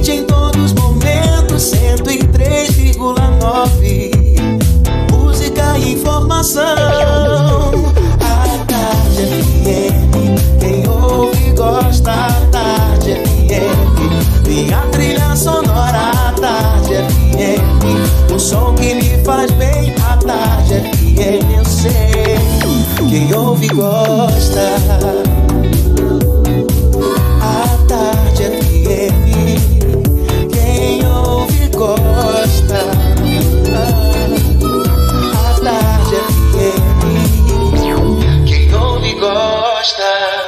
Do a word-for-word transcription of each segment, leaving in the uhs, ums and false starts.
hit em todos os momentos, cento e três vírgula nove. Música e informação. A Tarde F M, quem ouve gosta. A Tarde F M, minha trilha sonora. A Tarde F M, o som que me faz bem. A Tarde F M, eu sei, quem ouve gosta. A Tarde F M, quem ouve gosta. A Tarde F M, quem ouve gosta.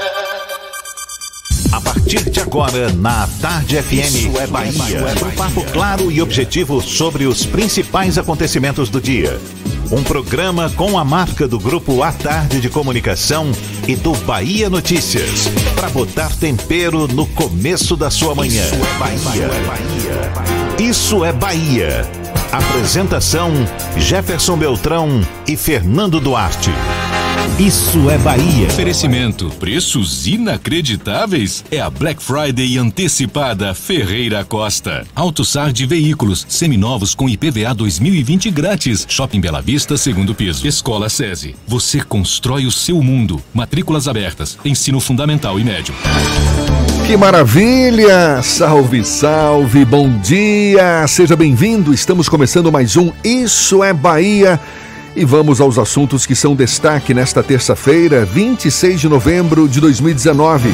A partir de agora, na Tarde F M, Isso é Bahia. Um papo claro e objetivo sobre os principais acontecimentos do dia. Um programa com a marca do Grupo A Tarde de Comunicação e do Bahia Notícias, para botar tempero no começo da sua manhã. Isso é Bahia. Isso é Bahia. Apresentação: Jefferson Beltrão e Fernando Duarte. Isso é Bahia. Oferecimento: preços inacreditáveis? É a Black Friday antecipada Ferreira Costa. AutoSard Veículos, seminovos com I P V A dois mil e vinte grátis. Shopping Bela Vista, segundo piso. Escola SESI. Você constrói o seu mundo. Matrículas abertas. Ensino fundamental e médio. Que maravilha! Salve, salve, bom dia! Seja bem-vindo, estamos começando mais um Isso é Bahia. E vamos aos assuntos que são destaque nesta terça-feira, vinte e seis de novembro de dois mil e dezenove.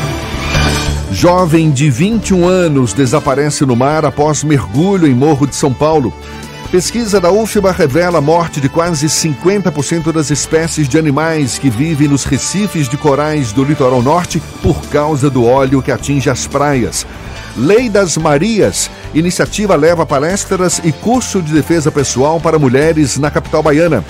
Jovem de vinte e um anos desaparece no mar após mergulho em Morro de São Paulo. Pesquisa da U F B A revela a morte de quase cinquenta por cento das espécies de animais que vivem nos recifes de corais do litoral norte por causa do óleo que atinge as praias. Lei das Marias. Iniciativa leva palestras e curso de defesa pessoal para mulheres na capital baiana.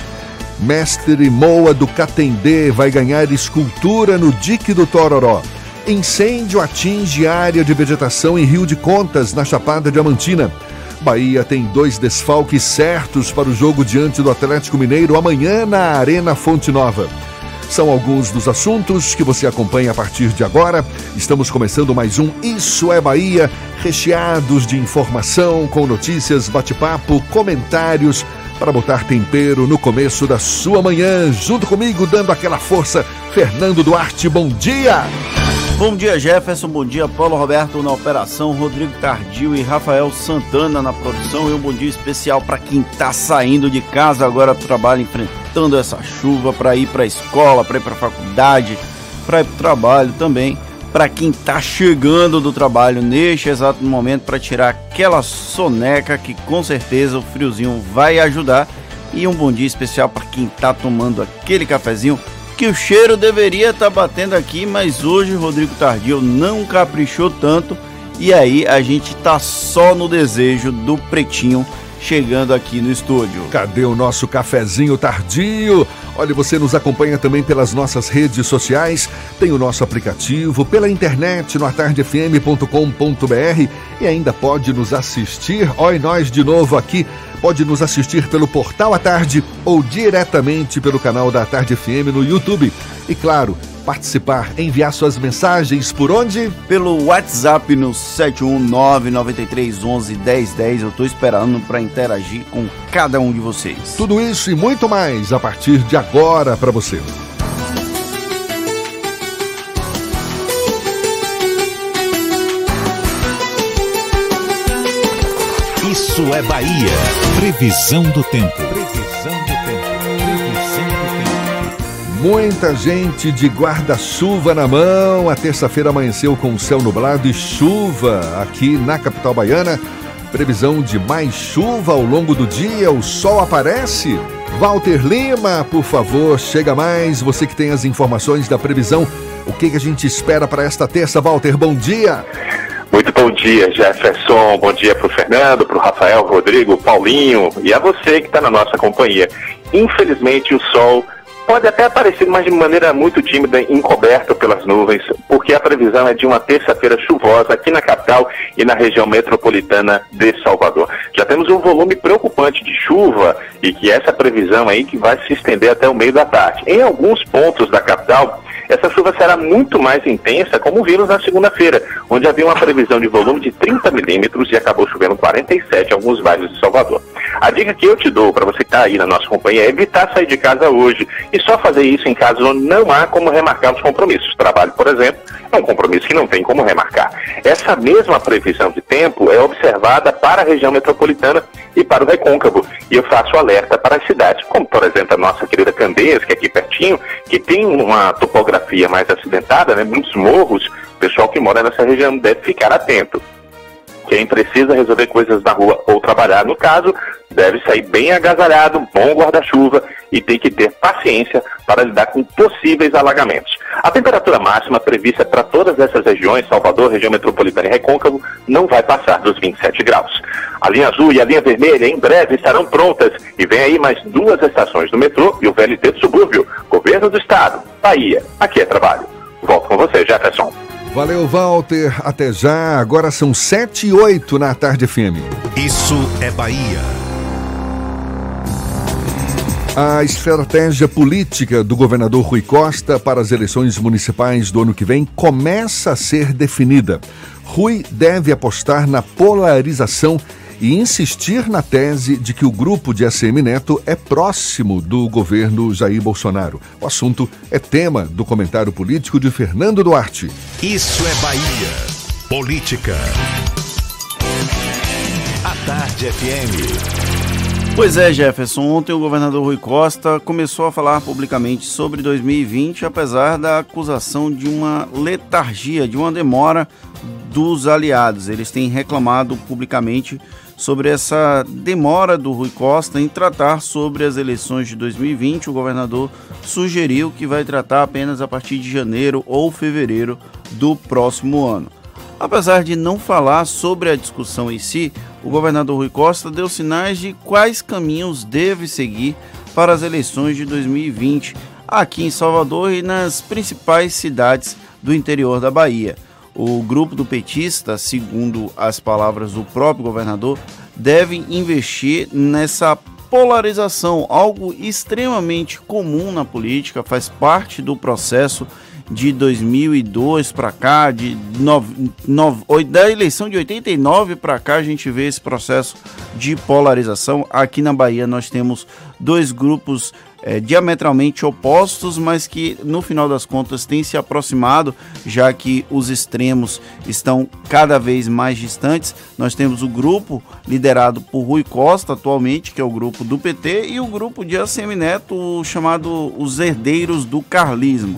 Mestre Moa do Catendê vai ganhar escultura no Dique do Tororó. Incêndio atinge área de vegetação em Rio de Contas, na Chapada Diamantina. Bahia tem dois desfalques certos para o jogo diante do Atlético Mineiro amanhã na Arena Fonte Nova. São alguns dos assuntos que você acompanha a partir de agora. Estamos começando mais um Isso é Bahia, recheados de informação, com notícias, bate-papo, comentários, para botar tempero no começo da sua manhã. Junto comigo, dando aquela força, Fernando Duarte, bom dia! Bom dia, Jefferson, bom dia, Paulo Roberto na operação, Rodrigo Tardio e Rafael Santana na produção. E um bom dia especial para quem está saindo de casa agora para o trabalho, enfrentando essa chuva, para ir para a escola, para ir para a faculdade, para ir para o trabalho também. Para quem está chegando do trabalho neste exato momento, para tirar aquela soneca que com certeza o friozinho vai ajudar. E um bom dia especial para quem está tomando aquele cafezinho que o cheiro deveria estar tá batendo aqui, mas hoje Rodrigo Tardio não caprichou tanto. E aí a gente tá só no desejo do pretinho chegando aqui no estúdio. Cadê o nosso cafezinho tardio? Olha, você nos acompanha também pelas nossas redes sociais, tem o nosso aplicativo, pela internet no a tarde f m ponto com ponto b r e ainda pode nos assistir, olha nós de novo aqui, pode nos assistir pelo Portal à Tarde ou diretamente pelo canal da Tarde F M no YouTube. E claro, participar, enviar suas mensagens por onde? Pelo WhatsApp no sete um nove nove três um um um zero um zero. Eu estou esperando para interagir com cada um de vocês. Tudo isso e muito mais a partir de agora para você. Isso é Bahia. Previsão do tempo. Previsão do tempo. Previsão do tempo. Muita gente de guarda-chuva na mão. A terça-feira amanheceu com céu nublado e chuva aqui na capital baiana. Previsão de mais chuva ao longo do dia. O sol aparece. Walter Lima, por favor, chega mais. Você que tem as informações da previsão. O que, que a gente espera para esta terça, Walter? Bom dia. Muito bom dia, Jefferson. Bom dia para o Fernando, para o Rafael, Rodrigo, Paulinho e a você que está na nossa companhia. Infelizmente, o sol pode até aparecer, mas de maneira muito tímida, encoberto pelas nuvens, porque a previsão é de uma terça-feira chuvosa aqui na capital e na região metropolitana de Salvador. Já temos um volume preocupante de chuva e que essa previsão aí que vai se estender até o meio da tarde. Em alguns pontos da capital, essa chuva será muito mais intensa, como vimos na segunda-feira, onde havia uma previsão de volume de trinta milímetros e acabou chovendo quarenta e sete em alguns bairros de Salvador. A dica que eu te dou para você que está aí na nossa companhia é evitar sair de casa hoje e só fazer isso em casos onde não há como remarcar os compromissos. Trabalho, por exemplo, é um compromisso que não tem como remarcar. Essa mesma previsão de tempo é observada para a região metropolitana e para o Recôncavo. E eu faço alerta para as cidades, como por exemplo a nossa querida Candeias, que é aqui pertinho, que tem uma topografia mais acidentada, né, muitos morros. O pessoal que mora nessa região deve ficar atento. Quem precisa resolver coisas na rua ou trabalhar, no caso, deve sair bem agasalhado, bom guarda-chuva e tem que ter paciência para lidar com possíveis alagamentos. A temperatura máxima prevista para todas essas regiões, Salvador, região metropolitana e Recôncavo, não vai passar dos vinte e sete graus. A linha azul e a linha vermelha em breve estarão prontas e vem aí mais duas estações do metrô e o V L T do subúrbio. Governo do Estado, Bahia, aqui é trabalho. Volto com você, Jefferson. Valeu, Walter. Até já. Agora são sete e oito na Tarde F M. Isso é Bahia. A estratégia política do governador Rui Costa para as eleições municipais do ano que vem começa a ser definida. Rui deve apostar na polarização e insistir na tese de que o grupo de A C M Neto é próximo do governo Jair Bolsonaro. O assunto é tema do comentário político de Fernando Duarte. Isso é Bahia. Política. A Tarde F M. Pois é, Jefferson, ontem o governador Rui Costa começou a falar publicamente sobre dois mil e vinte, apesar da acusação de uma letargia, de uma demora dos aliados. Eles têm reclamado publicamente sobre essa demora do Rui Costa em tratar sobre as eleições de dois mil e vinte. O governador sugeriu que vai tratar apenas a partir de janeiro ou fevereiro do próximo ano. Apesar de não falar sobre a discussão em si, o governador Rui Costa deu sinais de quais caminhos deve seguir para as eleições de dois mil e vinte aqui em Salvador e nas principais cidades do interior da Bahia. O grupo do petista, segundo as palavras do próprio governador, deve investir nessa polarização, algo extremamente comum na política, faz parte do processo de dois mil e dois para cá, de nove, nove, da eleição de oitenta e nove para cá, a gente vê esse processo de polarização. Aqui na Bahia nós temos dois grupos é, diametralmente opostos, mas que no final das contas têm se aproximado, já que os extremos estão cada vez mais distantes. Nós temos o grupo liderado por Rui Costa atualmente, que é o grupo do P T, e o grupo de A C M Neto, chamado os herdeiros do carlismo.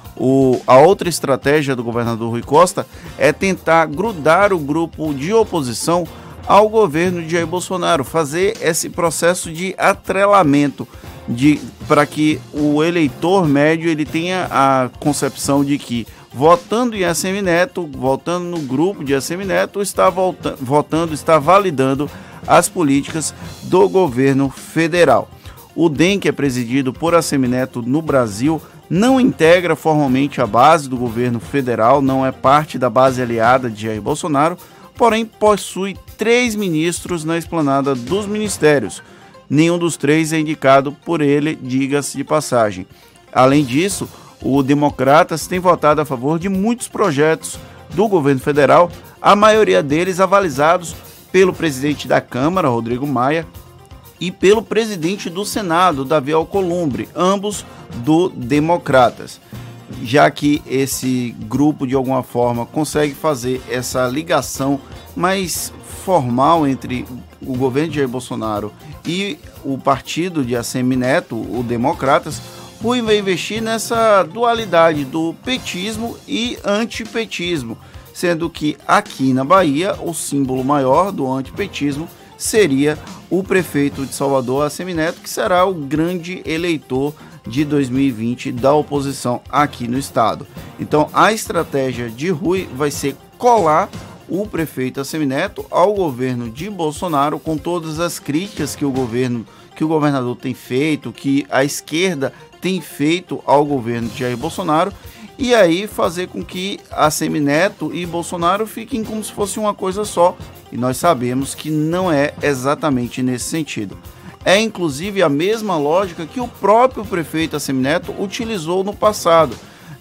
O, a outra estratégia do governador Rui Costa é tentar grudar o grupo de oposição ao governo de Jair Bolsonaro, fazer esse processo de atrelamento, de, para que o eleitor médio ele tenha a concepção de que votando em A C M Neto, votando no grupo de A C M Neto, está volta, votando, está validando as políticas do governo federal. O D E M, que é presidido por A C M Neto no Brasil, não integra formalmente a base do governo federal, não é parte da base aliada de Jair Bolsonaro, porém possui três ministros na esplanada dos ministérios. Nenhum dos três é indicado por ele, diga-se de passagem. Além disso, o Democratas tem votado a favor de muitos projetos do governo federal, a maioria deles avalizados pelo presidente da Câmara, Rodrigo Maia, e pelo presidente do Senado, Davi Alcolumbre, ambos do Democratas, já que esse grupo de alguma forma consegue fazer essa ligação mais formal entre o governo de Jair Bolsonaro e o partido de A C M Neto, o Democratas. Rui vai investir nessa dualidade do petismo e antipetismo, sendo que aqui na Bahia o símbolo maior do antipetismo seria o prefeito de Salvador, A C M Neto, que será o grande eleitor de dois mil e vinte da oposição aqui no estado. Então a estratégia de Rui vai ser colar o prefeito A C M Neto ao governo de Bolsonaro, com todas as críticas que o governo, que o governador tem feito, que a esquerda tem feito ao governo de Jair Bolsonaro, e aí fazer com que A C M Neto e Bolsonaro fiquem como se fosse uma coisa só. E nós sabemos que não é exatamente nesse sentido. É inclusive a mesma lógica que o próprio prefeito A C M Neto utilizou no passado.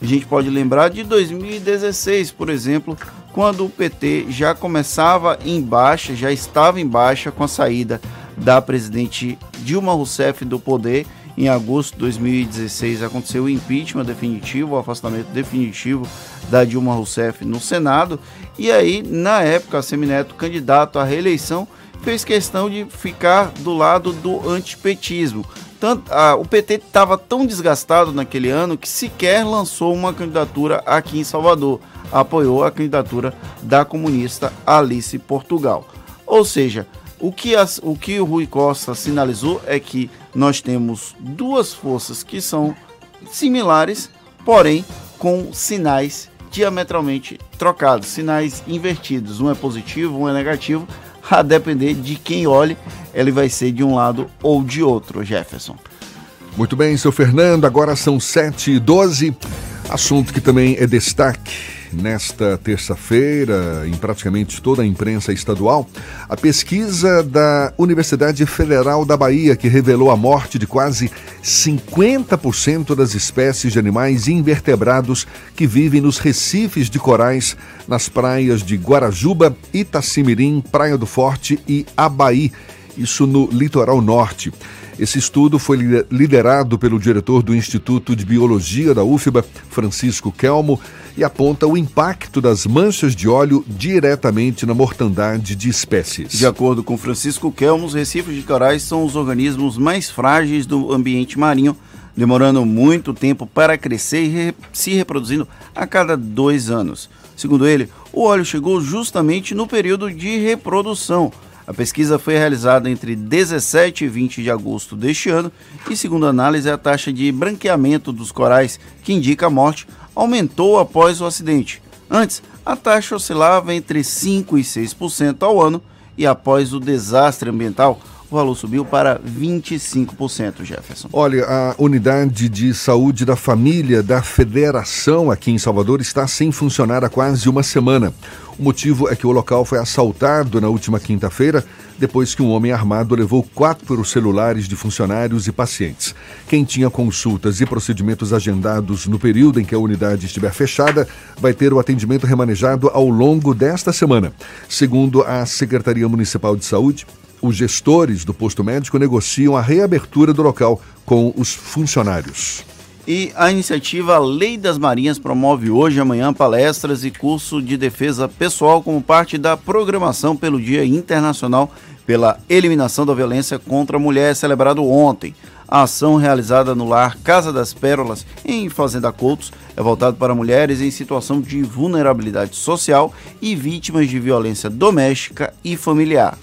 A gente pode lembrar de dois mil e dezesseis, por exemplo, quando o P T já começava em baixa, já estava em baixa com a saída da presidente Dilma Rousseff do poder. Em agosto de dois mil e dezesseis aconteceu o impeachment definitivo, o afastamento definitivo da Dilma Rousseff no Senado. E aí, na época, a Semineto, candidato à reeleição, fez questão de ficar do lado do antipetismo. Tanto, a, o P T estava tão desgastado naquele ano que sequer lançou uma candidatura aqui em Salvador. Apoiou a candidatura da comunista Alice Portugal. Ou seja, o que, as, o que o Rui Costa sinalizou é que nós temos duas forças que são similares, porém com sinais diametralmente trocados, sinais invertidos. Um é positivo, um é negativo. A depender de quem olhe, ele vai ser de um lado ou de outro, Jefferson. Muito bem, seu Fernando, agora são sete e doze, assunto que também é destaque nesta terça-feira em praticamente toda a imprensa estadual, a pesquisa da Universidade Federal da Bahia, que revelou a morte de quase cinquenta por cento das espécies de animais invertebrados que vivem nos recifes de corais nas praias de Guarajuba, Itacimirim, Praia do Forte e Abaí, isso no litoral norte. Esse estudo foi liderado pelo diretor do Instituto de Biologia da U F B A, Francisco Kelmo, e aponta o impacto das manchas de óleo diretamente na mortandade de espécies. De acordo com Francisco Kelmo, os recifes de corais são os organismos mais frágeis do ambiente marinho, demorando muito tempo para crescer e re- se reproduzindo a cada dois anos. Segundo ele, o óleo chegou justamente no período de reprodução. A pesquisa foi realizada entre dezessete e vinte de agosto deste ano e, segundo a análise, a taxa de branqueamento dos corais, que indica a morte, aumentou após o acidente. Antes, a taxa oscilava entre cinco por cento e seis por cento ao ano e, após o desastre ambiental, o valor subiu para vinte e cinco por cento, Jefferson. Olha, a unidade de saúde da família da Federação aqui em Salvador está sem funcionar há quase uma semana. O motivo é que o local foi assaltado na última quinta-feira, depois que um homem armado levou quatro celulares de funcionários e pacientes. Quem tinha consultas e procedimentos agendados no período em que a unidade estiver fechada, vai ter o atendimento remanejado ao longo desta semana. Segundo a Secretaria Municipal de Saúde, os gestores do posto médico negociam a reabertura do local com os funcionários. E a iniciativa Lei das Marinhas promove hoje e amanhã palestras e curso de defesa pessoal como parte da programação pelo Dia Internacional pela Eliminação da Violência contra a Mulher, celebrado ontem. A ação realizada no lar Casa das Pérolas, em Fazenda Coutos, é voltada para mulheres em situação de vulnerabilidade social e vítimas de violência doméstica e familiar.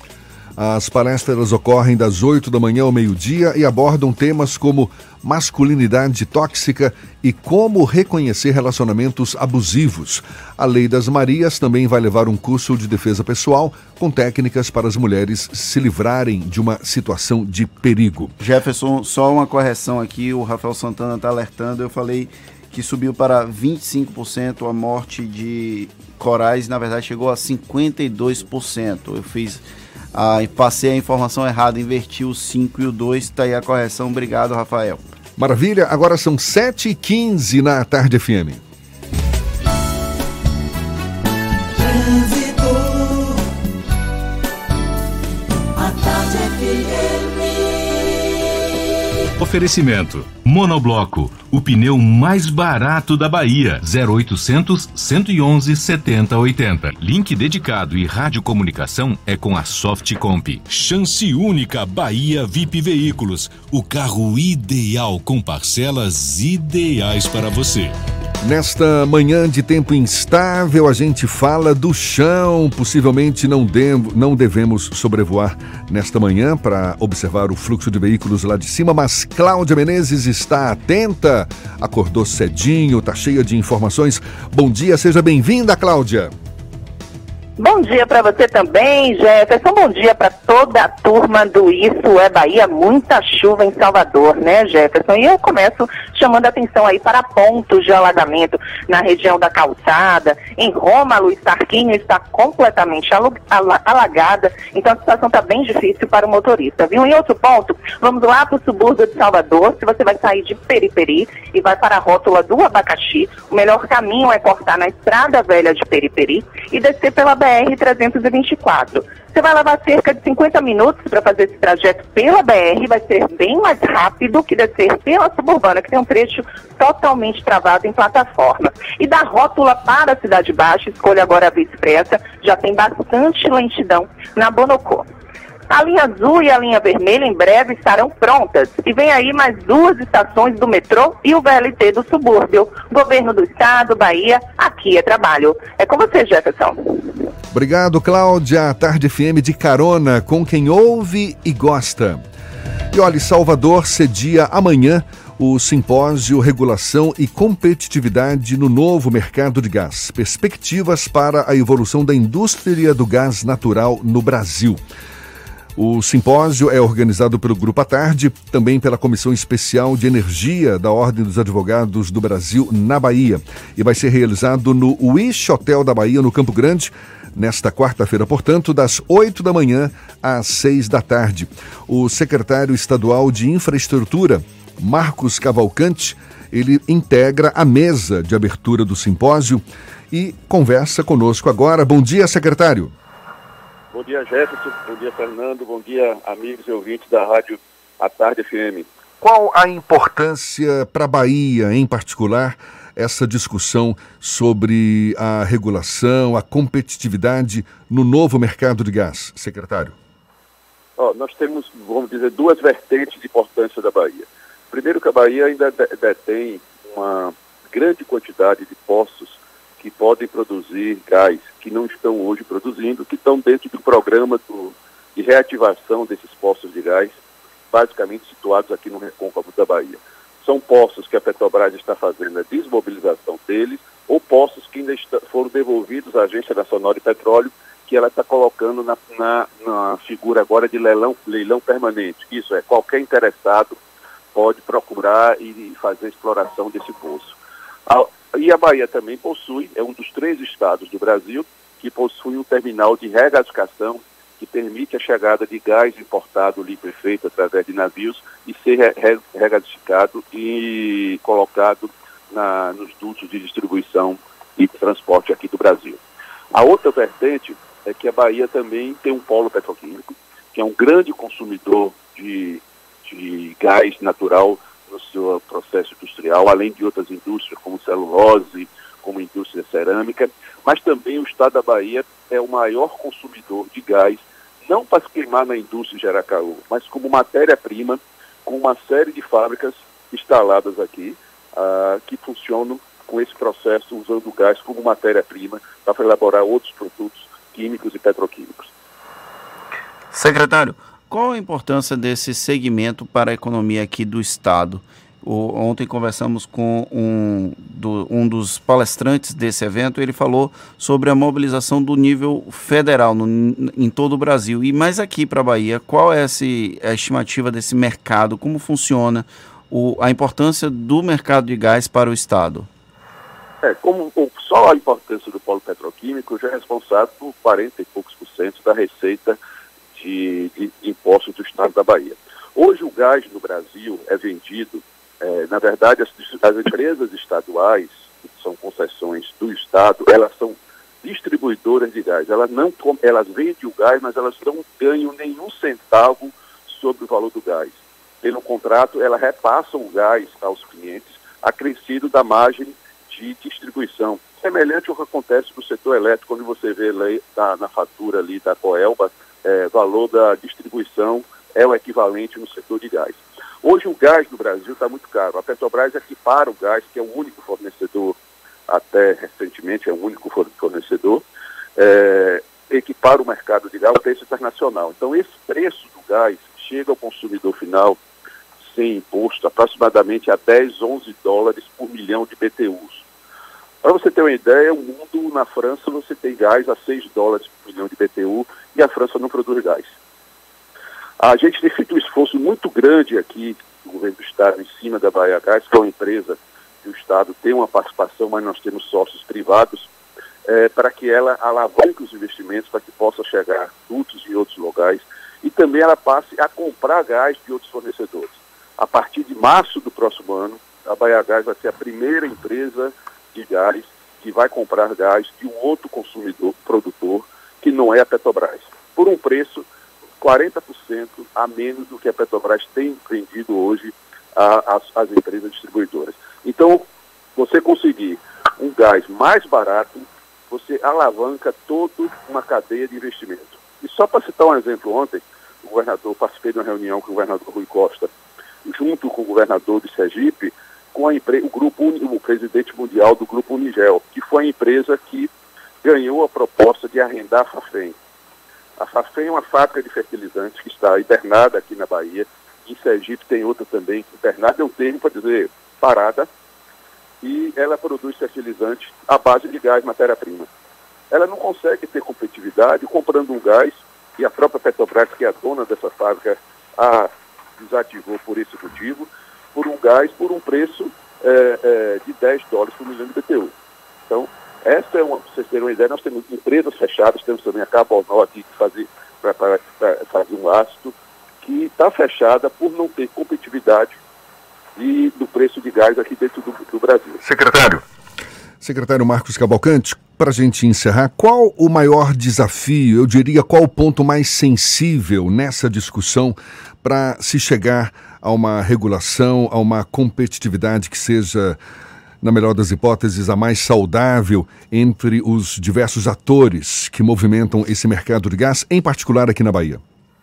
As palestras ocorrem das oito da manhã ao meio-dia e abordam temas como masculinidade tóxica e como reconhecer relacionamentos abusivos. A Lei das Marias também vai levar um curso de defesa pessoal com técnicas para as mulheres se livrarem de uma situação de perigo. Jefferson, só uma correção aqui, o Rafael Santana está alertando, eu falei que subiu para vinte e cinco por cento a morte de corais, na verdade chegou a cinquenta e dois por cento. Eu fiz... Ah, passei a informação errada, inverti o cinco e o dois, está aí a correção. Obrigado, Rafael. Maravilha, agora são sete e quinze na Tarde F M. Oferecimento: Monobloco, o pneu mais barato da Bahia. zero oitocentos, cento e onze, setenta, oitenta. Link dedicado e radiocomunicação é com a Softcomp. Chance única Bahia V I P Veículos, o carro ideal com parcelas ideais para você. Nesta manhã de tempo instável, a gente fala do chão. Possivelmente não, devo, não devemos sobrevoar nesta manhã para observar o fluxo de veículos lá de cima, mas Cláudia Menezes está atenta, acordou cedinho, está cheia de informações. Bom dia, seja bem-vinda, Cláudia. Bom dia para você também, Jefferson. Bom dia para toda a turma do Isso é Bahia. Muita chuva em Salvador, né, Jefferson? E eu começo chamando a atenção aí para pontos de alagamento na região da Calçada. Em Roma, a Luiz Tarquínio está completamente alagada, então a situação está bem difícil para o motorista, viu? Em outro ponto, vamos lá para o subúrbio de Salvador. Se você vai sair de Periperi e vai para a rótula do Abacaxi, o melhor caminho é cortar na Estrada Velha de Periperi e descer pela B R trezentos e vinte e quatro. Você vai levar cerca de cinquenta minutos para fazer esse trajeto pela B R, vai ser bem mais rápido que descer pela Suburbana, que tem um trecho totalmente travado em plataforma. E da rótula para a Cidade Baixa, escolha agora a Via Expressa, já tem bastante lentidão na Bonocô. A linha azul e a linha vermelha em breve estarão prontas. E vem aí mais duas estações do metrô e o V L T do subúrbio. Governo do Estado, Bahia, aqui é trabalho. É com você, Jefferson. Obrigado, Cláudia. Tarde F M de carona com quem ouve e gosta. E olha, Salvador cedia amanhã o simpósio Regulação e Competitividade no Novo Mercado de Gás. Perspectivas para a evolução da indústria do gás natural no Brasil. O simpósio é organizado pelo Grupo à Tarde, também pela Comissão Especial de Energia da Ordem dos Advogados do Brasil, na Bahia. E vai ser realizado no Wish Hotel da Bahia, no Campo Grande, nesta quarta-feira, portanto, das oito da manhã às seis da tarde. O secretário estadual de Infraestrutura, Marcos Cavalcante, ele integra a mesa de abertura do simpósio e conversa conosco agora. Bom dia, secretário. Bom dia, Jefferson. Bom dia, Fernando. Bom dia, amigos e ouvintes da Rádio à Tarde F M. Qual a importância para a Bahia, em particular, essa discussão sobre a regulação, a competitividade no novo mercado de gás, secretário? Oh, nós temos, vamos dizer, duas vertentes de importância da Bahia. Primeiro, que a Bahia ainda detém uma grande quantidade de poços que podem produzir gás, que não estão hoje produzindo, que estão dentro do programa do, de reativação desses poços de gás, basicamente situados aqui no recôncavo da Bahia. São poços que a Petrobras está fazendo a desmobilização deles, ou poços que ainda está, foram devolvidos à Agência Nacional de Petróleo, que ela está colocando na, na, na figura agora de leilão, leilão permanente. Isso é, qualquer interessado pode procurar e fazer a exploração desse poço. A, E a Bahia também possui, é um dos três estados do Brasil que possui um terminal de regasificação que permite a chegada de gás importado liquefeito através de navios e ser re regasificado e colocado na, nos dutos de distribuição e transporte aqui do Brasil. A outra vertente é que a Bahia também tem um polo petroquímico, que é um grande consumidor de, de gás natural no seu processo industrial, além de outras indústrias como celulose, como indústria cerâmica, mas também o estado da Bahia é o maior consumidor de gás, não para se queimar na indústria de Jaracaú, mas como matéria-prima, com uma série de fábricas instaladas aqui, uh, que funcionam com esse processo, usando o gás como matéria-prima para elaborar outros produtos químicos e petroquímicos. Secretário, qual a importância desse segmento para a economia aqui do Estado? O, ontem conversamos com um, do, um dos palestrantes desse evento, ele falou sobre a mobilização do nível federal no, em todo o Brasil. E mais aqui para a Bahia, qual é esse, a estimativa desse mercado? Como funciona o, a importância do mercado de gás para o Estado? É, como só a importância do polo petroquímico já é responsável por quarenta e poucos por cento da receita De, de, de impostos do estado da Bahia. Hoje o gás no Brasil é vendido, é, na verdade as, as empresas estaduais, que são concessões do estado, elas são distribuidoras de gás. Elas, não, elas vendem o gás, mas elas não ganham nenhum centavo sobre o valor do gás. Pelo contrato, elas repassam o gás aos clientes, acrescido da margem de distribuição. Semelhante ao que acontece no setor elétrico, quando você vê lá na, na fatura ali da Coelba, É, valor da distribuição é o equivalente no setor de gás. Hoje o gás no Brasil está muito caro. A Petrobras equipara o gás, que é o único fornecedor, até recentemente é o único fornecedor, é, equipara o mercado de gás ao preço internacional. Então esse preço do gás chega ao consumidor final, sem imposto, aproximadamente a dez, onze dólares por milhão de B T Us. Para você ter uma ideia, o mundo, na França, você tem gás a seis dólares por milhão de B T U e a França não produz gás. A gente tem feito um esforço muito grande aqui do governo do Estado em cima da Bahia Gás, que é uma empresa que o Estado tem uma participação, mas nós temos sócios privados, é, para que ela alavanque os investimentos, para que possa chegar a dutos em outros locais, e também ela passe a comprar gás de outros fornecedores. A partir de março do próximo ano, a Bahia Gás vai ser a primeira empresa de gás que vai comprar gás de um outro consumidor, produtor, que não é a Petrobras, por um preço quarenta por cento a menos do que a Petrobras tem vendido hoje às empresas distribuidoras. Então, você conseguir um gás mais barato, você alavanca toda uma cadeia de investimento. E só para citar um exemplo, ontem, o governador, participei de uma reunião com o governador Rui Costa, junto com o governador de Sergipe, com a empre- o grupo o presidente mundial do Grupo Unigel, que foi a empresa que ganhou a proposta de arrendar a Fafem. A Fafem é uma fábrica de fertilizantes que está internada aqui na Bahia. Em Sergipe tem outra também. Internada é um termo para dizer parada. E ela produz fertilizantes à base de gás, matéria-prima. Ela não consegue ter competitividade comprando um gás, e a própria Petrobras, que é a dona dessa fábrica, a desativou por esse motivo, por um gás, por um preço é, é, de dez dólares por milhão de B T U. Então, essa é uma, para vocês terem uma ideia, nós temos empresas fechadas, temos também a Carbonol aqui que fazer, para fazer um ácido, que está fechada por não ter competitividade e do preço de gás aqui dentro do, do Brasil. Secretário. Secretário Marcos Cavalcante, para a gente encerrar, qual o maior desafio, eu diria, qual o ponto mais sensível nessa discussão para se chegar a uma regulação, a uma competitividade que seja, na melhor das hipóteses, a mais saudável entre os diversos atores que movimentam esse mercado de gás, em particular aqui na Bahia?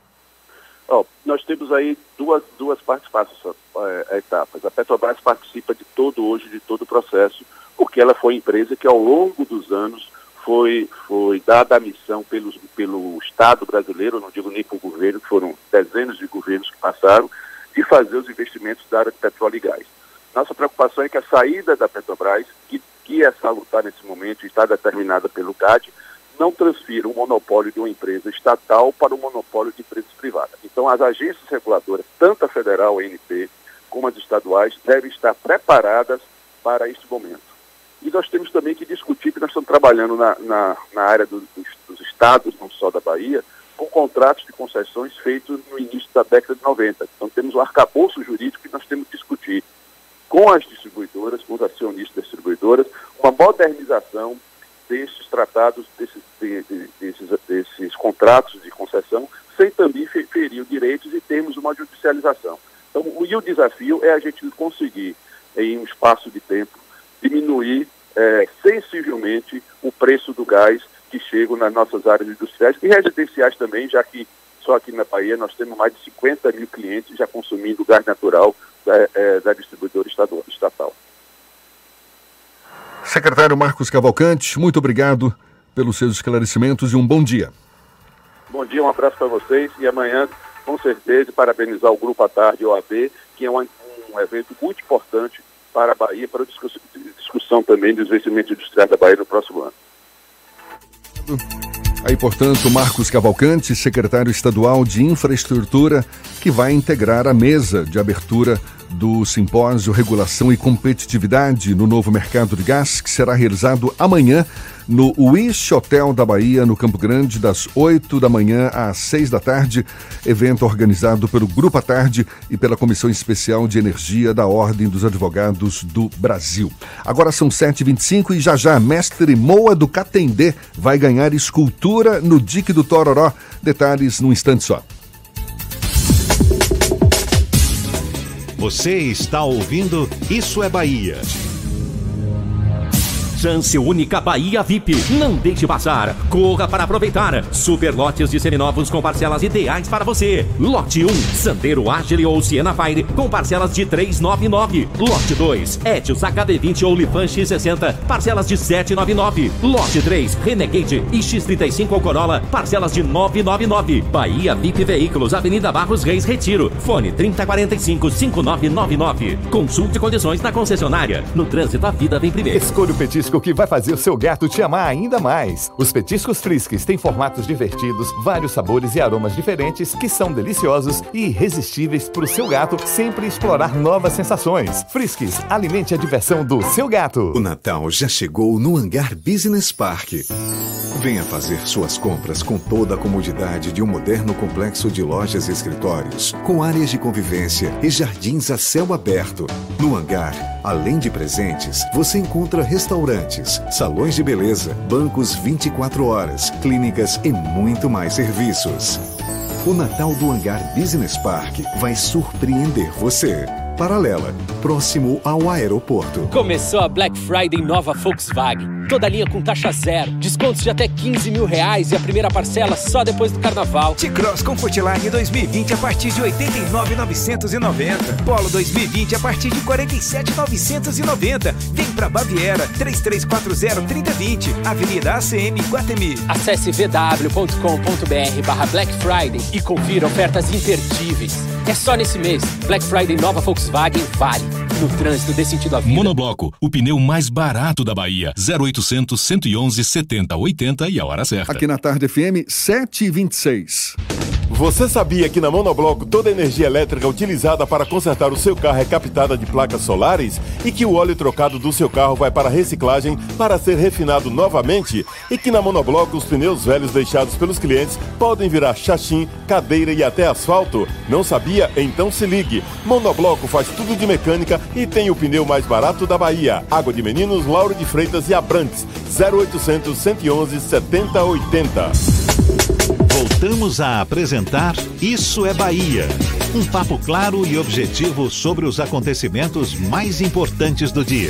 Oh, nós temos aí duas, duas participações, é, etapas. A Petrobras participa de todo hoje, de todo o processo, porque ela foi a empresa que ao longo dos anos foi, foi dada a missão pelos, pelo Estado brasileiro, não digo nem por governo, que foram dezenas de governos que passaram, de fazer os investimentos da área de petróleo e gás. Nossa preocupação é que a saída da Petrobras, que, que é salutar nesse momento e está determinada pelo C A D, não transfira o monopólio de uma empresa estatal para o monopólio de empresas privadas. Então, as agências reguladoras, tanto a federal, a A N P, como as estaduais, devem estar preparadas para este momento. E nós temos também que discutir, que nós estamos trabalhando na, na, na área do, dos, dos estados, não só da Bahia, com contratos de concessões feitos no início da década de noventa. Então, temos um arcabouço jurídico que nós temos que discutir com as distribuidoras, com os acionistas das distribuidoras, uma modernização desses tratados, desses, de, de, desses, desses contratos de concessão, sem também ferir os direitos e termos uma judicialização. Então, o, e o desafio é a gente conseguir, em um espaço de tempo, diminuir é, sensivelmente o preço do gás que chega nas nossas áreas industriais e residenciais também, já que só aqui na Bahia nós temos mais de cinquenta mil clientes já consumindo gás natural da, é, da distribuidora estadual, estatal. Secretário Marcos Cavalcante, muito obrigado pelos seus esclarecimentos e um bom dia. Bom dia, um abraço para vocês e amanhã, com certeza, parabenizar o Grupo à Tarde, O A B, que é um, um evento muito importante para a Bahia, para a discussão, discussão também dos investimentos industriais da Bahia no próximo ano. Aí, portanto, Marcos Cavalcante, secretário estadual de Infraestrutura, que vai integrar a mesa de abertura do simpósio Regulação e Competitividade no Novo Mercado de Gás, que será realizado amanhã no Wish Hotel da Bahia, no Campo Grande, das oito da manhã às seis da tarde, evento organizado pelo Grupo à Tarde e pela Comissão Especial de Energia da Ordem dos Advogados do Brasil. Agora são sete e vinte e cinco e já já, mestre Moa do Catendê vai ganhar escultura no Dique do Tororó. Detalhes num instante só. Você está ouvindo Isso é Bahia. Chance única Bahia V I P. Não deixe passar. Corra para aproveitar. Super lotes de seminovos com parcelas ideais para você. Lote um, Sandero Agile ou Siena Fire com parcelas de trezentos e noventa e nove reais. Lote dois, Etios H D vinte ou Lifan X sessenta, parcelas de setecentos e noventa e nove reais. Lote três, Renegade e X trinta e cinco ou Corolla, parcelas de novecentos e noventa e nove reais. Bahia V I P Veículos, Avenida Barros Reis, Retiro. Fone trinta quarenta e cinco, cinquenta e nove noventa e nove. Consulte condições na concessionária. No trânsito, a vida vem primeiro. Escolha o Petisco petisco que vai fazer o seu gato te amar ainda mais. Os petiscos Friskies têm formatos divertidos, vários sabores e aromas diferentes que são deliciosos e irresistíveis para o seu gato sempre explorar novas sensações. Friskies, alimente a diversão do seu gato. O Natal já chegou no Hangar Business Park. Venha fazer suas compras com toda a comodidade de um moderno complexo de lojas e escritórios, com áreas de convivência e jardins a céu aberto. No hangar, além de presentes, você encontra restaurantes, salões de beleza, bancos vinte e quatro horas, clínicas e muito mais serviços. O Natal do Hangar Business Park vai surpreender você. Paralela, próximo ao aeroporto. Começou a Black Friday nova Volkswagen. Toda linha com taxa zero, descontos de até quinze mil reais e a primeira parcela só depois do carnaval. T-Cross Comfortline dois mil e vinte a partir de oitenta e nove mil novecentos e noventa. Polo dois mil e vinte a partir de quarenta e sete mil novecentos e noventa. Vem pra Baviera, três três quatro zero, três zero dois zero, Avenida A C M, Guatemi. Acesse v w ponto com ponto b r barra Black Friday e confira ofertas imperdíveis. É só nesse mês. Black Friday nova Volkswagen vale. No trânsito dê sentido à vida. Monobloco, o pneu mais barato da Bahia. zero oitocentos, cento e onze, setenta, oitenta e a hora certa. Aqui na Tarde F M, sete e vinte e seis. Você sabia que na Monobloco toda a energia elétrica utilizada para consertar o seu carro é captada de placas solares? E que o óleo trocado do seu carro vai para reciclagem para ser refinado novamente? E que na Monobloco os pneus velhos deixados pelos clientes podem virar chachim, cadeira e até asfalto? Não sabia? Então se ligue. Monobloco faz tudo de mecânica e tem o pneu mais barato da Bahia. Água de Meninos, Lauro de Freitas e Abrantes. zero oitocentos, cento e onze, setenta, oitenta. Voltamos a apresentar Isso é Bahia. Um papo claro e objetivo sobre os acontecimentos mais importantes do dia.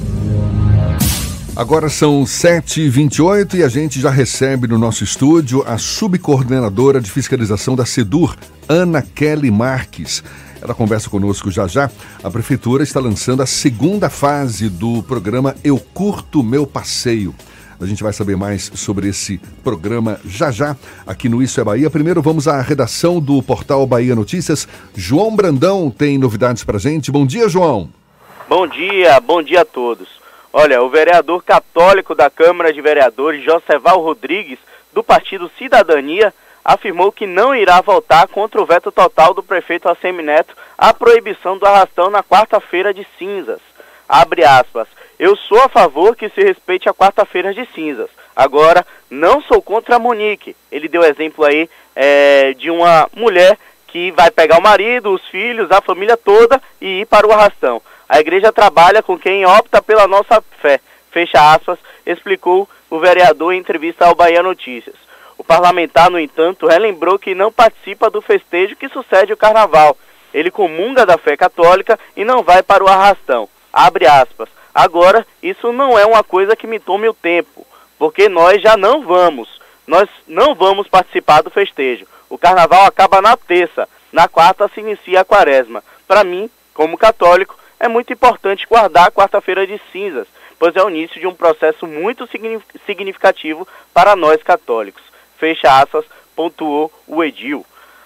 Agora são sete e vinte e oito e a gente já recebe no nosso estúdio a subcoordenadora de fiscalização da SEDUR, Ana Kelly Marques. Ela conversa conosco já já. A Prefeitura está lançando a segunda fase do programa Eu Curto Meu Passeio. A gente vai saber mais sobre esse programa já já, aqui no Isso é Bahia. Primeiro vamos à redação do portal Bahia Notícias. João Brandão tem novidades pra gente. Bom dia, João. Bom dia, bom dia a todos. Olha, o vereador católico da Câmara de Vereadores, Joseval Rodrigues, do Partido Cidadania, afirmou que não irá votar contra o veto total do prefeito Assemineto à proibição do arrastão na quarta-feira de cinzas. Abre aspas. Eu sou a favor que se respeite a quarta-feira de cinzas. Agora, não sou contra a Monique. Ele deu exemplo aí é, de uma mulher que vai pegar o marido, os filhos, a família toda e ir para o arrastão. A igreja trabalha com quem opta pela nossa fé. Fecha aspas, explicou o vereador em entrevista ao Bahia Notícias. O parlamentar, no entanto, relembrou que não participa do festejo que sucede o carnaval. Ele comunga da fé católica e não vai para o arrastão. Abre aspas. Agora, isso não é uma coisa que me tome o tempo, porque nós já não vamos. Nós não vamos participar do festejo. O carnaval acaba na terça. Na quarta se inicia a quaresma. Para mim, como católico, é muito importante guardar a quarta-feira de cinzas, pois é o início de um processo muito significativo para nós católicos. Fecha aspas, pontuou o edil.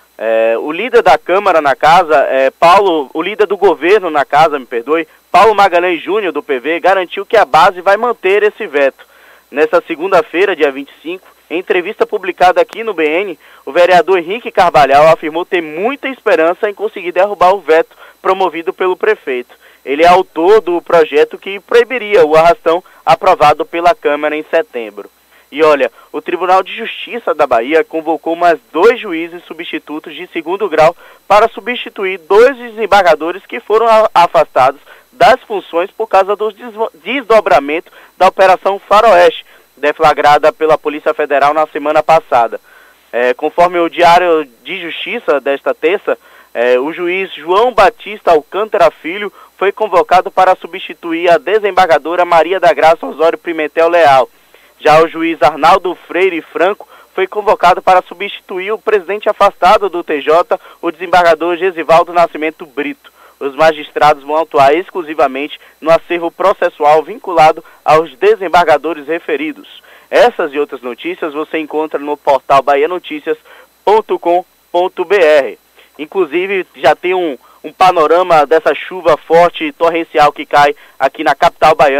É, o líder da Câmara na casa, é, Paulo, o líder do governo na casa, me perdoe, Paulo Magalhães Júnior, do P V, garantiu que a base vai manter esse veto. Nesta segunda-feira, dia vinte e cinco, em entrevista publicada aqui no B N, o vereador Henrique Carvalhal afirmou ter muita esperança em conseguir derrubar o veto promovido pelo prefeito. Ele é autor do projeto que proibiria o arrastão aprovado pela Câmara em setembro. E olha, o Tribunal de Justiça da Bahia convocou mais dois juízes substitutos de segundo grau para substituir dois desembargadores que foram afastados das funções por causa do desdobramento da Operação Faroeste, deflagrada pela Polícia Federal na semana passada. É, conforme o Diário de Justiça desta terça, é, o juiz João Batista Alcântara Filho foi convocado para substituir a desembargadora Maria da Graça Osório Pimentel Leal. Já o juiz Arnaldo Freire Franco foi convocado para substituir o presidente afastado do T J, o desembargador Gesivaldo Nascimento Brito. Os magistrados vão atuar exclusivamente no acervo processual vinculado aos desembargadores referidos. Essas e outras notícias você encontra no portal bahia notícias ponto com ponto b r. Inclusive, já tem um, um panorama dessa chuva forte e torrencial que cai aqui na capital baiana,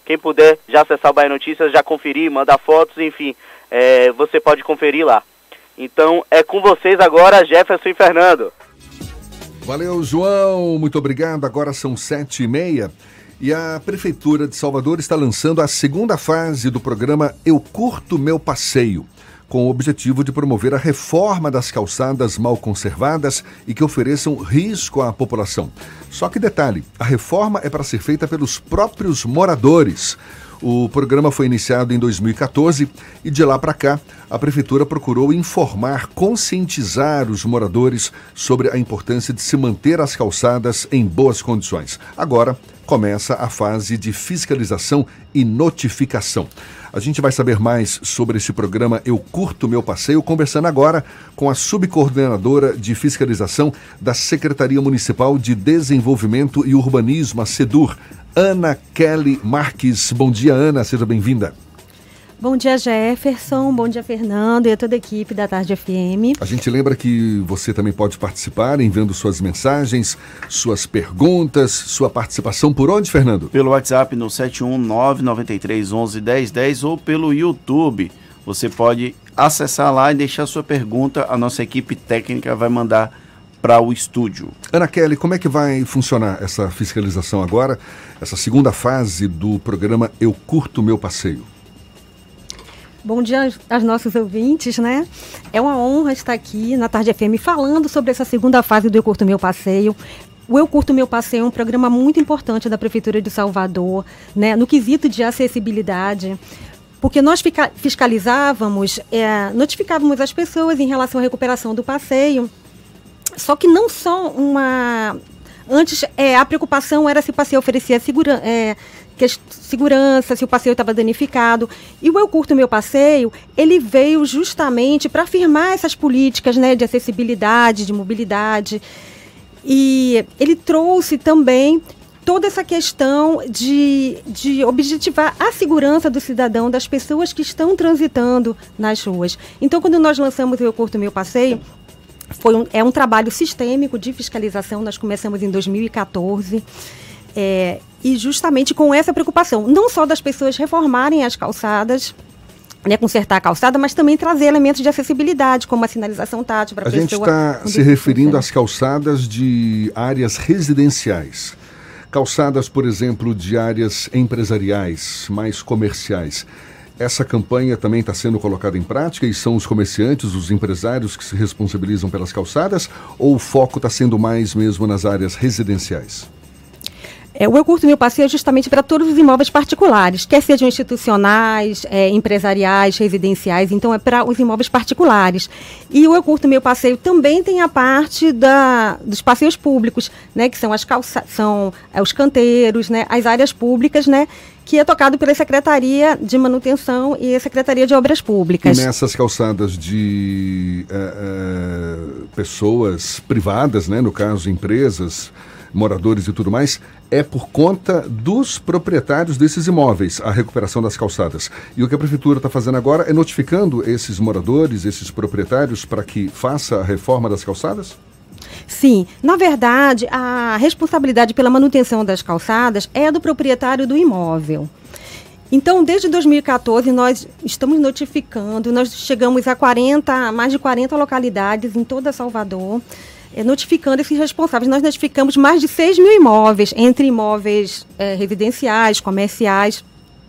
quem puder já acessar o Bahia Notícias, já conferir, mandar fotos, enfim, é, você pode conferir lá. Então, é com vocês agora, Jefferson e Fernando. Valeu, João, muito obrigado. Agora são sete e meia e a Prefeitura de Salvador está lançando a segunda fase do programa Eu Curto Meu Passeio, com o objetivo de promover a reforma das calçadas mal conservadas e que ofereçam risco à população. Só que detalhe, a reforma é para ser feita pelos próprios moradores. O programa foi iniciado em dois mil e quatorze e de lá para cá a Prefeitura procurou informar, conscientizar os moradores sobre a importância de se manter as calçadas em boas condições. Agora começa a fase de fiscalização e notificação. A gente vai saber mais sobre esse programa Eu Curto Meu Passeio, conversando agora com a subcoordenadora de fiscalização da Secretaria Municipal de Desenvolvimento e Urbanismo, a SEDUR, Ana Kelly Marques. Bom dia, Ana, seja bem-vinda. Bom dia, Jefferson, bom dia, Fernando e a toda a equipe da Tarde F M. A gente lembra que você também pode participar enviando suas mensagens, suas perguntas, sua participação por onde, Fernando? Pelo WhatsApp no sete um nove nove três um um um zero um zero ou pelo YouTube. Você pode acessar lá e deixar sua pergunta, a nossa equipe técnica vai mandar para o estúdio. Ana Kelly, como é que vai funcionar essa fiscalização agora, essa segunda fase do programa Eu Curto Meu Passeio? Bom dia aos nossos ouvintes, né? É uma honra estar aqui na Tarde F M falando sobre essa segunda fase do Eu Curto Meu Passeio. O Eu Curto Meu Passeio é um programa muito importante da Prefeitura de Salvador, né? No quesito de acessibilidade, porque nós fica, fiscalizávamos, é, notificávamos as pessoas em relação à recuperação do passeio, só que não só uma... Antes, é, a preocupação era se o passeio oferecia segura, é, que segurança, se o passeio estava danificado. E o Eu Curto Meu Passeio, ele veio justamente para afirmar essas políticas, né, de acessibilidade, de mobilidade. E ele trouxe também toda essa questão de, de objetivar a segurança do cidadão, das pessoas que estão transitando nas ruas. Então, quando nós lançamos o Eu Curto Meu Passeio, foi um, é um trabalho sistêmico de fiscalização. Nós começamos em dois mil e quatorze, é, e justamente com essa preocupação, não só das pessoas reformarem as calçadas, né, consertar a calçada, mas também trazer elementos de acessibilidade, como a sinalização tátil para a pessoa. A gente está se referindo às calçadas de áreas residenciais. Calçadas, por exemplo, de áreas empresariais, mais comerciais. Essa campanha também está sendo colocada em prática e são os comerciantes, os empresários que se responsabilizam pelas calçadas, ou o foco está sendo mais mesmo nas áreas residenciais? É, o Eu Curto Meu Passeio é justamente para todos os imóveis particulares, quer sejam institucionais, é, empresariais, residenciais, então é para os imóveis particulares. E o Eu Curto Meu Passeio também tem a parte da, dos passeios públicos, né, que são, as calça, são é, os canteiros, né, as áreas públicas, né, que é tocado pela Secretaria de Manutenção e a Secretaria de Obras Públicas. E nessas calçadas de uh, uh, pessoas privadas, né, no caso empresas, moradores e tudo mais, é por conta dos proprietários desses imóveis, a recuperação das calçadas. E o que a Prefeitura está fazendo agora é notificando esses moradores, esses proprietários, para que faça a reforma das calçadas? Sim, na verdade, a responsabilidade pela manutenção das calçadas é do proprietário do imóvel. Então, desde dois mil e quatorze, nós estamos notificando, nós chegamos a quarenta, mais de quarenta localidades em toda Salvador, é, notificando esses responsáveis. Nós notificamos mais de seis mil imóveis, entre imóveis é, residenciais, comerciais.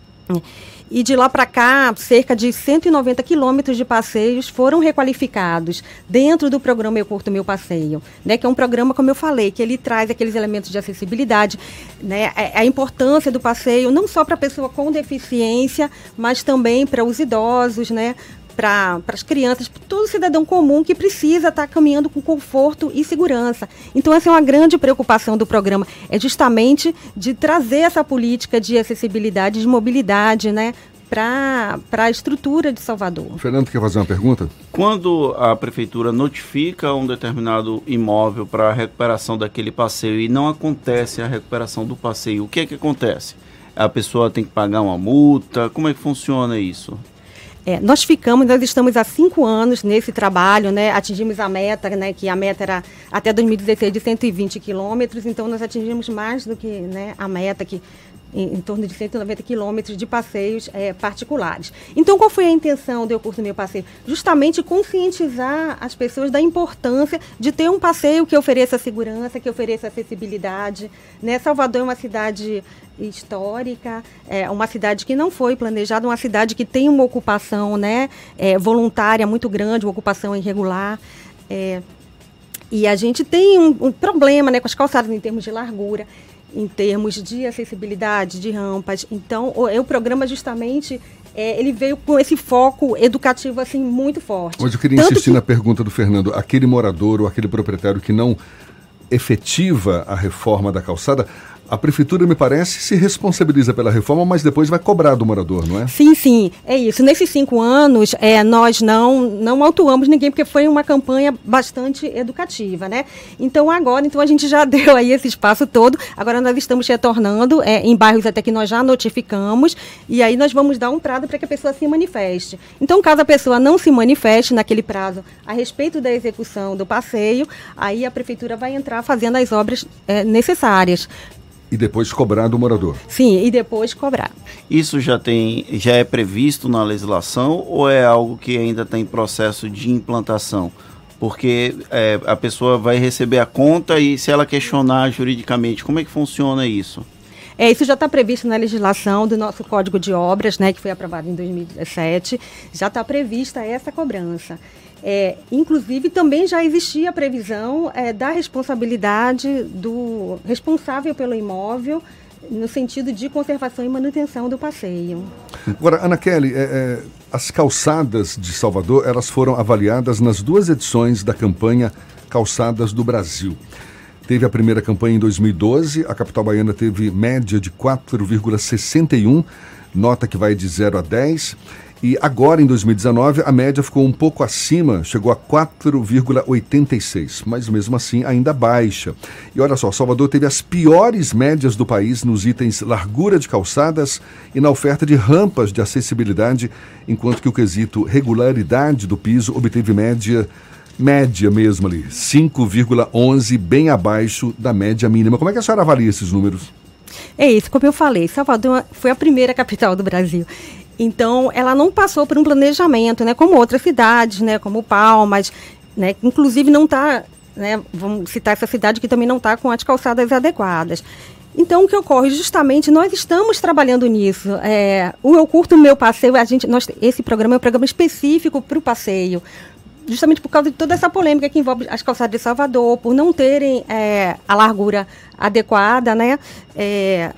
E de lá para cá, cerca de cento e noventa quilômetros de passeios foram requalificados dentro do programa Eu Curto Meu Passeio, né, que é um programa, como eu falei, que ele traz aqueles elementos de acessibilidade, né, a, a importância do passeio, não só para a pessoa com deficiência, mas também para os idosos, né, para as crianças, para todo cidadão comum que precisa estar caminhando com conforto e segurança. Então, essa é uma grande preocupação do programa, é justamente de trazer essa política de acessibilidade, de mobilidade, né, para a estrutura de Salvador. Fernando, quer fazer uma pergunta? Quando a Prefeitura notifica um determinado imóvel para a recuperação daquele passeio e não acontece a recuperação do passeio, o que é que acontece? A pessoa tem que pagar uma multa? Como é que funciona isso? É, nós ficamos, nós estamos há cinco anos nesse trabalho, né? Atingimos a meta, né? Que a meta era até dois mil e dezesseis de cento e vinte quilômetros, então nós atingimos mais do que, né, a meta que em, em torno de cento e noventa quilômetros de passeios é, particulares. Então, qual foi a intenção do Eu Curto Meu Passeio? Justamente conscientizar as pessoas da importância de ter um passeio que ofereça segurança, que ofereça acessibilidade, né? Salvador é uma cidade histórica, é uma cidade que não foi planejada, uma cidade que tem uma ocupação, né, é, voluntária muito grande, uma ocupação irregular, é, e a gente tem um, um problema, né, com as calçadas em termos de largura, em termos de acessibilidade, de rampas. Então, o, o programa justamente, é, ele veio com esse foco educativo assim muito forte. Mas eu queria Tanto insistir que... na pergunta do Fernando, aquele morador ou aquele proprietário que não efetiva a reforma da calçada, a prefeitura, me parece, se responsabiliza pela reforma, mas depois vai cobrar do morador, não é? Sim, sim, é isso. Nesses cinco anos, é, nós não, não autuamos ninguém, porque foi uma campanha bastante educativa, né? Então, agora, então a gente já deu aí esse espaço todo, agora nós estamos retornando é, em bairros até que nós já notificamos, e aí nós vamos dar um prazo para que a pessoa se manifeste. Então, caso a pessoa não se manifeste naquele prazo a respeito da execução do passeio, aí a prefeitura vai entrar fazendo as obras é, necessárias. E depois cobrar do morador. Sim, e depois cobrar. Isso já tem, já é previsto na legislação ou é algo que ainda está em processo de implantação? Porque é, a pessoa vai receber a conta e se ela questionar juridicamente, como é que funciona isso? É, isso já está previsto na legislação do nosso Código de Obras, né, que foi aprovado em dois mil e dezessete, já está prevista essa cobrança. É, inclusive, também já existia a previsão é, da responsabilidade do responsável pelo imóvel no sentido de conservação e manutenção do passeio. Agora, Ana Kelly, é, é, as calçadas de Salvador, elas foram avaliadas nas duas edições da campanha Calçadas do Brasil. Teve a primeira campanha em dois mil e doze, a capital baiana teve média de quatro vírgula sessenta e um, nota que vai de zero a dez. E agora, em dois mil e dezenove, a média ficou um pouco acima, chegou a quatro vírgula oitenta e seis, mas mesmo assim ainda baixa. E olha só, Salvador teve as piores médias do país nos itens largura de calçadas e na oferta de rampas de acessibilidade, enquanto que o quesito regularidade do piso obteve média, média mesmo ali, cinco vírgula onze, bem abaixo da média mínima. Como é que a senhora avalia esses números? É isso, como eu falei, Salvador foi a primeira capital do Brasil. Então, ela não passou por um planejamento, né, como outras cidades, né, como Palmas, né, inclusive não está, né, vamos citar essa cidade que também não está com as calçadas adequadas. Então, o que ocorre? Justamente, nós estamos trabalhando nisso. É, o Eu Curto Meu Passeio, a gente, nós, esse programa é um programa específico para o passeio, justamente por causa de toda essa polêmica que envolve as calçadas de Salvador, por não terem é, a largura adequada, né, é,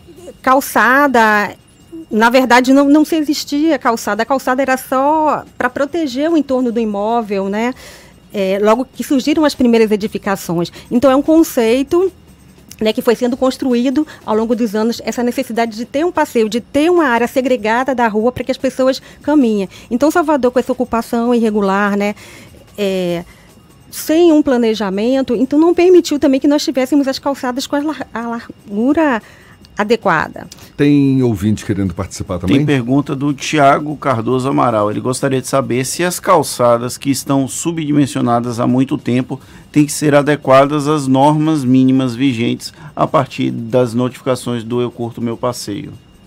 calçada... Na verdade, não, não se existia calçada. A calçada era só para proteger o entorno do imóvel, né? É, logo que surgiram as primeiras edificações. Então, é um conceito, né, que foi sendo construído ao longo dos anos, essa necessidade de ter um passeio, de ter uma área segregada da rua para que as pessoas caminhem. Então, Salvador, com essa ocupação irregular, né, é, sem um planejamento, então não permitiu também que nós tivéssemos as calçadas com a, lar- a largura adequada. Tem ouvinte querendo participar também? Tem pergunta do Tiago Cardoso Amaral. Ele gostaria de saber se as calçadas que estão subdimensionadas há muito tempo têm que ser adequadas às normas mínimas vigentes a partir das notificações do Eu Curto Meu Passeio.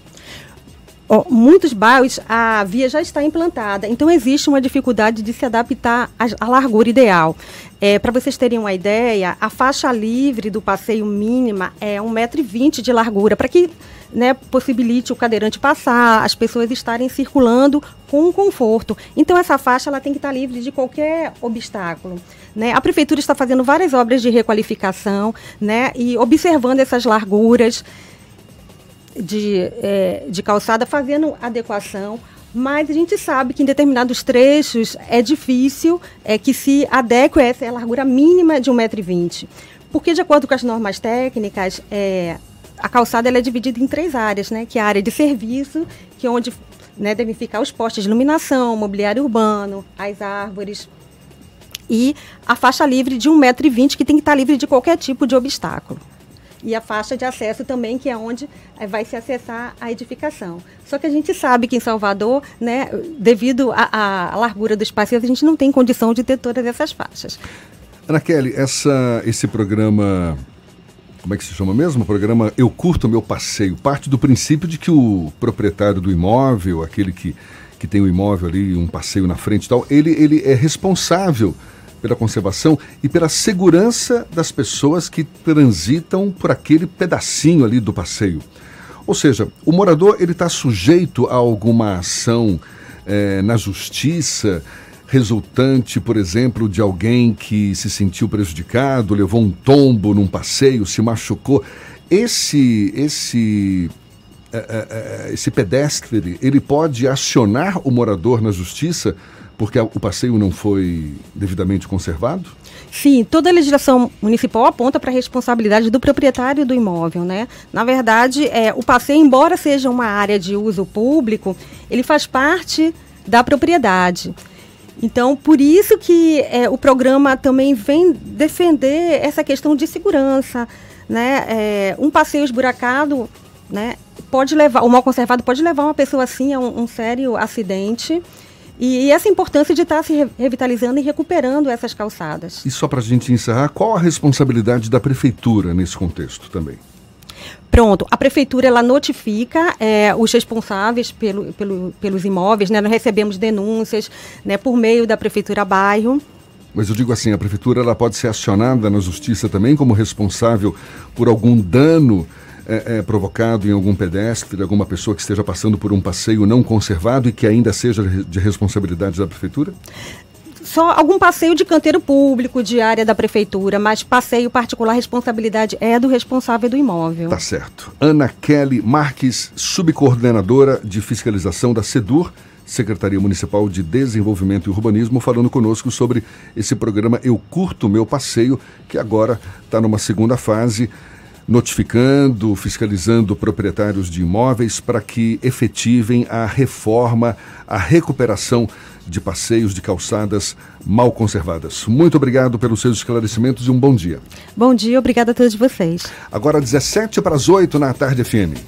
Oh, muitos bairros a via já está implantada, então existe uma dificuldade de se adaptar à, à largura ideal. É, para vocês terem uma ideia, a faixa livre do passeio mínima é um metro e vinte de largura, para que, né, possibilite o cadeirante passar, as pessoas estarem circulando com conforto. Então essa faixa ela tem que estar livre de qualquer obstáculo, né? A prefeitura está fazendo várias obras de requalificação, né, e observando essas larguras De, é, de calçada, fazendo adequação, mas a gente sabe que em determinados trechos é difícil é, que se adeque a essa largura mínima de um metro e vinte. Porque, de acordo com as normas técnicas, é, a calçada ela é dividida em três áreas, né? Que é a área de serviço, que é onde, né, devem ficar os postes de iluminação, mobiliário urbano, as árvores, e a faixa livre de um metro e vinte, que tem que estar livre de qualquer tipo de obstáculo. E a faixa de acesso também, que é onde vai se acessar a edificação. Só que a gente sabe que em Salvador, né, devido à largura dos passeios, a gente não tem condição de ter todas essas faixas. Ana Kelly, essa, esse programa como é que se chama mesmo? O programa Eu Curto Meu Passeio. Parte do princípio de que o proprietário do imóvel, aquele que, que tem o imóvel ali, um passeio na frente e tal, ele, ele é responsável pela conservação e pela segurança das pessoas que transitam por aquele pedacinho ali do passeio. Ou seja, o morador ele está sujeito a alguma ação eh, na justiça, resultante, por exemplo, de alguém que se sentiu prejudicado, levou um tombo num passeio, se machucou. Esse, esse, uh, uh, esse pedestre, ele pode acionar o morador na justiça porque o passeio não foi devidamente conservado? Sim, toda a legislação municipal aponta para a responsabilidade do proprietário do imóvel, né? Na verdade, é, o passeio, embora seja uma área de uso público, ele faz parte da propriedade. Então, por isso que é, o programa também vem defender essa questão de segurança, né? É, um passeio esburacado, né, pode levar, o mal conservado pode levar uma pessoa assim a um, um sério acidente. E, e essa importância de estar se re- revitalizando e recuperando essas calçadas. E só para a gente encerrar, qual a responsabilidade da prefeitura nesse contexto também? Pronto, a prefeitura ela notifica é, os responsáveis pelo, pelo, pelos imóveis, né? Nós recebemos denúncias, né, por meio da prefeitura bairro. Mas eu digo assim, a prefeitura ela pode ser acionada na justiça também como responsável por algum dano É, é, provocado em algum pedestre, alguma pessoa que esteja passando por um passeio não conservado e que ainda seja de responsabilidade da prefeitura? Só algum passeio de canteiro público, de área da prefeitura, mas passeio particular, a responsabilidade é do responsável do imóvel. Tá certo. Ana Kelly Marques, subcoordenadora de fiscalização da SEDUR, Secretaria Municipal de Desenvolvimento e Urbanismo, falando conosco sobre esse programa Eu Curto Meu Passeio, que agora está numa segunda fase, notificando, fiscalizando proprietários de imóveis para que efetivem a reforma, a recuperação de passeios, de calçadas mal conservadas. Muito obrigado pelos seus esclarecimentos e um bom dia. Bom dia, obrigada a todos vocês. Agora dezessete para as oito na Tarde F M.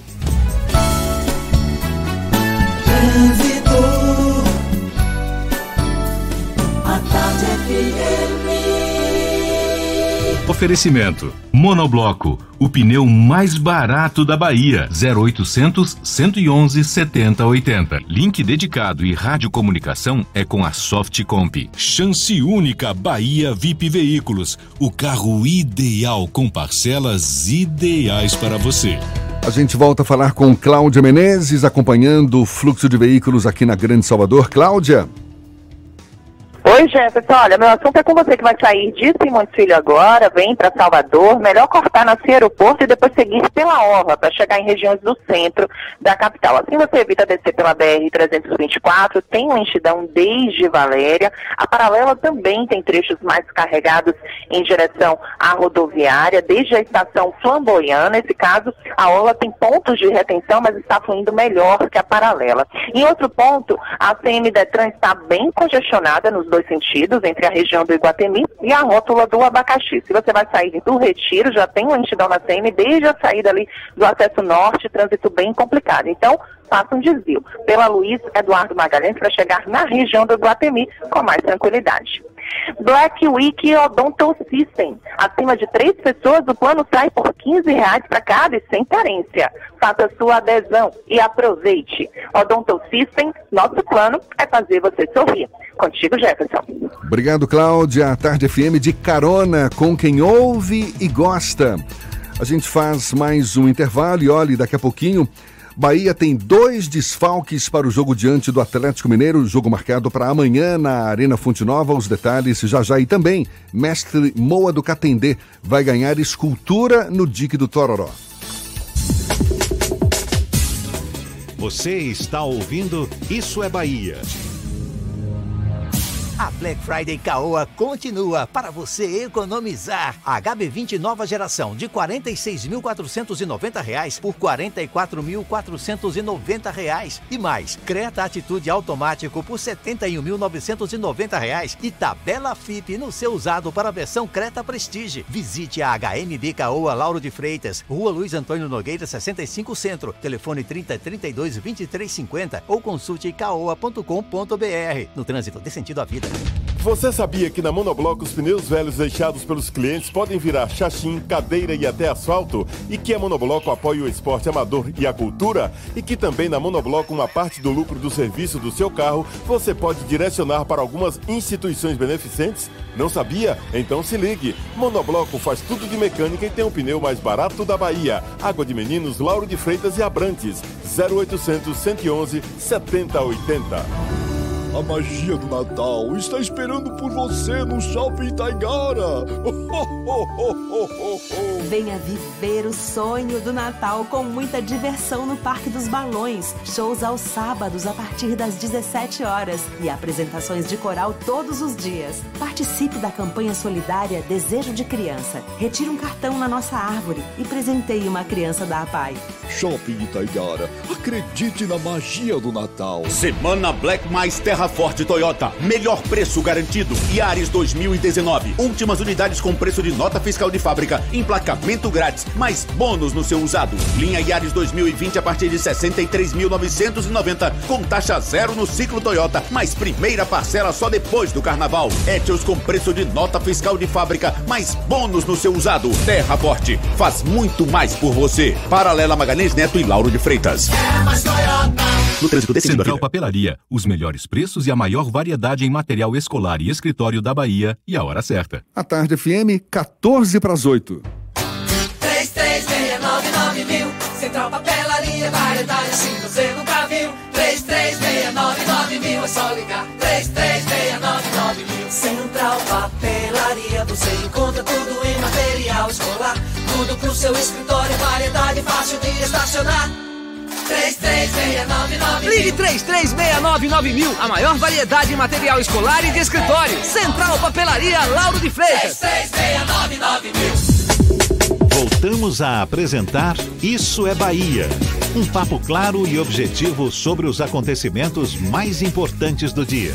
Oferecimento. Monobloco, o pneu mais barato da Bahia. zero oitocentos, cento e onze, setenta, oitenta. Link dedicado e radiocomunicação é com a Softcomp. Chance única Bahia V I P Veículos. O carro ideal com parcelas ideais para você. A gente volta a falar com Cláudia Menezes, acompanhando o fluxo de veículos aqui na Grande Salvador. Cláudia. Oi, Jefferson. Olha, meu assunto é com você que vai sair de Simões Filho agora, vem para Salvador. Melhor cortar na aeroporto e depois seguir pela orla para chegar em regiões do centro da capital. Assim você evita descer pela B R trezentos e vinte e quatro, tem uma lentidão desde Valéria. A paralela também tem trechos mais carregados em direção à rodoviária, desde a estação Flamboyant. Nesse caso, a orla tem pontos de retenção, mas está fluindo melhor que a paralela. Em outro ponto, a C M Detran está bem congestionada nos dois sentidos, entre a região do Iguatemi e a rótula do Abacaxi. Se você vai sair do Retiro, já tem uma lentidão na C M, desde a saída ali do acesso norte, trânsito bem complicado. Então, faça um desvio pela Luiz Eduardo Magalhães para chegar na região do Iguatemi com mais tranquilidade. Black Week Odonto System. Acima de três pessoas, o plano sai por quinze reais para cada e sem carência. Faça sua adesão e aproveite. Odonto System, nosso plano é fazer você sorrir. Contigo, Jefferson. Obrigado, Cláudia. A Tarde F M de carona com quem ouve e gosta. A gente faz mais um intervalo e olha, daqui a pouquinho Bahia tem dois desfalques para o jogo diante do Atlético Mineiro, jogo marcado para amanhã na Arena Fonte Nova. Os detalhes já já. E também, mestre Moa do Catendê vai ganhar escultura no Dique do Tororó. Você está ouvindo Isso é Bahia. A Black Friday Caoa continua para você economizar. H B vinte nova geração de quarenta e seis mil quatrocentos e noventa reais por quarenta e quatro mil quatrocentos e noventa reais. E mais, Creta Atitude automático por setenta e um mil novecentos e noventa reais e tabela F I P no seu usado para a versão Creta Prestige. Visite a H M B Caoa Lauro de Freitas, Rua Luiz Antônio Nogueira sessenta e cinco Centro, telefone trinta, trinta e dois, vinte e três, cinquenta ou consulte caoa ponto com ponto br. No trânsito, dê sentido à vida. Você sabia que na Monobloco os pneus velhos deixados pelos clientes podem virar chachim, cadeira e até asfalto? E que a Monobloco apoia o esporte amador e a cultura? E que também na Monobloco uma parte do lucro do serviço do seu carro você pode direcionar para algumas instituições beneficentes? Não sabia? Então se ligue. Monobloco faz tudo de mecânica e tem o pneu mais barato da Bahia. Água de Meninos, Lauro de Freitas e Abrantes. zero oitocentos, cento e onze, setenta oitenta. A magia do Natal está esperando por você no Shopping Taigara. Venha viver o sonho do Natal com muita diversão no Parque dos Balões. Shows aos sábados a partir das dezessete horas e apresentações de coral todos os dias. Participe da campanha solidária Desejo de Criança. Retire um cartão na nossa árvore e presenteie uma criança da APAI. Shopping Taigara. Acredite na magia do Natal. Semana Black mais Terra Forte Toyota. Melhor preço garantido. Yaris dois mil e dezenove. Últimas unidades com preço de nota fiscal de fábrica. Emplacamento grátis. Mais bônus no seu usado. Linha Yaris dois mil e vinte a partir de sessenta e três mil novecentos e noventa. Com taxa zero no ciclo Toyota. Mais primeira parcela só depois do carnaval. Etios com preço de nota fiscal de fábrica. Mais bônus no seu usado. Terra Forte. Faz muito mais por você. Paralela Magalhães Neto e Lauro de Freitas. É mais Toyota. No trânsito decidido Central Papelaria. Os melhores preços e a maior variedade em material escolar e escritório da Bahia. E a hora certa. A Tarde F M, quatorze para as oito. três três seis nove nove mil. Central Papelaria, variedade assim você nunca viu. três três seis nove nove mil. É só ligar. três três seis nove nove mil. Central Papelaria, você encontra tudo em material escolar. Tudo pro seu escritório, variedade fácil de estacionar. três três seis nove nove mil. Ligue três três seis nove nove mil. A maior variedade em material escolar e de escritório. Central Papelaria Lauro de Freitas. três três seis nove nove mil. Voltamos a apresentar Isso é Bahia. Um papo claro e objetivo sobre os acontecimentos mais importantes do dia.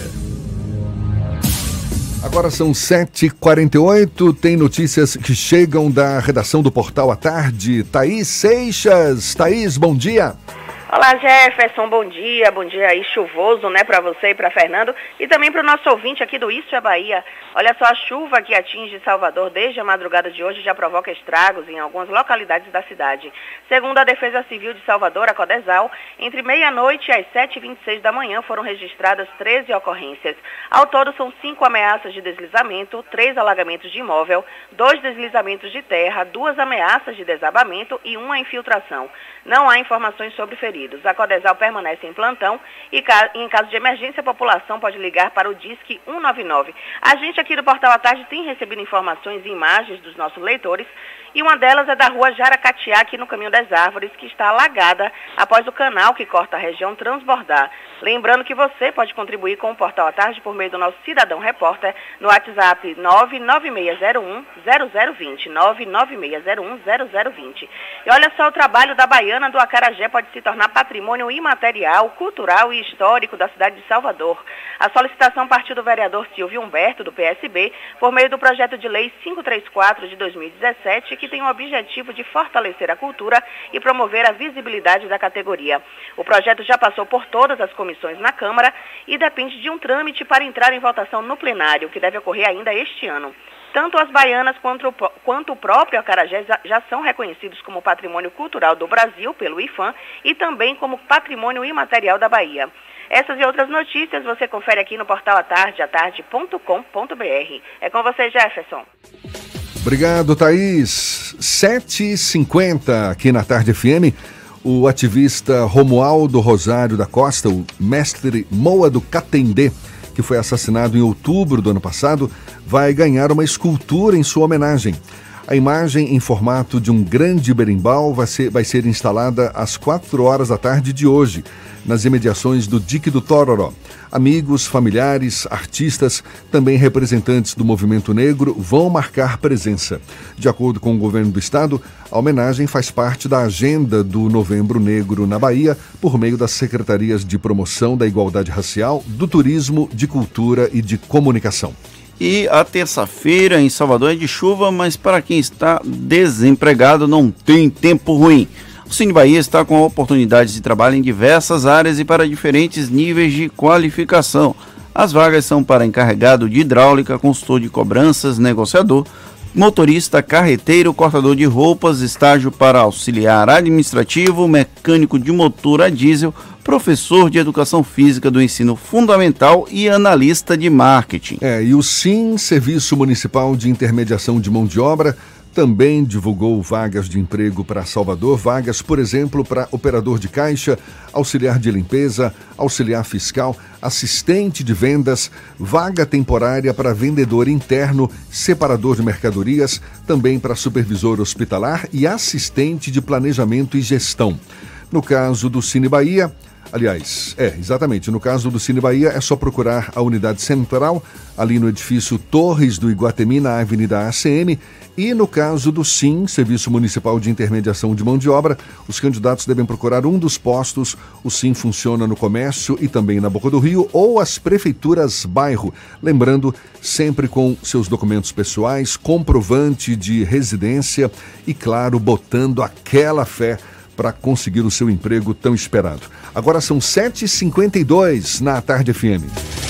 Agora são sete e quarenta e oito, tem notícias que chegam da redação do Portal à Tarde. Thaís Seixas. Thaís, bom dia. Olá, Jefferson, bom dia, bom dia aí chuvoso, né, para você e para Fernando e também para o nosso ouvinte aqui do Isso é Bahia. Olha só, a chuva que atinge Salvador desde a madrugada de hoje já provoca estragos em algumas localidades da cidade. Segundo a Defesa Civil de Salvador, a Codesal, entre meia-noite e às sete e vinte e seis da manhã foram registradas treze ocorrências. Ao todo são cinco ameaças de deslizamento, três alagamentos de imóvel, dois deslizamentos de terra, duas ameaças de desabamento e uma infiltração. Não há informações sobre feridos. A Codesal permanece em plantão e em caso de emergência a população pode ligar para o Disque cento e noventa e nove. A gente aqui do Portal à Tarde tem recebido informações e imagens dos nossos leitores e uma delas é da rua Jaracatiá, aqui no Caminho das Árvores, que está alagada após o canal que corta a região transbordar. Lembrando que você pode contribuir com o Portal à Tarde por meio do nosso Cidadão Repórter no WhatsApp nove nove seis zero um zero zero dois zero, nove nove seis zero um zero zero dois zero. E olha só, o trabalho da Baiana do Acarajé pode se tornar patrimônio imaterial, cultural e histórico da cidade de Salvador. A solicitação partiu do vereador Silvio Humberto, do P S B, por meio do projeto de lei quinhentos e trinta e quatro de dois mil e dezessete, que tem o objetivo de fortalecer a cultura e promover a visibilidade da categoria. O projeto já passou por todas as comissões na Câmara e depende de um trâmite para entrar em votação no plenário, que deve ocorrer ainda este ano. Tanto as baianas quanto o, quanto o próprio acarajé já são reconhecidos como Patrimônio Cultural do Brasil pelo IFAM e também como Patrimônio Imaterial da Bahia. Essas e outras notícias você confere aqui no portal atarde, atarde ponto com ponto b r. É com você, Jefferson. Obrigado, Thaís. sete e cinquenta aqui na Tarde F M. O ativista Romualdo Rosário da Costa, o mestre Moa do Catendê, que foi assassinado em outubro do ano passado, vai ganhar uma escultura em sua homenagem. A imagem, em formato de um grande berimbau, vai ser, vai ser instalada às quatro horas da tarde de hoje, nas imediações do Dique do Tororó. Amigos, familiares, artistas, também representantes do movimento negro vão marcar presença. De acordo com o governo do estado, a homenagem faz parte da agenda do Novembro Negro na Bahia, por meio das secretarias de promoção da igualdade racial, do turismo, de cultura e de comunicação. E a terça-feira em Salvador é de chuva, mas para quem está desempregado não tem tempo ruim. O Cine Bahia está com oportunidades de trabalho em diversas áreas e para diferentes níveis de qualificação. As vagas são para encarregado de hidráulica, consultor de cobranças, negociador, motorista, carreteiro, cortador de roupas, estágio para auxiliar administrativo, mecânico de motor a diesel, professor de educação física do ensino fundamental e analista de marketing. É, e o SIM, Serviço Municipal de Intermediação de Mão de Obra, também divulgou vagas de emprego para Salvador, vagas, por exemplo, para operador de caixa, auxiliar de limpeza, auxiliar fiscal, assistente de vendas, vaga temporária para vendedor interno, separador de mercadorias, também para supervisor hospitalar e assistente de planejamento e gestão. No caso do Cine Bahia, aliás, é, exatamente, no caso do Cine Bahia é só procurar a unidade central, ali no edifício Torres do Iguatemi, na Avenida A C M, e no caso do SIM, Serviço Municipal de Intermediação de Mão de Obra, os candidatos devem procurar um dos postos. O SIM funciona no comércio e também na Boca do Rio ou as prefeituras bairro. Lembrando, sempre com seus documentos pessoais, comprovante de residência e, claro, botando aquela fé para conseguir o seu emprego tão esperado. Agora são sete e cinquenta e dois na Tarde F M.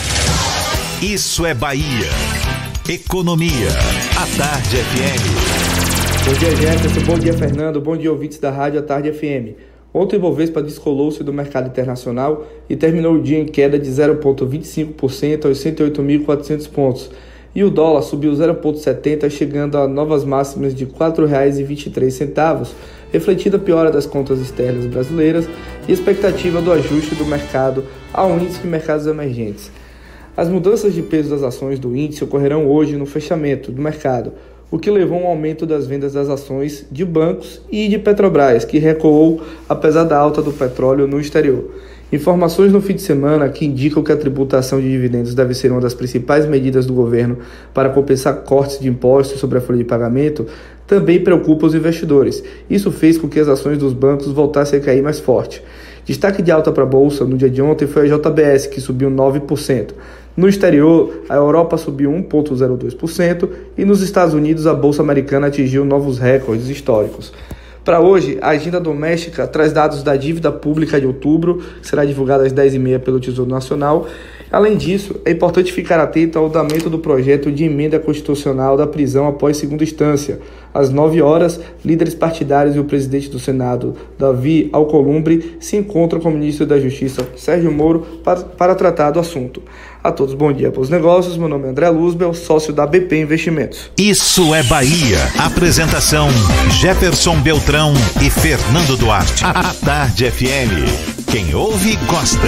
Isso é Bahia. Economia. A Tarde F M. Bom dia, Jefferson. Bom dia, Fernando. Bom dia, ouvintes da Rádio A Tarde F M. Ontem o Ibovespa descolou-se do mercado internacional e terminou o dia em queda de zero vírgula vinte e cinco por cento aos cento e oito mil e quatrocentos pontos. E o dólar subiu zero vírgula setenta por cento, chegando a novas máximas de quatro reais e vinte e três centavos, refletindo a piora das contas externas brasileiras e expectativa do ajuste do mercado ao índice de mercados emergentes. As mudanças de peso das ações do índice ocorrerão hoje no fechamento do mercado, o que levou a um aumento das vendas das ações de bancos e de Petrobras, que recuou apesar da alta do petróleo no exterior. Informações no fim de semana que indicam que a tributação de dividendos deve ser uma das principais medidas do governo para compensar cortes de impostos sobre a folha de pagamento também preocupa os investidores. Isso fez com que as ações dos bancos voltassem a cair mais forte. Destaque de alta para a Bolsa no dia de ontem foi a J B S, que subiu nove por cento. No exterior, a Europa subiu um vírgula zero dois por cento e nos Estados Unidos a Bolsa Americana atingiu novos recordes históricos. Para hoje, a agenda doméstica traz dados da dívida pública de outubro, que será divulgada às dez e meia pelo Tesouro Nacional. Além disso, é importante ficar atento ao andamento do projeto de emenda constitucional da prisão após segunda instância. Às nove horas, líderes partidários e o presidente do Senado, Davi Alcolumbre, se encontram com o ministro da Justiça, Sérgio Moro, para, para tratar do assunto. A todos, bom dia para os negócios. Meu nome é André Luzbel, sócio da B P Investimentos. Isso é Bahia. Apresentação: Jefferson Beltrão e Fernando Duarte. A Tarde F M. Quem ouve, gosta.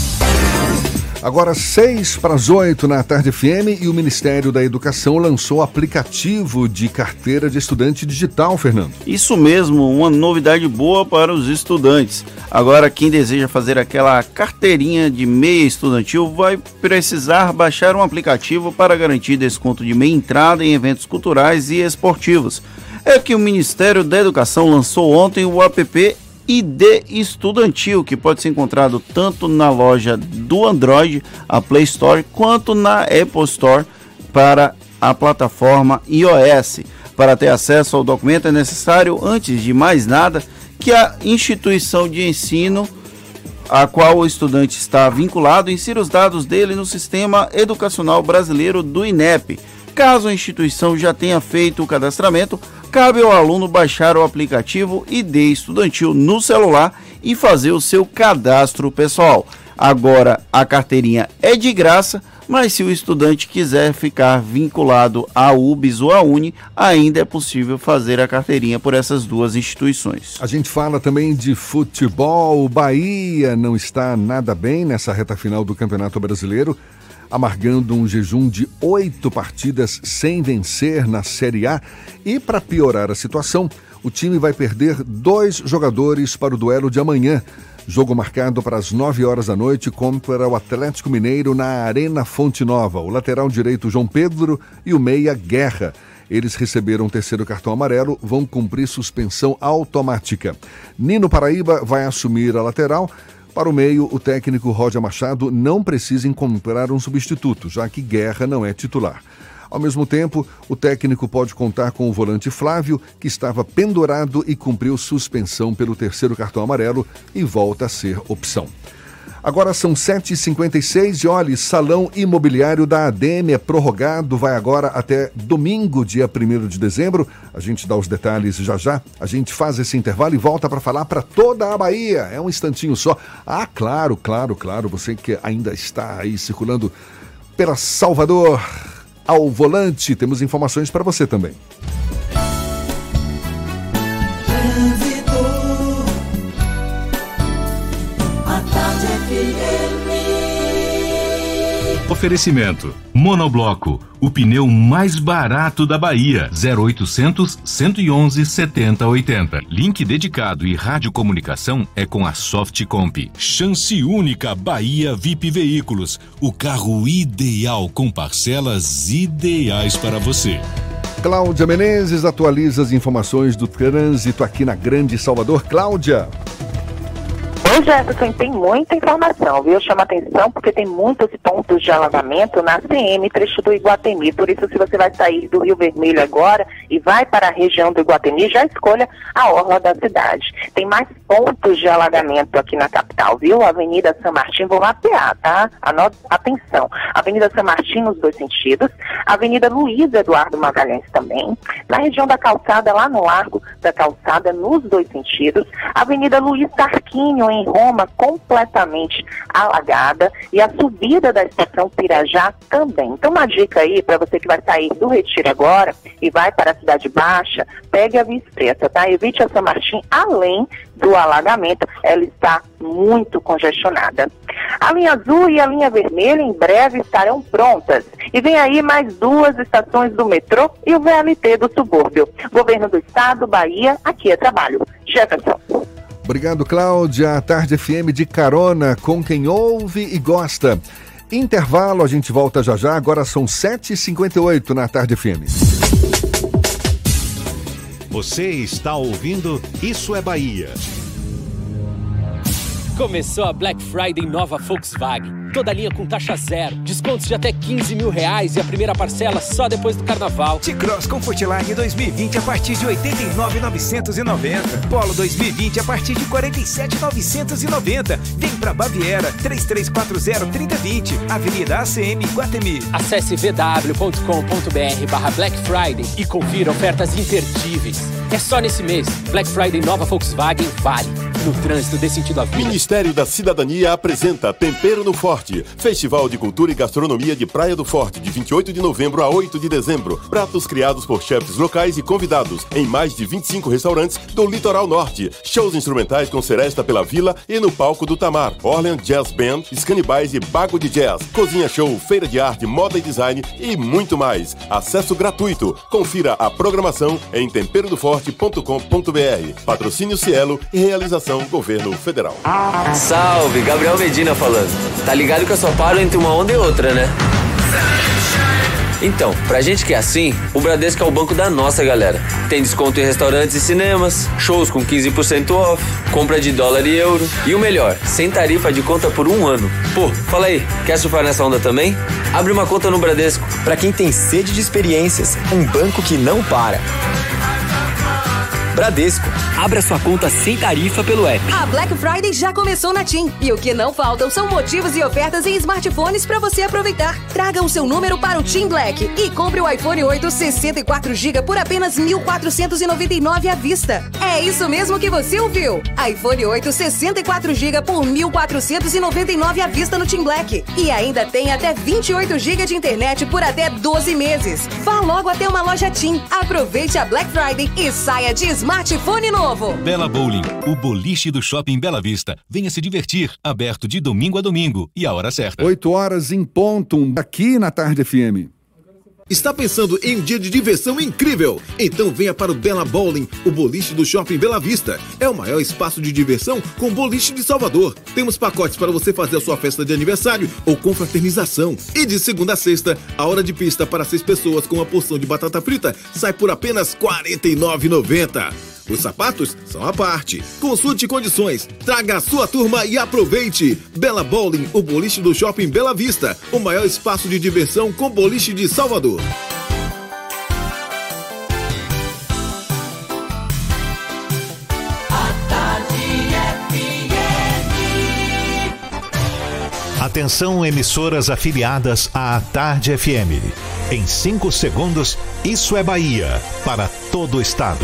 Agora seis para as oito na Tarde F M e o Ministério da Educação lançou o aplicativo de carteira de estudante digital, Fernando. Isso mesmo, uma novidade boa para os estudantes. Agora, quem deseja fazer aquela carteirinha de meia estudantil vai precisar baixar um aplicativo para garantir desconto de meia entrada em eventos culturais e esportivos. É que o Ministério da Educação lançou ontem o app I D Estudantil, que pode ser encontrado tanto na loja do Android, a Play Store, quanto na Apple Store para a plataforma iOS. Para ter acesso ao documento é necessário, antes de mais nada, que a instituição de ensino a qual o estudante está vinculado insira os dados dele no Sistema Educacional Brasileiro do I N E P. Caso a instituição já tenha feito o cadastramento, cabe ao aluno baixar o aplicativo I D Estudantil no celular e fazer o seu cadastro pessoal. Agora, a carteirinha é de graça, mas se o estudante quiser ficar vinculado à U B S ou à Uni, ainda é possível fazer a carteirinha por essas duas instituições. A gente fala também de futebol. O Bahia não está nada bem nessa reta final do Campeonato Brasileiro, amargando um jejum de oito partidas sem vencer na Série A. E para piorar a situação, o time vai perder dois jogadores para o duelo de amanhã. Jogo marcado para as nove horas da noite contra o Atlético Mineiro na Arena Fonte Nova. O lateral direito João Pedro e o meia Guerra. Eles receberam o terceiro cartão amarelo, vão cumprir suspensão automática. Nino Paraíba vai assumir a lateral. Para o meio, o técnico Roger Machado não precisa encontrar um substituto, já que Guerra não é titular. Ao mesmo tempo, o técnico pode contar com o volante Flávio, que estava pendurado e cumpriu suspensão pelo terceiro cartão amarelo e volta a ser opção. Agora são sete e cinquenta e seis e olha, Salão Imobiliário da A D M é prorrogado, vai agora até domingo, dia primeiro de dezembro. A gente dá os detalhes já já. A gente faz esse intervalo e volta para falar para toda a Bahia. É um instantinho só. Ah, claro, claro, claro. Você que ainda está aí circulando pela Salvador ao volante, temos informações para você também. Oferecimento. Monobloco, o pneu mais barato da Bahia. zero oitocentos, cento e onze, setenta, oitenta. Link dedicado e radiocomunicação é com a Softcomp. Chance única Bahia V I P Veículos. O carro ideal com parcelas ideais para você. Cláudia Menezes atualiza as informações do trânsito aqui na Grande Salvador. Cláudia. Oi, Jefferson, tem muita informação, viu? Chama atenção porque tem muitos pontos de alagamento na C M, trecho do Iguatemi. Por isso, se você vai sair do Rio Vermelho agora e vai para a região do Iguatemi, já escolha a orla da cidade. Tem mais pontos de alagamento aqui na capital, viu? Avenida São Martim, vou mapear, tá? Anota, atenção. Avenida São Martim nos dois sentidos. Avenida Luiz Eduardo Magalhães também. Na região da calçada, lá no Largo da Calçada, nos dois sentidos. Avenida Luiz Tarquínio, em Roma, completamente alagada, e a subida da estação Pirajá também. Então, uma dica aí para você que vai sair do Retiro agora e vai para a Cidade Baixa, pegue a Via Expressa, tá? Evite a São Martim, além do alagamento, ela está muito congestionada. A linha azul e a linha vermelha em breve estarão prontas. E vem aí mais duas estações do metrô e o V L T do subúrbio. Governo do Estado, Bahia, aqui é trabalho. Jefferson. Obrigado, Cláudia. A Tarde F M de carona com quem ouve e gosta. Intervalo, a gente volta já já. Agora são sete e cinquenta e oito na Tarde F M. Você está ouvindo Isso é Bahia. Começou a Black Friday nova Volkswagen. Toda linha com taxa zero, descontos de até quinze mil reais e a primeira parcela só depois do carnaval. T-Cross Comfortline dois mil e vinte a partir de oitenta e nove mil novecentos e noventa. Polo dois mil e vinte a partir de quarenta e sete mil novecentos e noventa. Vem pra Baviera, três três quatro zero, três zero dois zero, Avenida A C M, Iguatemi. Acesse v w ponto com ponto b r barra Black Friday e confira ofertas imperdíveis. É só nesse mês. Black Friday nova Volkswagen vale. No trânsito dê sentido à vida. Ministério da Cidadania apresenta Tempero no Forte, Festival de Cultura e Gastronomia de Praia do Forte, de vinte e oito de novembro a oito de dezembro. Pratos criados por chefes locais e convidados, em mais de vinte e cinco restaurantes do Litoral Norte. Shows instrumentais com Seresta pela Vila e no palco do Tamar. Orleans Jazz Band, Scanibais e Bago de Jazz. Cozinha Show, Feira de Arte, Moda e Design e muito mais. Acesso gratuito. Confira a programação em tempero do forte ponto com ponto b r. Patrocínio Cielo e realização Governo Federal. Salve, Gabriel Medina falando. Tá ligado que eu só paro entre uma onda e outra, né? Então, pra gente que é assim, o Bradesco é o banco da nossa galera. Tem desconto em restaurantes e cinemas, shows com quinze por cento off, compra de dólar e euro. E o melhor, sem tarifa de conta por um ano. Pô, fala aí, quer surfar nessa onda também? Abre uma conta no Bradesco. Pra quem tem sede de experiências, um banco que não para. Bradesco. Abra sua conta sem tarifa pelo app. A Black Friday já começou na TIM. E o que não faltam são motivos e ofertas em smartphones para você aproveitar. Traga o seu número para o TIM Black e compre o iPhone oito sessenta e quatro gigas por apenas mil quatrocentos e noventa e nove reais à vista. É isso mesmo que você ouviu. iPhone oito sessenta e quatro gigas por mil quatrocentos e noventa e nove reais à vista no TIM Black. E ainda tem até vinte e oito gigas de internet por até doze meses. Vá logo até uma loja TIM. Aproveite a Black Friday e saia de smartphone. Smartphone novo. Bela Bowling, o boliche do Shopping Bela Vista. Venha se divertir, aberto de domingo a domingo e a hora certa. oito horas em ponto, aqui na Tarde F M. Está pensando em um dia de diversão incrível? Então venha para o Bela Bowling, o boliche do Shopping Bela Vista. É o maior espaço de diversão com boliche de Salvador. Temos pacotes para você fazer a sua festa de aniversário ou confraternização. E de segunda a sexta, a hora de pista para seis pessoas com uma porção de batata frita sai por apenas quarenta e nove reais e noventa centavos. Os sapatos são à parte. Consulte condições, traga a sua turma e aproveite. Bela Bowling, o boliche do Shopping Bela Vista. O maior espaço de diversão com boliche de Salvador. Atenção, emissoras afiliadas à Tarde F M. Em cinco segundos, Isso é Bahia, para todo o estado.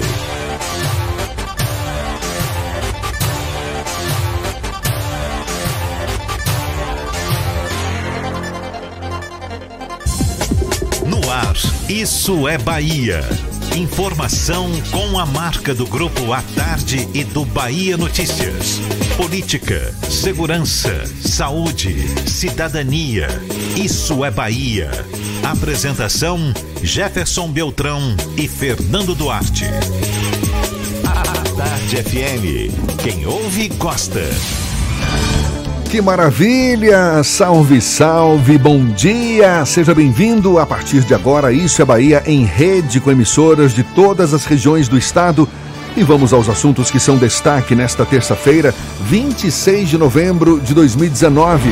No ar, Isso é Bahia. Informação com a marca do Grupo A Tarde e do Bahia Notícias. Política, segurança, saúde, cidadania. Isso é Bahia. Apresentação: Jefferson Beltrão e Fernando Duarte. A Tarde F M. Quem ouve, gosta. Que maravilha! Salve, salve, bom dia! Seja bem-vindo. A partir de agora, Isso é Bahia em rede com emissoras de todas as regiões do estado. E vamos aos assuntos que são destaque nesta terça-feira, vinte e seis de novembro de dois mil e dezenove.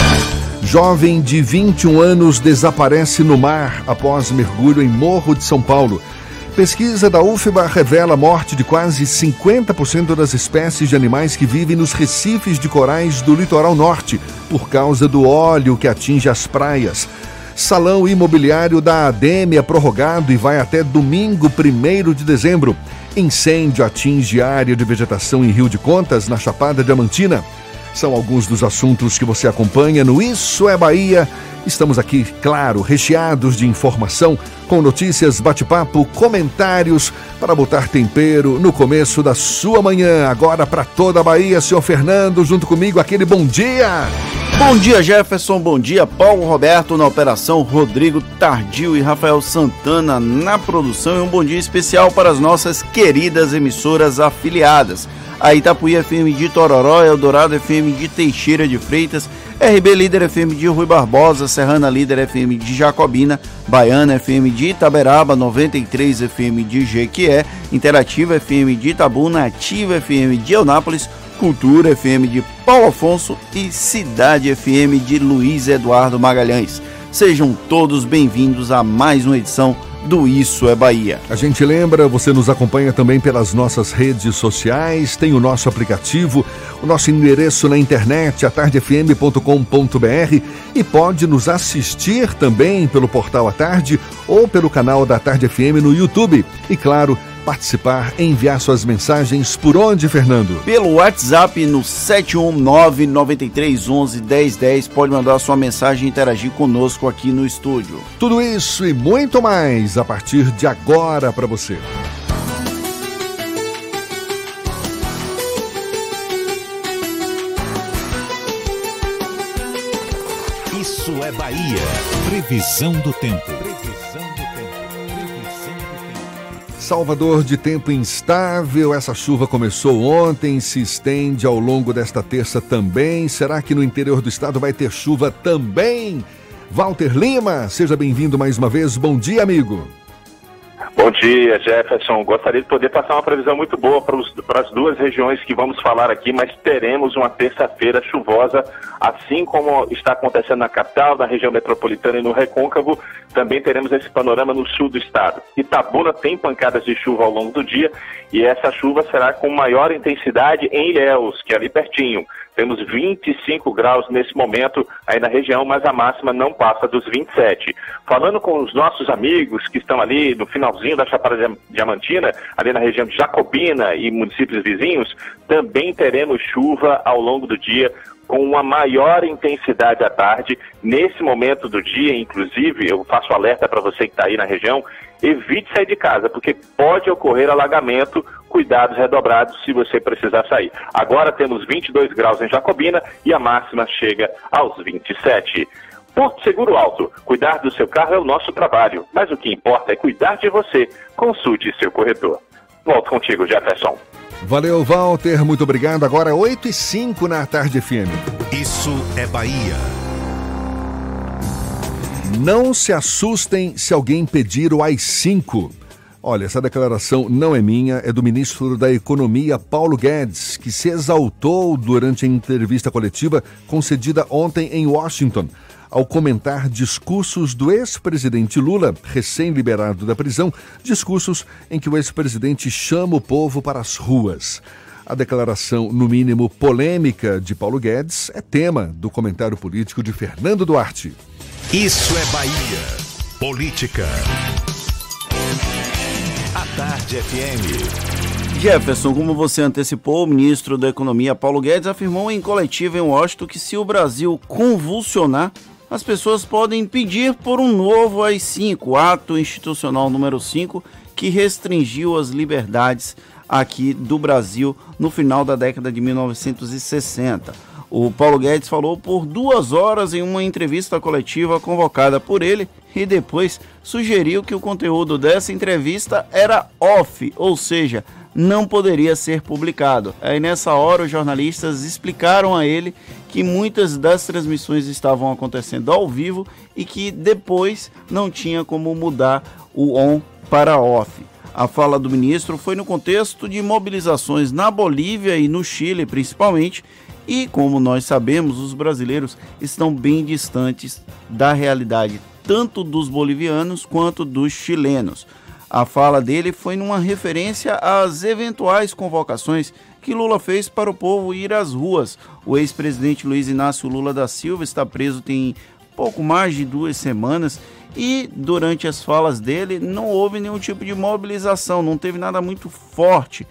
Jovem de vinte e um anos desaparece no mar após mergulho em Morro de São Paulo. Pesquisa da U F B A revela a morte de quase cinquenta por cento das espécies de animais que vivem nos recifes de corais do litoral norte, por causa do óleo que atinge as praias. Salão imobiliário da ADEME é prorrogado e vai até domingo, primeiro de dezembro. Incêndio atinge área de vegetação em Rio de Contas, na Chapada Diamantina. São alguns dos assuntos que você acompanha no Isso é Bahia. Estamos aqui, claro, recheados de informação, com notícias, bate-papo, comentários, para botar tempero no começo da sua manhã. Agora para toda a Bahia, senhor Fernando, junto comigo, aquele bom dia. Bom dia, Jefferson, bom dia, Paulo Roberto na operação, Rodrigo Tardio e Rafael Santana na produção, e um bom dia especial para as nossas queridas emissoras afiliadas. A Itapuí F M de Tororó, Eldorado F M de Teixeira de Freitas, R B Líder F M de Rui Barbosa, Serrana Líder F M de Jacobina, Baiana F M de Itaberaba, noventa e três F M de Jequié, Interativa F M de Itabuna, Ativa F M de Eunápolis, Cultura F M de Paulo Afonso e Cidade F M de Luiz Eduardo Magalhães. Sejam todos bem-vindos a mais uma edição do Isso é Bahia. A gente lembra, você nos acompanha também pelas nossas redes sociais, tem o nosso aplicativo, o nosso endereço na internet, a tarde f m ponto com ponto b r, e pode nos assistir também pelo portal A Tarde ou pelo canal da Tarde F M no YouTube. E claro, participar, enviar suas mensagens por onde, Fernando? Pelo WhatsApp no sete um nove, nove três um um, um zero um zero, pode mandar sua mensagem e interagir conosco aqui no estúdio. Tudo isso e muito mais a partir de agora para você. Isso é Bahia. Previsão do tempo. Salvador de tempo instável, essa chuva começou ontem, se estende ao longo desta terça também. Será que no interior do estado vai ter chuva também? Walter Lima, seja bem-vindo mais uma vez. Bom dia, amigo. Bom dia, Jefferson. Gostaria de poder passar uma previsão muito boa para, os, para as duas regiões que vamos falar aqui, mas teremos uma terça-feira chuvosa, assim como está acontecendo na capital, na região metropolitana e no Recôncavo. Também teremos esse panorama no sul do estado. Itabuna tem pancadas de chuva ao longo do dia e essa chuva será com maior intensidade em Ilhéus, que é ali pertinho. Temos vinte e cinco graus nesse momento aí na região, mas a máxima não passa dos vinte e sete. Falando com os nossos amigos que estão ali no finalzinho da Chapada Diamantina, ali na região de Jacobina e municípios vizinhos, também teremos chuva ao longo do dia, com uma maior intensidade à tarde. Nesse momento do dia, inclusive, eu faço alerta para você que está aí na região, evite sair de casa, porque pode ocorrer alagamento, cuidados redobrados se você precisar sair. Agora temos vinte e dois graus em Jacobina e a máxima chega aos vinte e sete. Porto Seguro Alto, cuidar do seu carro é o nosso trabalho, mas o que importa é cuidar de você. Consulte seu corretor. Volto contigo, Jefferson. Valeu, Walter, muito obrigado. Agora oito e cinco na Tarde F M. Isso é Bahia. Não se assustem se alguém pedir o A I cinco. Olha, essa declaração não é minha, é do ministro da Economia, Paulo Guedes, que se exaltou durante a entrevista coletiva concedida ontem em Washington, ao comentar discursos do ex-presidente Lula, recém-liberado da prisão, discursos em que o ex-presidente chama o povo para as ruas. A declaração, no mínimo polêmica, de Paulo Guedes é tema do comentário político de Fernando Duarte. Isso é Bahia. Política. A Tarde F M. Jefferson, como você antecipou, o ministro da Economia, Paulo Guedes, afirmou em coletiva em Washington que se o Brasil convulsionar, as pessoas podem pedir por um novo A I cinco, ato institucional número cinco, que restringiu as liberdades aqui do Brasil no final da década de mil novecentos e sessenta. O Paulo Guedes falou por duas horas em uma entrevista coletiva convocada por ele e depois sugeriu que o conteúdo dessa entrevista era off, ou seja, não poderia ser publicado. Aí nessa hora os jornalistas explicaram a ele que muitas das transmissões estavam acontecendo ao vivo e que depois não tinha como mudar o on para off. A fala do ministro foi no contexto de mobilizações na Bolívia e no Chile, principalmente, e como nós sabemos, os brasileiros estão bem distantes da realidade, tanto dos bolivianos quanto dos chilenos. A fala dele foi numa referência às eventuais convocações que Lula fez para o povo ir às ruas. O ex-presidente Luiz Inácio Lula da Silva está preso tem pouco mais de duas semanas e durante as falas dele não houve nenhum tipo de mobilização, não teve nada muito forte.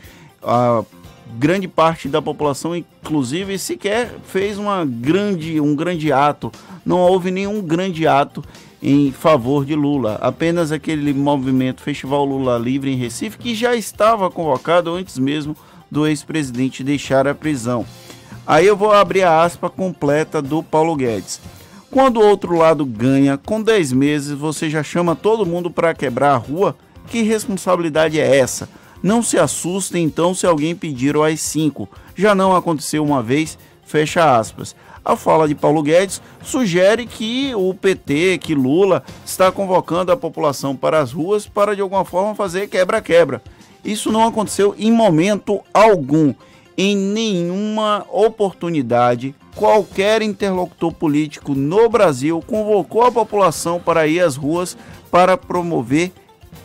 A grande parte da população, inclusive, sequer fez uma grande, um grande ato. Não houve nenhum grande ato em favor de Lula. Apenas aquele movimento Festival Lula Livre em Recife, que já estava convocado antes mesmo do ex-presidente deixar a prisão. Aí eu vou abrir a aspa completa do Paulo Guedes. Quando o outro lado ganha, com dez meses, você já chama todo mundo para quebrar a rua? Que responsabilidade é essa? Não se assustem então se alguém pedir o A I cinco. Já não aconteceu uma vez, fecha aspas. A fala de Paulo Guedes sugere que o P T, que Lula, está convocando a população para as ruas para de alguma forma fazer quebra-quebra. Isso não aconteceu em momento algum. Em nenhuma oportunidade, qualquer interlocutor político no Brasil convocou a população para ir às ruas para promover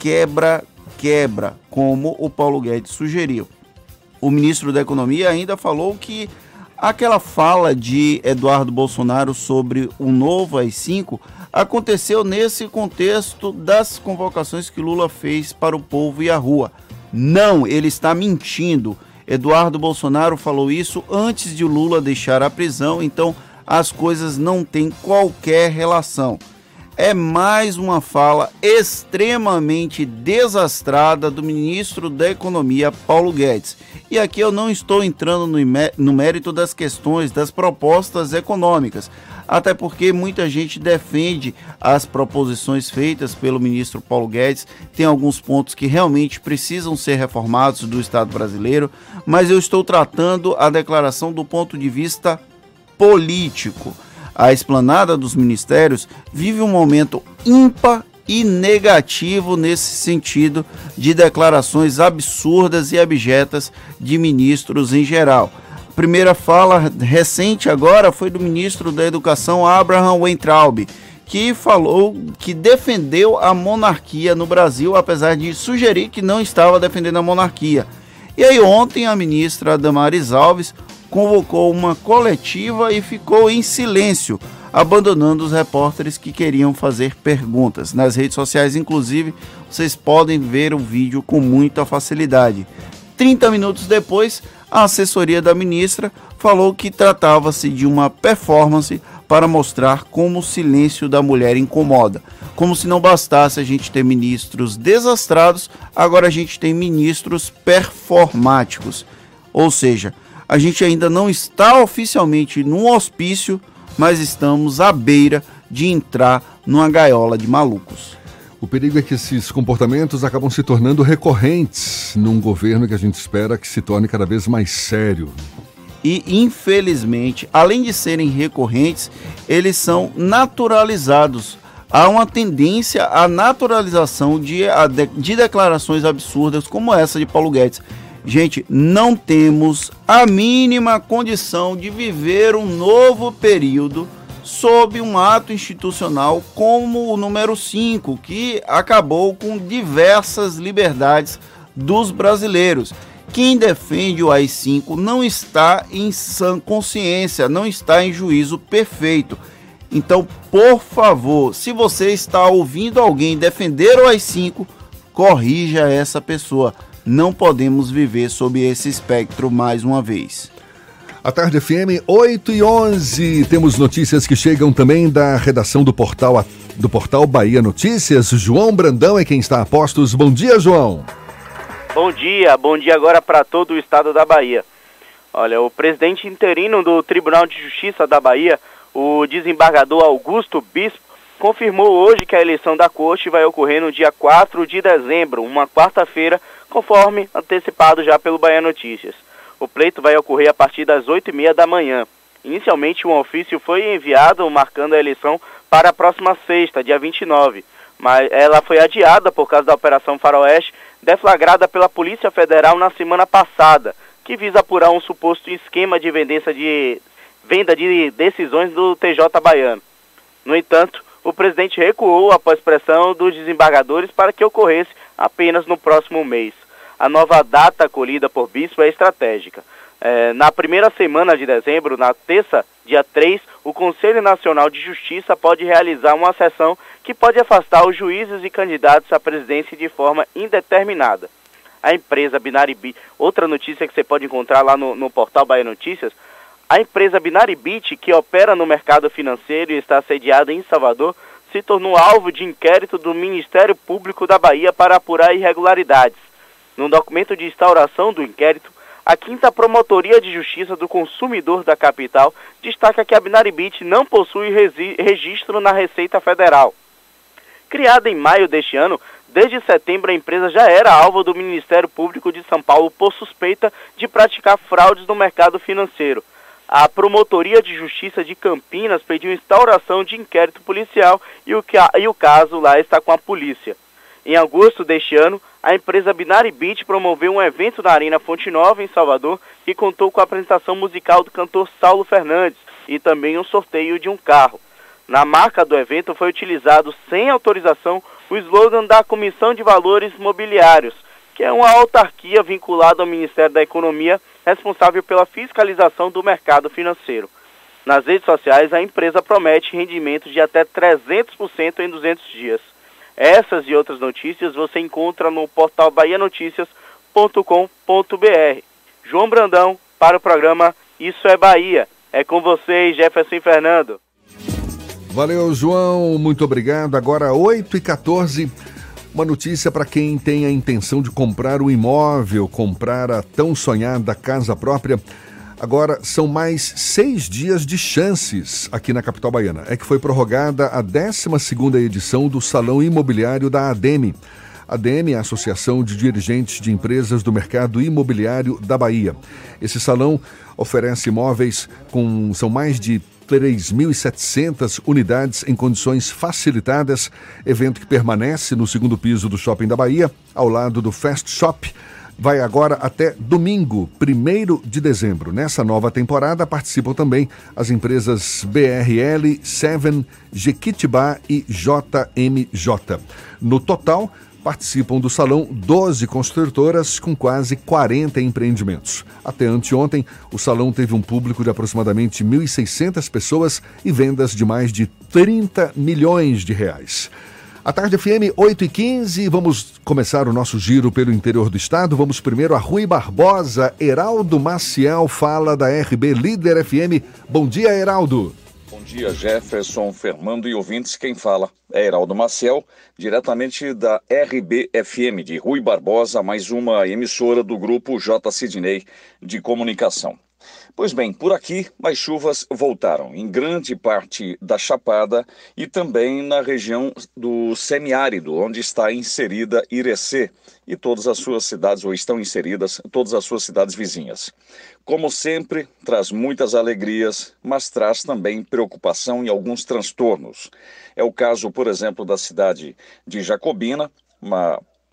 quebra-quebra, como o Paulo Guedes sugeriu. O ministro da Economia ainda falou que aquela fala de Eduardo Bolsonaro sobre o novo A I cinco aconteceu nesse contexto das convocações que Lula fez para o povo ir à rua. Não, ele está mentindo. Eduardo Bolsonaro falou isso antes de Lula deixar a prisão, então as coisas não têm qualquer relação. É mais uma fala extremamente desastrada do ministro da Economia, Paulo Guedes. E aqui eu não estou entrando no mérito das questões, das propostas econômicas, até porque muita gente defende as proposições feitas pelo ministro Paulo Guedes. Tem alguns pontos que realmente precisam ser reformados do Estado brasileiro, mas eu estou tratando a declaração do ponto de vista político. A esplanada dos ministérios vive um momento ímpar e negativo nesse sentido de declarações absurdas e abjetas de ministros em geral. A primeira fala recente agora foi do ministro da Educação, Abraham Weintraub, que falou que defendeu a monarquia no Brasil, apesar de sugerir que não estava defendendo a monarquia. E aí ontem a ministra Damares Alves convocou uma coletiva e ficou em silêncio, abandonando os repórteres que queriam fazer perguntas. Nas redes sociais, inclusive, vocês podem ver o vídeo com muita facilidade. trinta minutos depois, a assessoria da ministra falou que tratava-se de uma performance para mostrar como o silêncio da mulher incomoda. Como se não bastasse a gente ter ministros desastrados, agora a gente tem ministros performáticos. Ou seja, a gente ainda não está oficialmente num hospício, mas estamos à beira de entrar numa gaiola de malucos. O perigo é que esses comportamentos acabam se tornando recorrentes num governo que a gente espera que se torne cada vez mais sério. E, infelizmente, além de serem recorrentes, eles são naturalizados. Há uma tendência à naturalização de, de declarações absurdas como essa de Paulo Guedes. Gente, não temos a mínima condição de viver um novo período sob um ato institucional como o número cinco, que acabou com diversas liberdades dos brasileiros. quem defende o A I cinco não está em sã consciência, não está em juízo perfeito. Então, por favor, se você está ouvindo alguém defender o A I cinco, corrija essa pessoa. Não podemos viver sob esse espectro mais uma vez. A Tarde F M, oito e onze. Temos notícias que chegam também da redação do portal, do portal Bahia Notícias. João Brandão é quem está a postos. Bom dia, João. Bom dia, bom dia agora para todo o estado da Bahia. Olha, o presidente interino do Tribunal de Justiça da Bahia, o desembargador Augusto Bispo, confirmou hoje que a eleição da corte vai ocorrer no dia quatro de dezembro, uma quarta-feira, conforme antecipado já pelo Bahia Notícias. O pleito vai ocorrer a partir das oito e meia da manhã. Inicialmente, um ofício foi enviado marcando a eleição para a próxima sexta, dia vinte e nove, mas ela foi adiada por causa da Operação Faroeste, deflagrada pela Polícia Federal na semana passada, que visa apurar um suposto esquema de vendência de venda de decisões do T J baiano. No entanto, o presidente recuou após pressão dos desembargadores para que ocorresse apenas no próximo mês. A nova data acolhida por Bispo é estratégica. É, na primeira semana de dezembro, na terça, dia três, o Conselho Nacional de Justiça pode realizar uma sessão que pode afastar os juízes e candidatos à presidência de forma indeterminada. A empresa Binaribit, outra notícia que você pode encontrar lá no, no portal Bahia Notícias, a empresa Binaribit, que opera no mercado financeiro e está sediada em Salvador, se tornou alvo de inquérito do Ministério Público da Bahia para apurar irregularidades. No documento de instauração do inquérito, a quinta Promotoria de Justiça do Consumidor da capital destaca que a Binaribit não possui registro na Receita Federal. Criada em maio deste ano, desde setembro a empresa já era alvo do Ministério Público de São Paulo por suspeita de praticar fraudes no mercado financeiro. A Promotoria de Justiça de Campinas pediu instauração de inquérito policial e o, que, e o caso lá está com a polícia. Em agosto deste ano, a empresa Binaribit promoveu um evento na Arena Fonte Nova, em Salvador, que contou com a apresentação musical do cantor Saulo Fernandes e também um sorteio de um carro. Na marca do evento foi utilizado, sem autorização, o slogan da Comissão de Valores Mobiliários, que é uma autarquia vinculada ao Ministério da Economia, responsável pela fiscalização do mercado financeiro. Nas redes sociais, a empresa promete rendimentos de até trezentos por cento em duzentos dias. Essas e outras notícias você encontra no portal bahia noticias ponto com ponto b r. João Brandão, para o programa Isso é Bahia. É com vocês, Jefferson e Fernando. Valeu, João. Muito obrigado. Agora, oito e quatorze. Uma notícia para quem tem a intenção de comprar um imóvel, comprar a tão sonhada casa própria. Agora, são mais seis dias de chances aqui na capital baiana. É que foi prorrogada a décima segunda edição do Salão Imobiliário da ADEME. A ADEME é a Associação de Dirigentes de Empresas do Mercado Imobiliário da Bahia. Esse salão oferece imóveis com... são mais de três mil e setecentas unidades em condições facilitadas. Evento que permanece no segundo piso do Shopping da Bahia, ao lado do Fast Shop. Vai agora até domingo, primeiro de dezembro. Nessa nova temporada participam também as empresas B R L, Seven, Jequitibá e J M J. No total, participam do salão doze construtoras com quase quarenta empreendimentos. Até anteontem, o salão teve um público de aproximadamente mil e seiscentas pessoas e vendas de mais de trinta milhões de reais. A Tarde F M, oito e quinze, vamos começar o nosso giro pelo interior do estado. Vamos primeiro a Rui Barbosa. Heraldo Maciel fala da R B Líder F M. Bom dia, Heraldo. Bom dia, Jefferson, Fernando e ouvintes. Quem fala é Heraldo Maciel, diretamente da R B F M de Rui Barbosa, mais uma emissora do grupo J. Sidney de Comunicação. Pois bem, por aqui as chuvas voltaram em grande parte da Chapada e também na região do semiárido, onde está inserida Irecê e todas as suas cidades, ou estão inseridas todas as suas cidades vizinhas. Como sempre, traz muitas alegrias, mas traz também preocupação e alguns transtornos. É o caso, por exemplo, da cidade de Jacobina, uma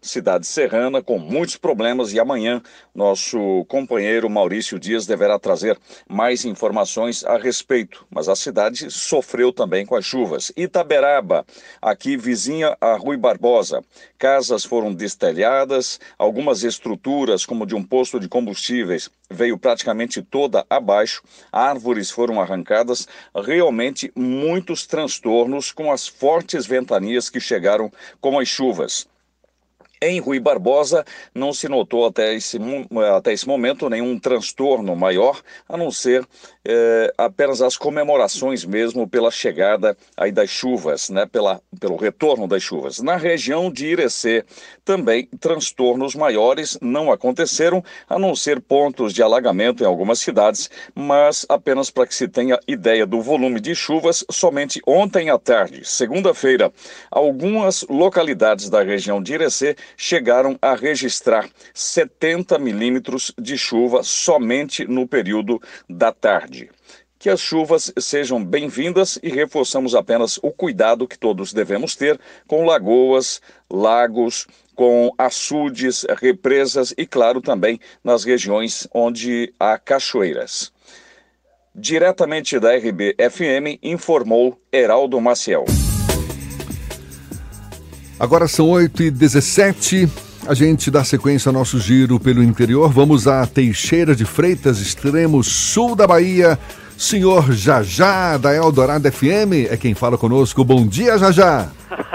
cidade serrana com muitos problemas, e amanhã nosso companheiro Maurício Dias deverá trazer mais informações a respeito. Mas a cidade sofreu também com as chuvas. Itaberaba, aqui vizinha a Rui Barbosa. Casas foram destelhadas, algumas estruturas, como de um posto de combustíveis, veio praticamente toda abaixo, árvores foram arrancadas, realmente muitos transtornos com as fortes ventanias que chegaram com as chuvas. Em Rui Barbosa, não se notou até esse, até esse momento nenhum transtorno maior, a não ser eh, apenas as comemorações mesmo pela chegada aí das chuvas, né, pela, pelo retorno das chuvas. Na região de Irecê, também transtornos maiores não aconteceram, a não ser pontos de alagamento em algumas cidades, mas apenas para que se tenha ideia do volume de chuvas, somente ontem à tarde, segunda-feira, algumas localidades da região de Irecê chegaram a registrar setenta milímetros de chuva somente no período da tarde. Que as chuvas sejam bem-vindas e reforçamos apenas o cuidado que todos devemos ter com lagoas, lagos, com açudes, represas e, claro, também nas regiões onde há cachoeiras. Diretamente da R B F M, informou Heraldo Maciel. Agora são oito e dezessete, a gente dá sequência ao nosso giro pelo interior. Vamos a Teixeira de Freitas, extremo sul da Bahia. Senhor Jajá, da Eldorado F M, é quem fala conosco. Bom dia, Jajá.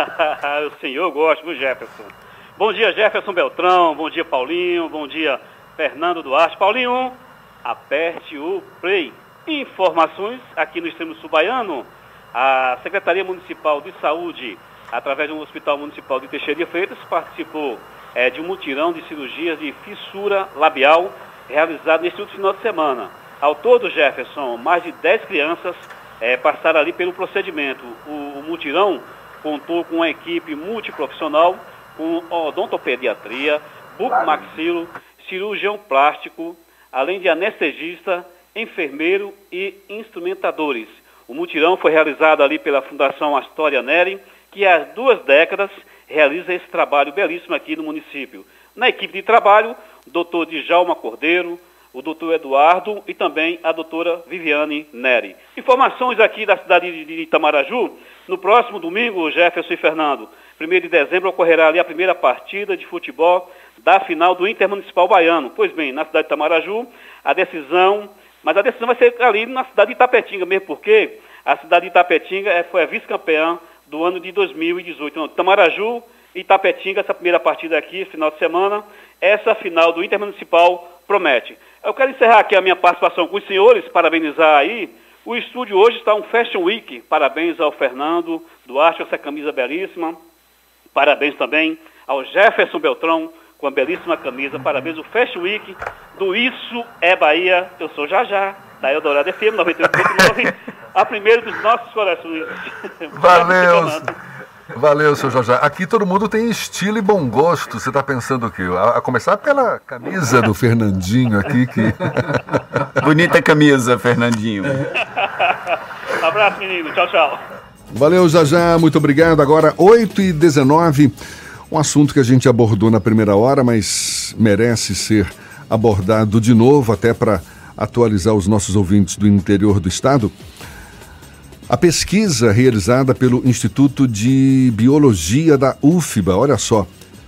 O senhor gosta, viu, Jefferson? Bom dia, Jefferson Beltrão. Bom dia, Paulinho. Bom dia, Fernando Duarte. Paulinho, aperte o play. Informações aqui no extremo sul baiano. A Secretaria Municipal de Saúde, através do Hospital Municipal de Teixeira de Freitas, participou é, de um mutirão de cirurgias de fissura labial realizado neste último final de semana. Ao todo, Jefferson, mais de dez crianças é, passaram ali pelo procedimento. O, o mutirão contou com uma equipe multiprofissional, com odontopediatria, bucomaxilo, cirurgião plástico, além de anestesista, enfermeiro e instrumentadores. O mutirão foi realizado ali pela Fundação Astoria Neri, que há duas décadas realiza esse trabalho belíssimo aqui no município. Na equipe de trabalho, o doutor Djalma Cordeiro, o doutor Eduardo e também a doutora Viviane Neri. Informações aqui da cidade de Itamaraju. No próximo domingo, Jefferson e Fernando, primeiro de dezembro, ocorrerá ali a primeira partida de futebol da final do Intermunicipal Baiano. Pois bem, na cidade de Itamaraju, a decisão, mas a decisão vai ser ali na cidade de Itapetinga, mesmo porque a cidade de Itapetinga foi a vice-campeã do ano de dois mil e dezoito. Então, Itamaraju e Itapetinga, essa primeira partida aqui, final de semana, essa final do Intermunicipal promete. Eu quero encerrar aqui a minha participação com os senhores, parabenizar aí. O estúdio hoje está um Fashion Week. Parabéns ao Fernando Duarte, essa camisa belíssima. Parabéns também ao Jefferson Beltrão, com a belíssima camisa. Parabéns ao Fashion Week do Isso é Bahia. Eu sou Jajá, da Eldorado F M noventa e oito ponto nove, a primeira dos nossos corações. Valeu, valeu, seu Jajá. Aqui todo mundo tem estilo e bom gosto. Você está pensando o quê? A, a começar pela camisa do Fernandinho aqui. Que... Bonita camisa, Fernandinho. Um abraço, menino. Tchau, tchau. Valeu, Jajá. Muito obrigado. Agora, oito e dezenove. Um assunto que a gente abordou na primeira hora, mas merece ser abordado de novo, até para atualizar os nossos ouvintes do interior do estado. A pesquisa realizada pelo Instituto de Biologia da U F B A, olha só,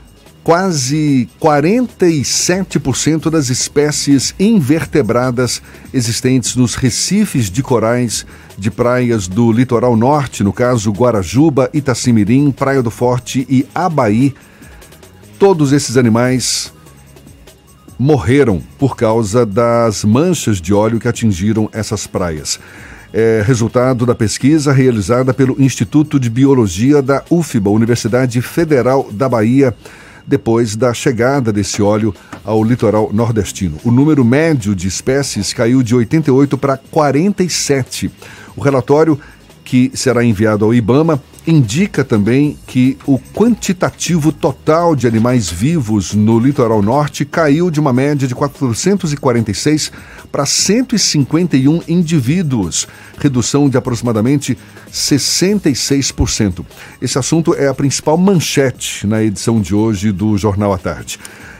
quase quarenta e sete por cento das espécies invertebradas existentes nos recifes de corais de praias do litoral norte, no caso Guarajuba, Itacimirim, Praia do Forte e Abaí, todos esses animais morreram por causa das manchas de óleo que atingiram essas praias. É resultado da pesquisa realizada pelo Instituto de Biologia da U F B A, Universidade Federal da Bahia, depois da chegada desse óleo ao litoral nordestino. O número médio de espécies caiu de oitenta e oito para quarenta e sete. O relatório, que será enviado ao IBAMA, indica também que o quantitativo total de animais vivos no litoral norte caiu de uma média de quatrocentos e quarenta e seis para cento e cinquenta e um indivíduos, redução de aproximadamente sessenta e seis por cento. Esse assunto é a principal manchete na edição de hoje do Jornal à Tarde.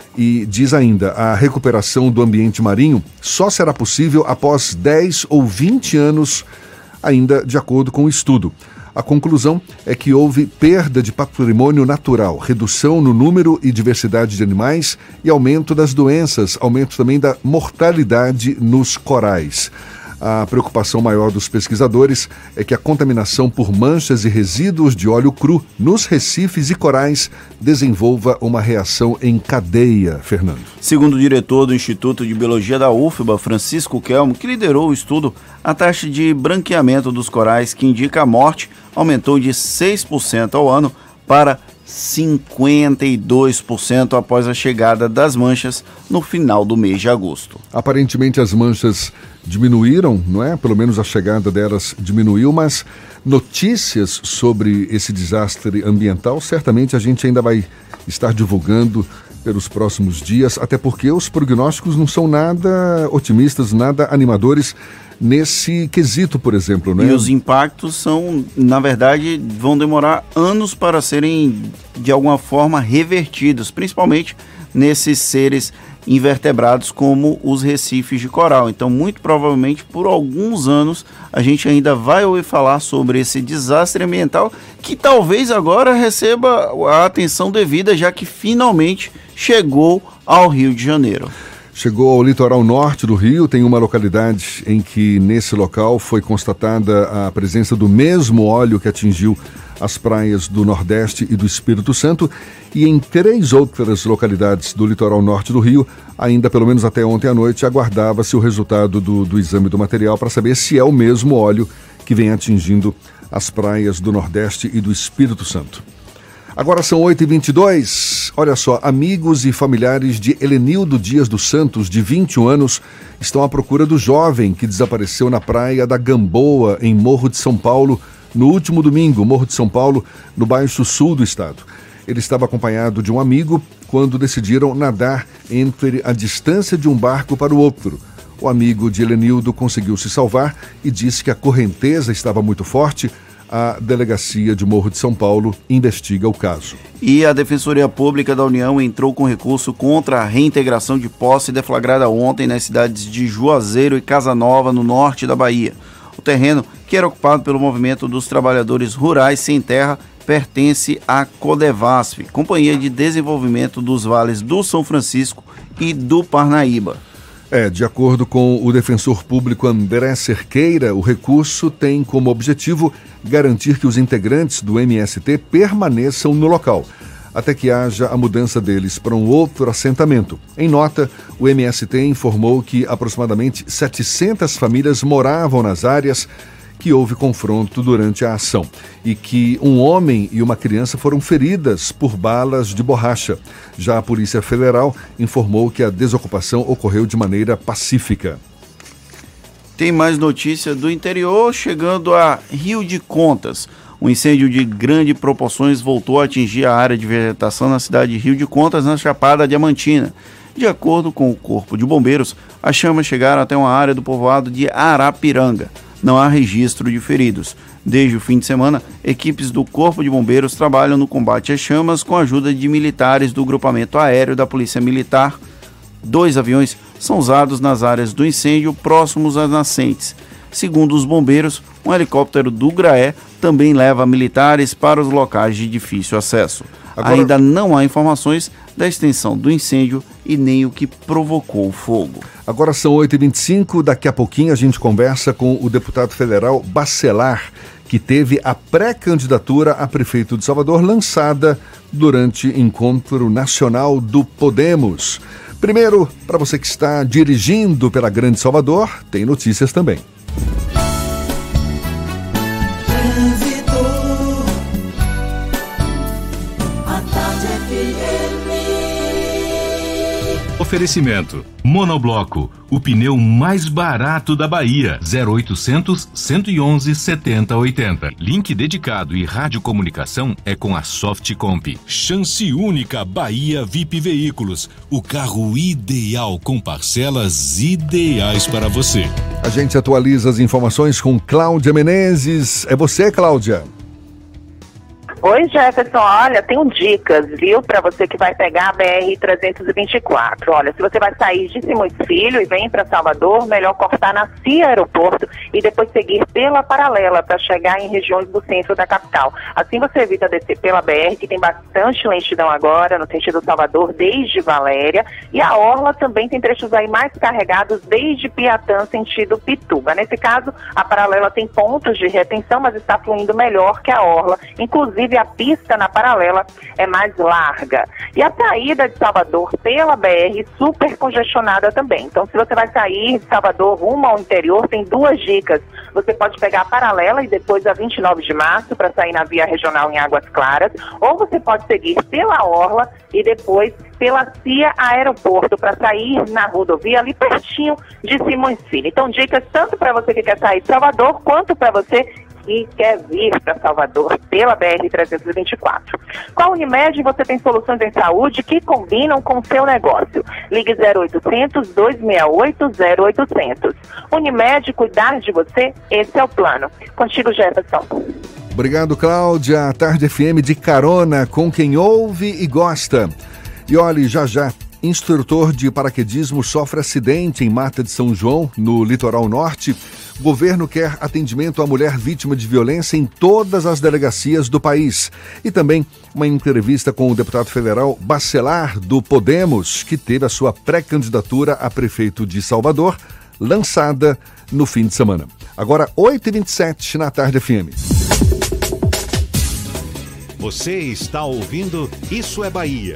E diz ainda, a recuperação do ambiente marinho só será possível após dez ou vinte anos, ainda de acordo com o estudo. A conclusão é que houve perda de patrimônio natural, redução no número e diversidade de animais e aumento das doenças, aumento também da mortalidade nos corais. A preocupação maior dos pesquisadores é que a contaminação por manchas e resíduos de óleo cru nos recifes e corais desenvolva uma reação em cadeia, Fernando. Segundo o diretor do Instituto de Biologia da U F B A, Francisco Kelmo, que liderou o estudo, a taxa de branqueamento dos corais, que indica a morte, aumentou de seis por cento ao ano para cinquenta e dois por cento após a chegada das manchas no final do mês de agosto. Aparentemente as manchas diminuíram, não é? Pelo menos a chegada delas diminuiu, mas notícias sobre esse desastre ambiental certamente a gente ainda vai estar divulgando pelos próximos dias, até porque os prognósticos não são nada otimistas, nada animadores nesse quesito, por exemplo, né? E os impactos são, na verdade, vão demorar anos para serem, de alguma forma, revertidos, principalmente nesses seres invertebrados como os recifes de coral. Então, muito provavelmente, por alguns anos, a gente ainda vai ouvir falar sobre esse desastre ambiental que talvez agora receba a atenção devida, já que finalmente chegou ao Rio de Janeiro. Chegou ao litoral norte do Rio, tem uma localidade em que nesse local foi constatada a presença do mesmo óleo que atingiu as praias do Nordeste e do Espírito Santo, e em três outras localidades do litoral norte do Rio, ainda pelo menos até ontem à noite, aguardava-se o resultado do, do exame do material para saber se é o mesmo óleo que vem atingindo as praias do Nordeste e do Espírito Santo. Agora são oito e vinte e dois. Olha só, amigos e familiares de Helenildo Dias dos Santos, de vinte e um anos, estão à procura do jovem que desapareceu na praia da Gamboa, em Morro de São Paulo, no último domingo, Morro de São Paulo, no baixo sul do estado. Ele estava acompanhado de um amigo quando decidiram nadar entre a distância de um barco para o outro. O amigo de Helenildo conseguiu se salvar e disse que a correnteza estava muito forte. A Delegacia de Morro de São Paulo investiga o caso. E a Defensoria Pública da União entrou com recurso contra a reintegração de posse deflagrada ontem nas cidades de Juazeiro e Casa Nova, no norte da Bahia. O terreno, que era ocupado pelo Movimento dos Trabalhadores Rurais Sem Terra, pertence à Codevasf, Companhia de Desenvolvimento dos Vales do São Francisco e do Parnaíba. É, de acordo com o defensor público André Cerqueira, o recurso tem como objetivo garantir que os integrantes do M S T permaneçam no local, até que haja a mudança deles para um outro assentamento. Em nota, o M S T informou que aproximadamente setecentas famílias moravam nas áreas que houve confronto durante a ação e que um homem e uma criança foram feridas por balas de borracha. Já a Polícia Federal informou que a desocupação ocorreu de maneira pacífica. Tem mais notícia do interior, chegando a Rio de Contas. Um incêndio de grandes proporções voltou a atingir a área de vegetação na cidade de Rio de Contas, na Chapada Diamantina. De acordo com o Corpo de Bombeiros, as chamas chegaram até uma área do povoado de Arapiranga. Não há registro de feridos. Desde o fim de semana, equipes do Corpo de Bombeiros trabalham no combate às chamas com a ajuda de militares do grupamento aéreo da Polícia Militar. Dois aviões são usados nas áreas do incêndio próximos às nascentes. Segundo os bombeiros, um helicóptero do GRAE também leva militares para os locais de difícil acesso. Agora... Ainda não há informações da extensão do incêndio e nem o que provocou o fogo. Agora são oito e vinte e cinco, daqui a pouquinho a gente conversa com o deputado federal Bacelar, que teve a pré-candidatura a prefeito de Salvador lançada durante o Encontro Nacional do Podemos. Primeiro, para você que está dirigindo pela Grande Salvador, tem notícias também. Oferecimento. Monobloco, o pneu mais barato da Bahia. zero oitocentos, cento e onze, setenta, oitenta. Link dedicado e radiocomunicação é com a Softcomp. Chance única Bahia V I P Veículos. O carro ideal com parcelas ideais para você. A gente atualiza as informações com Cláudia Menezes. É você, Cláudia? Oi, Jefferson, olha, tenho dicas, viu, para você que vai pegar a B R trezentos e vinte e quatro. Olha, se você vai sair de Simões Filho e vem para Salvador, melhor cortar na C I A Aeroporto e depois seguir pela paralela para chegar em regiões do centro da capital. Assim você evita descer pela B R, que tem bastante lentidão agora no sentido Salvador, desde Valéria, e a Orla também tem trechos aí mais carregados desde Piatã, sentido Pituba. Nesse caso, a paralela tem pontos de retenção, mas está fluindo melhor que a Orla, inclusive a pista na paralela é mais larga. E a saída de Salvador pela B R super congestionada também. Então, se você vai sair de Salvador rumo ao interior, tem duas dicas. Você pode pegar a paralela e depois a vinte e nove de março para sair na via regional em Águas Claras, ou você pode seguir pela Orla e depois pela C I A Aeroporto para sair na rodovia ali pertinho de Simões Filho. Então, dicas tanto para você que quer sair de Salvador, quanto para você que quer vir para Salvador pela B R trezentos e vinte e quatro. Com a Unimed você tem soluções em saúde que combinam com o seu negócio. Ligue zero oitocentos, dois seis oito, zero oitocentos. Unimed, cuidar de você, esse é o plano. Contigo, Jefferson. Obrigado, Cláudia. A Tarde F M de carona com quem ouve e gosta. E olhe, já já, instrutor de paraquedismo sofre acidente em Mata de São João, no litoral norte. O governo quer atendimento à mulher vítima de violência em todas as delegacias do país. E também uma entrevista com o deputado federal Bacelar, do Podemos, que teve a sua pré-candidatura a prefeito de Salvador lançada no fim de semana. Agora, oito e vinte e sete na Tarde F M. Você está ouvindo Isso é Bahia.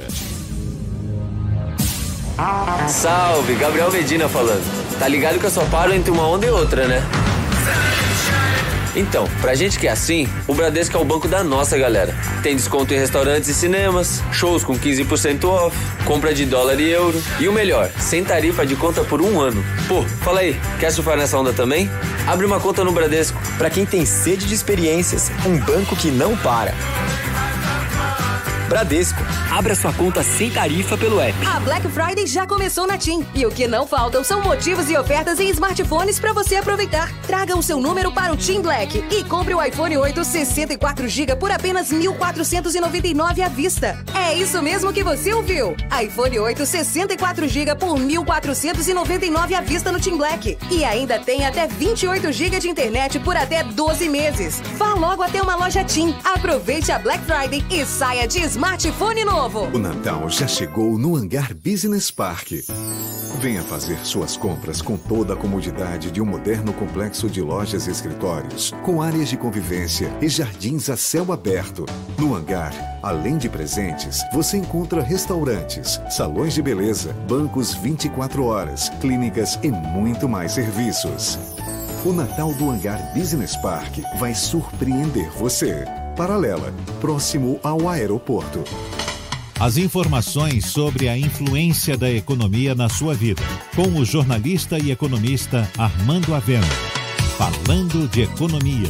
Salve, Gabriel Medina falando. Tá ligado que eu só paro entre uma onda e outra, né? Então, pra gente que é assim, o Bradesco é o banco da nossa galera. Tem desconto em restaurantes e cinemas, shows com quinze por cento off, compra de dólar e euro. E o melhor, sem tarifa de conta por um ano. Pô, fala aí, quer surfar nessa onda também? Abre uma conta no Bradesco. Pra quem tem sede de experiências, um banco que não para. Bradesco. Abra sua conta sem tarifa pelo app. A Black Friday já começou na TIM. E o que não faltam são motivos e ofertas em smartphones para você aproveitar. Traga o seu número para o TIM Black e compre o iPhone oito sessenta e quatro gigas por apenas mil quatrocentos e noventa e nove reais à vista. É isso mesmo que você ouviu. iPhone oito sessenta e quatro gigas por mil quatrocentos e noventa e nove reais à vista no TIM Black. E ainda tem até vinte e oito gigas de internet por até doze meses. Vá logo até uma loja TIM. Aproveite a Black Friday e saia de smartphone novo. O Natal já chegou no Hangar Business Park. Venha fazer suas compras com toda a comodidade de um moderno complexo de lojas e escritórios, com áreas de convivência e jardins a céu aberto. No hangar, além de presentes, você encontra restaurantes, salões de beleza, bancos vinte e quatro horas, clínicas e muito mais serviços. O Natal do Hangar Business Park vai surpreender você. Paralela, próximo ao aeroporto. As informações sobre a influência da economia na sua vida, com o jornalista e economista Armando Avena. Falando de economia.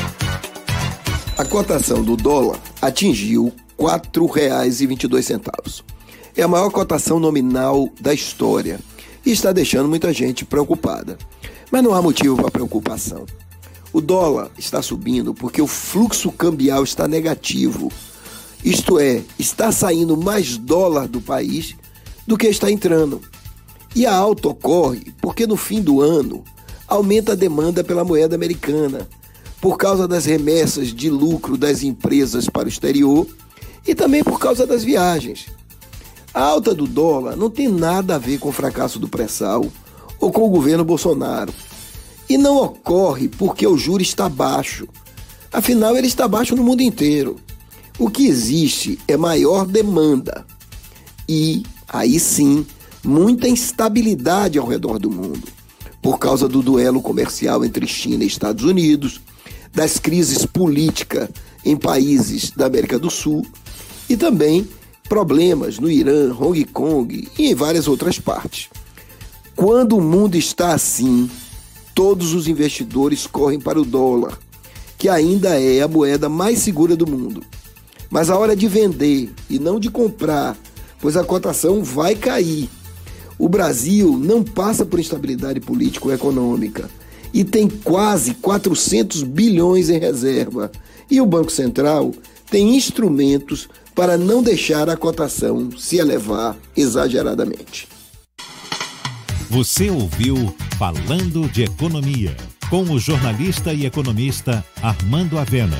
A cotação do dólar atingiu quatro reais e vinte e dois centavos. É a maior cotação nominal da história e está deixando muita gente preocupada. Mas não há motivo para preocupação. O dólar está subindo porque o fluxo cambial está negativo. Isto é, está saindo mais dólar do país do que está entrando. E a alta ocorre porque no fim do ano aumenta a demanda pela moeda americana, por causa das remessas de lucro das empresas para o exterior e também por causa das viagens. A alta do dólar não tem nada a ver com o fracasso do pré-sal ou com o governo Bolsonaro. E não ocorre porque o juro está baixo. Afinal, ele está baixo no mundo inteiro. O que existe é maior demanda. E, aí sim, muita instabilidade ao redor do mundo. Por causa do duelo comercial entre China e Estados Unidos, das crises políticas em países da América do Sul e também problemas no Irã, Hong Kong e em várias outras partes. Quando o mundo está assim, todos os investidores correm para o dólar, que ainda é a moeda mais segura do mundo. Mas a hora de vender e não de comprar, pois a cotação vai cair. O Brasil não passa por instabilidade político-econômica e tem quase quatrocentos bilhões em reserva. E o Banco Central tem instrumentos para não deixar a cotação se elevar exageradamente. Você ouviu Falando de Economia, com o jornalista e economista Armando Avena.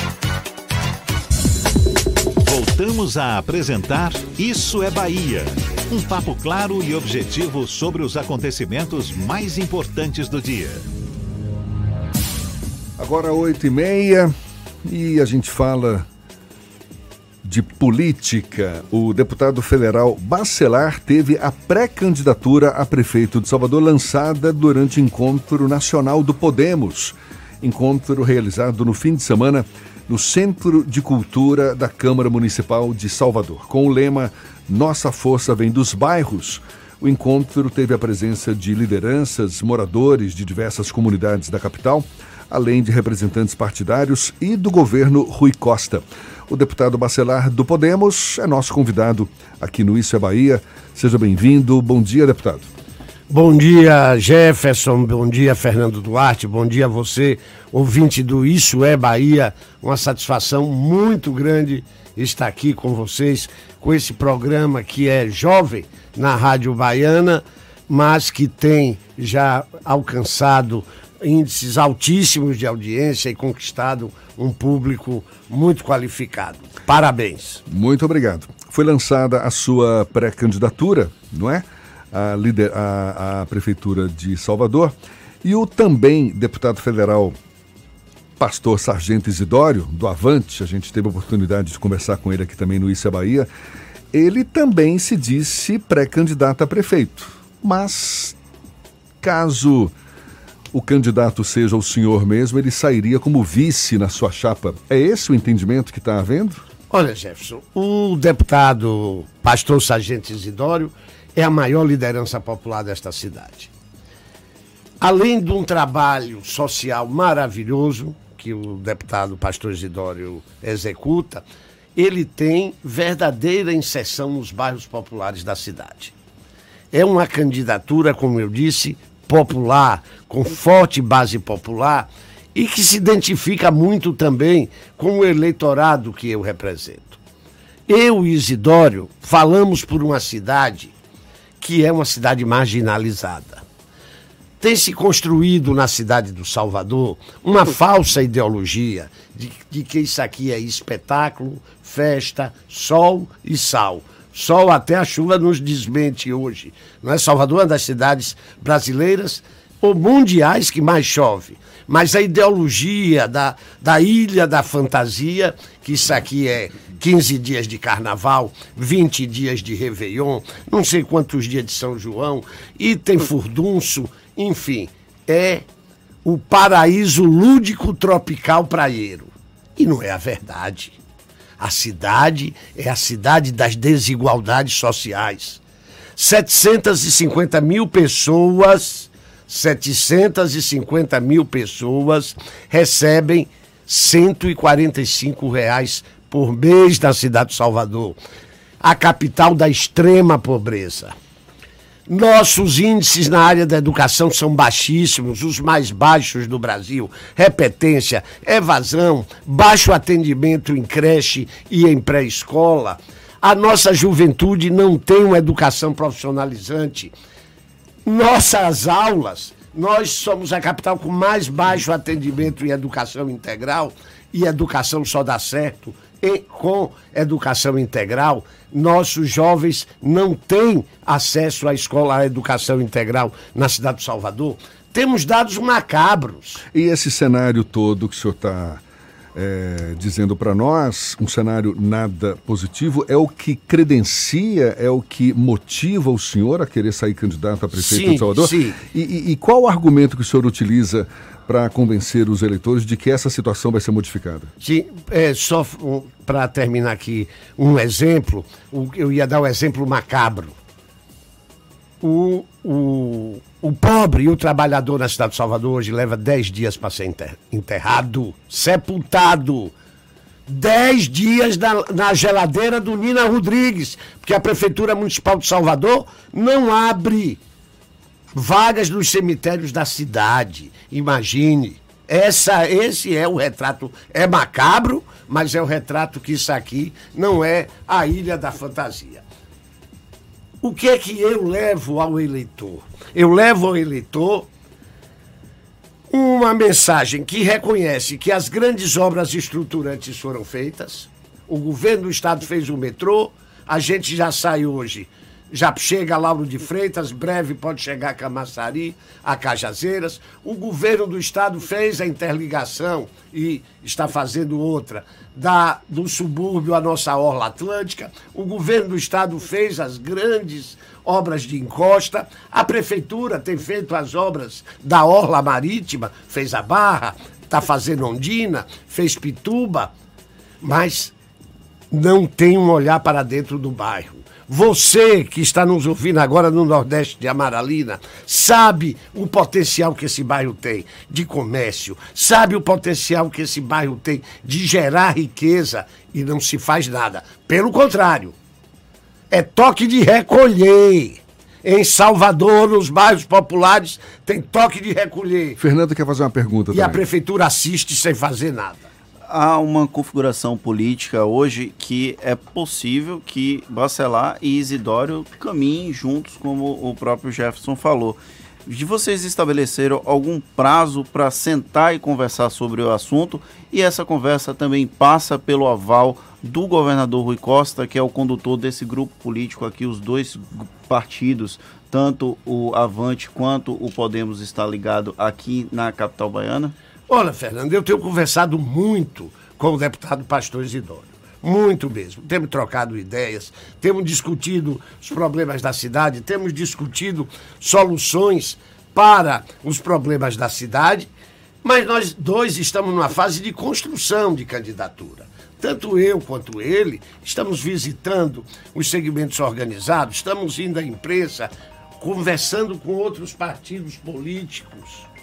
Voltamos a apresentar Isso é Bahia. Um papo claro e objetivo sobre os acontecimentos mais importantes do dia. Agora oito e meia e a gente fala de política. O deputado federal Bacelar teve a pré-candidatura a prefeito de Salvador lançada durante o Encontro Nacional do Podemos. Encontro realizado no fim de semana no Centro de Cultura da Câmara Municipal de Salvador. Com o lema Nossa Força Vem dos Bairros, o encontro teve a presença de lideranças, moradores de diversas comunidades da capital, além de representantes partidários e do governo Rui Costa. O deputado Bacelar do Podemos é nosso convidado aqui no Isso é Bahia. Seja bem-vindo. Bom dia, deputado. Bom dia, Jefferson. Bom dia, Fernando Duarte. Bom dia a você, ouvinte do Isso é Bahia. Uma satisfação muito grande estar aqui com vocês, com esse programa que é jovem na Rádio Baiana, mas que tem já alcançado índices altíssimos de audiência e conquistado um público muito qualificado. Parabéns. Muito obrigado. Foi lançada a sua pré-candidatura, não é? A, lider, a, a Prefeitura de Salvador. E o também deputado federal Pastor Sargento Isidório, do Avante, a gente teve a oportunidade de conversar com ele aqui também no Isso é Bahia, ele também se disse pré-candidato a prefeito. Mas, caso o candidato seja o senhor mesmo, ele sairia como vice na sua chapa. É esse o entendimento que está havendo? Olha, Jefferson, o deputado Pastor Sargento Isidório é a maior liderança popular desta cidade. Além de um trabalho social maravilhoso que o deputado Pastor Isidório executa, ele tem verdadeira inserção nos bairros populares da cidade. É uma candidatura, como eu disse, popular, com forte base popular e que se identifica muito também com o eleitorado que eu represento. Eu e Isidório falamos por uma cidade que é uma cidade marginalizada. Tem se construído na cidade do Salvador uma falsa ideologia de, de que isso aqui é espetáculo, festa, sol e sal. Sol até a chuva nos desmente hoje. Não é? Salvador é uma das cidades brasileiras ou mundiais que mais chove. Mas a ideologia da, da ilha da fantasia, que isso aqui é quinze dias de carnaval, vinte dias de Réveillon, não sei quantos dias de São João, e tem furdunço, enfim, é o paraíso lúdico tropical praieiro. E não é a verdade. A cidade é a cidade das desigualdades sociais. setecentas e cinquenta mil pessoas, setecentas e cinquenta mil pessoas recebem cento e quarenta e cinco reais por mês na cidade de Salvador, a capital da extrema pobreza. Nossos índices na área da educação são baixíssimos, os mais baixos do Brasil. Repetência, evasão, baixo atendimento em creche e em pré-escola. A nossa juventude não tem uma educação profissionalizante. Nossas aulas, nós somos a capital com mais baixo atendimento em educação integral, e educação só dá certo e com educação integral. Nossos jovens não têm acesso à escola, à educação integral na cidade de Salvador. Temos dados macabros. E esse cenário todo que o senhor está é, dizendo para nós, um cenário nada positivo, é o que credencia, é o que motiva o senhor a querer sair candidato a prefeito sim, de Salvador? Sim. E, e, e qual o argumento que o senhor utiliza para convencer os eleitores de que essa situação vai ser modificada? Sim, é, só um, para terminar aqui um exemplo, um, eu ia dar um exemplo macabro. O, o, o pobre e o trabalhador na cidade de Salvador hoje leva dez dias para ser enterrado, sepultado. Dez dias na, na geladeira do Nina Rodrigues, porque a Prefeitura Municipal de Salvador não abre vagas nos cemitérios da cidade. Imagine. Essa, esse é o retrato, é macabro, mas é o retrato que isso aqui não é a Ilha da Fantasia. O que é que eu levo ao eleitor? Eu levo ao eleitor uma mensagem que reconhece que as grandes obras estruturantes foram feitas, o governo do estado fez o metrô, a gente já sai hoje, já chega a Lauro de Freitas, breve pode chegar a Camaçari, a Cajazeiras. O governo do estado fez a interligação e está fazendo outra da, do subúrbio à nossa orla atlântica. O governo do estado fez as grandes obras de encosta. A prefeitura tem feito as obras da orla marítima, fez a Barra, está fazendo Ondina, fez Pituba, mas não tem um olhar para dentro do bairro. Você que está nos ouvindo agora no Nordeste de Amaralina, sabe o potencial que esse bairro tem de comércio, sabe o potencial que esse bairro tem de gerar riqueza e não se faz nada. Pelo contrário, é toque de recolher. Em Salvador, nos bairros populares, tem toque de recolher. Fernando quer fazer uma pergunta E também. a prefeitura assiste sem fazer nada. Há uma configuração política hoje que é possível que Bacelar e Isidório caminhem juntos, como o próprio Jefferson falou. De vocês estabeleceram algum prazo para sentar e conversar sobre o assunto, e essa conversa também passa pelo aval do governador Rui Costa, que é o condutor desse grupo político aqui, os dois partidos, tanto o Avante quanto o Podemos, está ligado aqui na capital baiana? Olha, Fernando, eu tenho conversado muito com o deputado Pastor Isidório. Muito mesmo. Temos trocado ideias, temos discutido os problemas da cidade, temos discutido soluções para os problemas da cidade, mas nós dois estamos numa fase de construção de candidatura. Tanto eu quanto ele estamos visitando os segmentos organizados, estamos indo à imprensa, conversando com outros partidos políticos.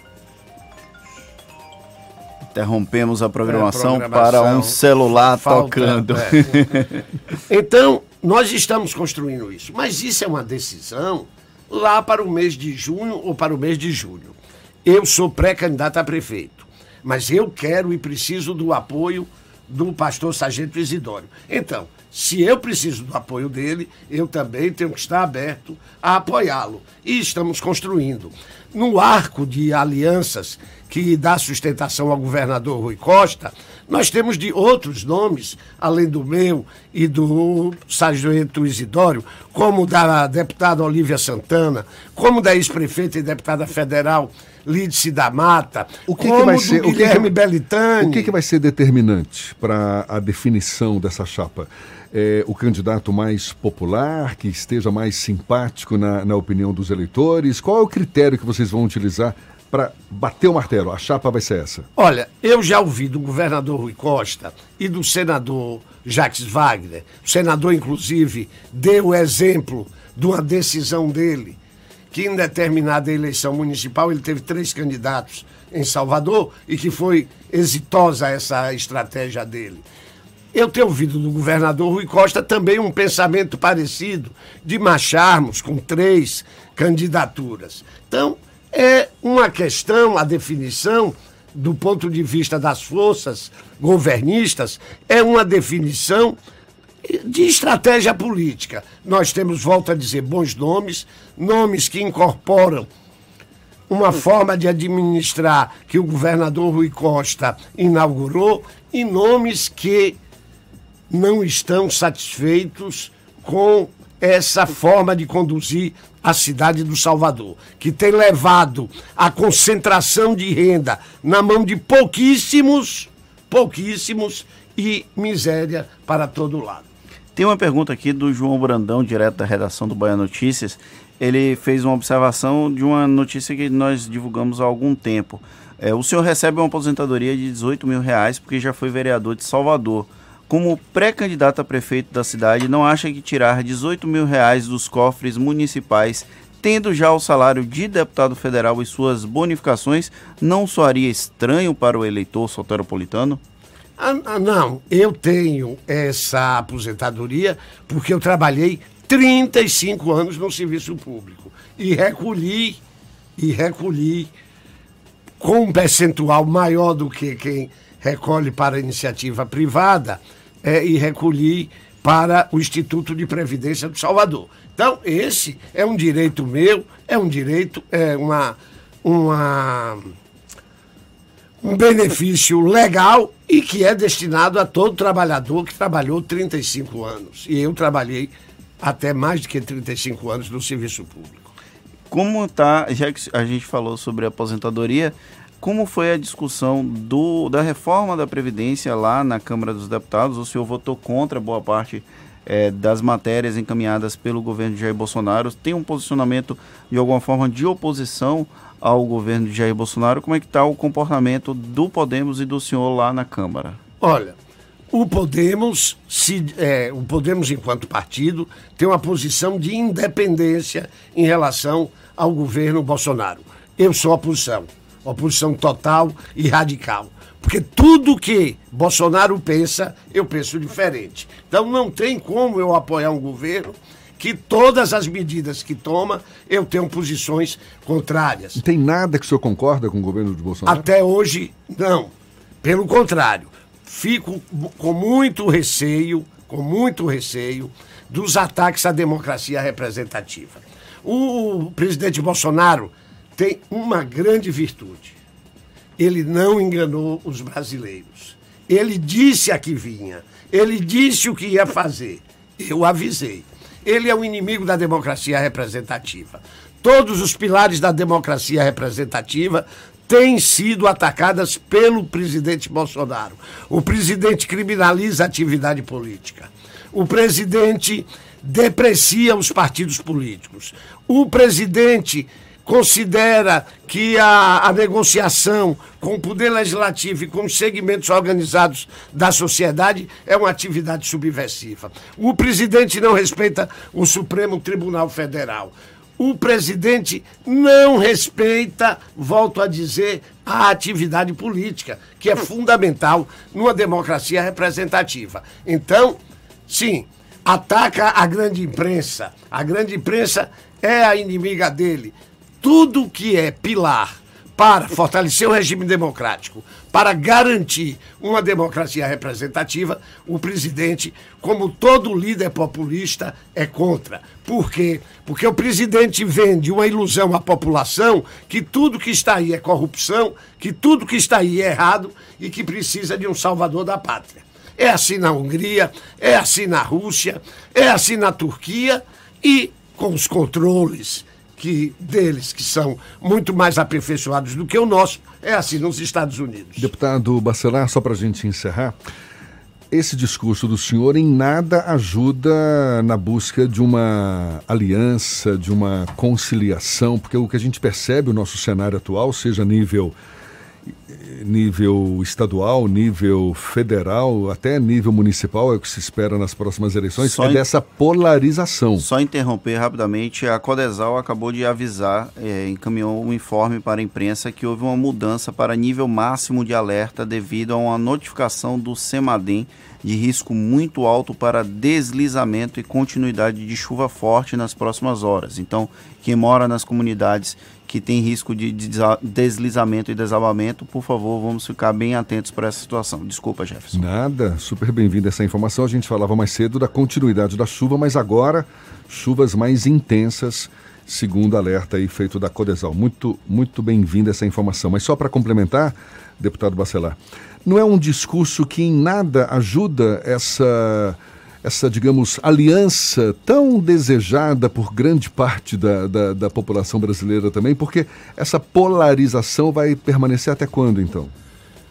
Interrompemos a programação, é, a programação para um celular falta, tocando. É. Então, nós estamos construindo isso. Mas isso é uma decisão lá para o mês de junho ou para o mês de julho. Eu sou pré-candidato a prefeito, mas eu quero e preciso do apoio do pastor Sargento Isidório. Então, se eu preciso do apoio dele, eu também tenho que estar aberto a apoiá-lo. E estamos construindo. No arco de alianças que dá sustentação ao governador Rui Costa, nós temos de outros nomes, além do meu e do Sargento Isidório, como da deputada Olívia Santana, como da ex-prefeita e deputada federal Lídice da Mata, o que como que vai do ser, Guilherme o que, Belitani. O que, que vai ser determinante para a definição dessa chapa? É, o candidato mais popular, que esteja mais simpático na, na opinião dos eleitores? Qual é o critério que vocês vão utilizar para bater o martelo? A chapa vai ser essa? Olha, eu já ouvi do governador Rui Costa e do senador Jacques Wagner. O senador, inclusive, deu exemplo de uma decisão dele, que em determinada eleição municipal ele teve três candidatos em Salvador e que foi exitosa essa estratégia dele. Eu tenho ouvido do governador Rui Costa também um pensamento parecido de marcharmos com três candidaturas. Então, é uma questão, a definição, do ponto de vista das forças governistas, é uma definição de estratégia política. Nós temos, volto a dizer, bons nomes, nomes que incorporam uma forma de administrar que o governador Rui Costa inaugurou e nomes que não estão satisfeitos com essa forma de conduzir a cidade do Salvador, que tem levado a concentração de renda na mão de pouquíssimos pouquíssimos e miséria para todo lado. Tem uma pergunta aqui do João Brandão, direto da redação do Bahia Notícias. Ele fez uma observação de uma notícia que nós divulgamos há algum tempo. É, o senhor recebe uma aposentadoria de dezoito mil reais porque já foi vereador de Salvador. Como pré-candidato a prefeito da cidade, não acha que tirar dezoito mil reais dos cofres municipais, tendo já o salário de deputado federal e suas bonificações, não soaria estranho para o eleitor soteropolitano? Ah, ah, não, eu tenho essa aposentadoria porque eu trabalhei trinta e cinco anos no serviço público e recolhi, e recolhi com um percentual maior do que quem recolhe para a iniciativa privada, é, e recolhi para o Instituto de Previdência do Salvador. Então, esse é um direito meu, é um direito, é uma, uma, um benefício legal e que é destinado a todo trabalhador que trabalhou trinta e cinco anos. E eu trabalhei até mais do que trinta e cinco anos no serviço público. Como está, já que a gente falou sobre a aposentadoria, como foi a discussão do, da reforma da Previdência lá na Câmara dos Deputados? O senhor votou contra boa parte é, das matérias encaminhadas pelo governo de Jair Bolsonaro. Tem um posicionamento, de alguma forma, de oposição ao governo de Jair Bolsonaro? Como é que está o comportamento do Podemos e do senhor lá na Câmara? Olha, o Podemos, se, é, o Podemos enquanto partido, tem uma posição de independência em relação ao governo Bolsonaro. Eu sou oposição. Oposição total e radical. Porque tudo que Bolsonaro pensa, eu penso diferente. Então não tem como eu apoiar um governo que todas as medidas que toma, eu tenho posições contrárias. Não tem nada que o senhor concorda com o governo de Bolsonaro? Até hoje, não. Pelo contrário. Fico com muito receio, com muito receio dos ataques à democracia representativa. O presidente Bolsonaro tem uma grande virtude. Ele não enganou os brasileiros. Ele disse a que vinha. Ele disse o que ia fazer. Eu avisei. Ele é o inimigo da democracia representativa. Todos os pilares da democracia representativa têm sido atacadas pelo presidente Bolsonaro. O presidente criminaliza a atividade política. O presidente deprecia os partidos políticos. O presidente considera que a, a negociação com o poder legislativo e com os segmentos organizados da sociedade é uma atividade subversiva. O presidente não respeita o Supremo Tribunal Federal. O presidente não respeita, volto a dizer, a atividade política, que é fundamental numa democracia representativa. Então, sim, ataca a grande imprensa. A grande imprensa é a inimiga dele. Tudo que é pilar para fortalecer o regime democrático, para garantir uma democracia representativa, o presidente, como todo líder populista, é contra. Por quê? Porque o presidente vende uma ilusão à população que tudo que está aí é corrupção, que tudo que está aí é errado e que precisa de um salvador da pátria. É assim na Hungria, é assim na Rússia, é assim na Turquia e com os controles que deles, que são muito mais aperfeiçoados do que o nosso, é assim nos Estados Unidos. Deputado Bacelar, só para a gente encerrar, esse discurso do senhor em nada ajuda na busca de uma aliança, de uma conciliação, porque o que a gente percebe, o nosso cenário atual, seja nível, nível estadual, nível federal, até nível municipal, é o que se espera nas próximas eleições, só é in... dessa polarização. Só interromper rapidamente, a Codesal acabou de avisar, é, encaminhou um informe para a imprensa que houve uma mudança para nível máximo de alerta devido a uma notificação do CEMADEM de risco muito alto para deslizamento e continuidade de chuva forte nas próximas horas. Então, quem mora nas comunidades que tem risco de deslizamento e desabamento, por favor, vamos ficar bem atentos para essa situação. Desculpa, Jefferson. Nada, super bem-vinda essa informação. A gente falava mais cedo da continuidade da chuva, mas agora chuvas mais intensas, segundo alerta aí feito da Codesal. Muito, muito bem-vinda essa informação. Mas só para complementar, deputado Bacelar, não é um discurso que em nada ajuda essa... essa, digamos, aliança tão desejada por grande parte da, da, da população brasileira também, porque essa polarização vai permanecer até quando, então?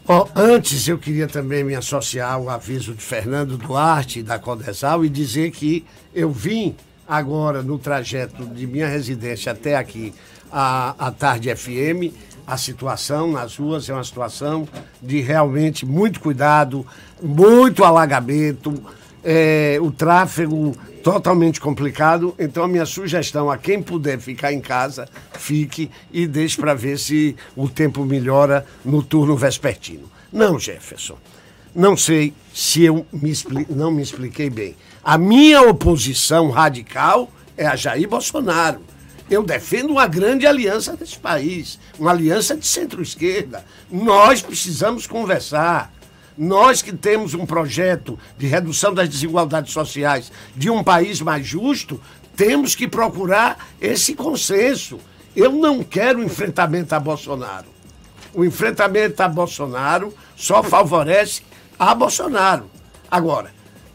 Oh, antes eu queria também me associar ao aviso de Fernando Duarte da Codesal e dizer que eu vim agora no trajeto de minha residência até aqui a, a Tarde F M. A situação nas ruas é uma situação de realmente muito cuidado, muito alagamento, é, o tráfego totalmente complicado. Então a minha sugestão a quem puder ficar em casa, fique e deixe para ver se o tempo melhora no turno vespertino. Não, Jefferson, não sei se eu me expli- não me expliquei bem. A minha oposição radical é a Jair Bolsonaro. Eu defendo uma grande aliança desse país, uma aliança de centro-esquerda. Nós precisamos conversar. Nós que temos um projeto de redução das desigualdades sociais de um país mais justo, temos que procurar esse consenso. Eu não quero enfrentamento a Bolsonaro. O enfrentamento a Bolsonaro só favorece a Bolsonaro. Agora,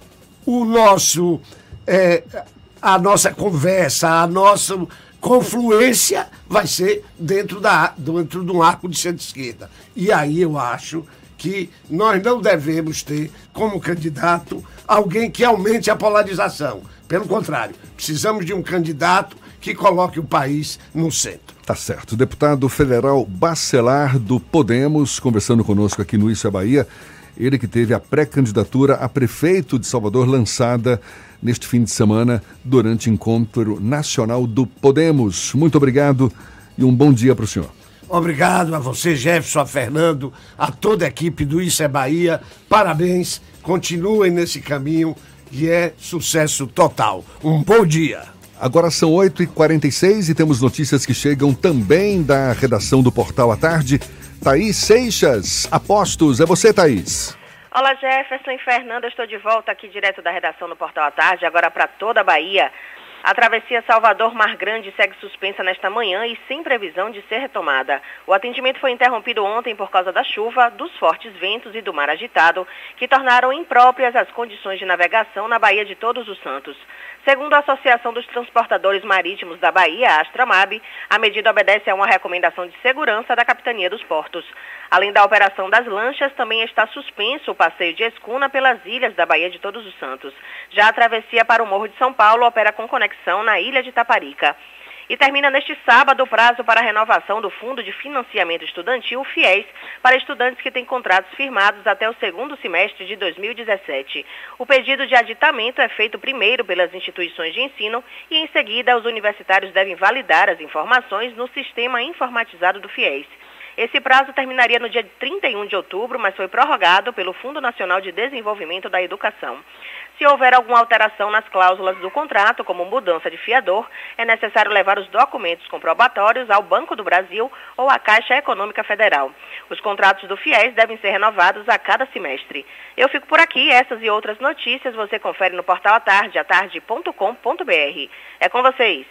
o nosso, é, a nossa conversa, a nossa confluência vai ser dentro, da, dentro de um arco de centro-esquerda. E aí eu acho que nós não devemos ter como candidato alguém que aumente a polarização. Pelo contrário, precisamos de um candidato que coloque o país no centro. Tá certo. O deputado federal Bacelar do Podemos, conversando conosco aqui no Isso é Bahia, ele que teve a pré-candidatura a prefeito de Salvador lançada neste fim de semana durante o Encontro Nacional do Podemos. Muito obrigado e um bom dia para o senhor. Obrigado a você, Jefferson, a Fernando, a toda a equipe do Isso é Bahia. Parabéns, continuem nesse caminho que é sucesso total. Um bom dia. Agora são oito e quarenta e seis e temos notícias que chegam também da redação do Portal à Tarde. Thaís Seixas, Apostos, é você, Thaís. Olá, Jefferson e Fernanda, estou de volta aqui direto da redação do Portal à Tarde, agora para toda a Bahia. A travessia Salvador-Mar Grande segue suspensa nesta manhã e sem previsão de ser retomada. O atendimento foi interrompido ontem por causa da chuva, dos fortes ventos e do mar agitado, que tornaram impróprias as condições de navegação na Baía de Todos os Santos. Segundo a Associação dos Transportadores Marítimos da Bahia, a Astramab, a medida obedece a uma recomendação de segurança da Capitania dos Portos. Além da operação das lanchas, também está suspenso o passeio de escuna pelas ilhas da Baía de Todos os Santos. Já a travessia para o Morro de São Paulo opera com conexão na ilha de Taparica. E termina neste sábado o prazo para a renovação do Fundo de Financiamento Estudantil, FIES, para estudantes que têm contratos firmados até o segundo semestre de dois mil e dezessete. O pedido de aditamento é feito primeiro pelas instituições de ensino e, em seguida, os universitários devem validar as informações no sistema informatizado do FIES. Esse prazo terminaria no dia trinta e um de outubro, mas foi prorrogado pelo Fundo Nacional de Desenvolvimento da Educação. Se houver alguma alteração nas cláusulas do contrato, como mudança de fiador, é necessário levar os documentos comprobatórios ao Banco do Brasil ou à Caixa Econômica Federal. Os contratos do FIES devem ser renovados a cada semestre. Eu fico por aqui, essas e outras notícias você confere no portal atarde, atarde ponto com ponto b r. É com vocês.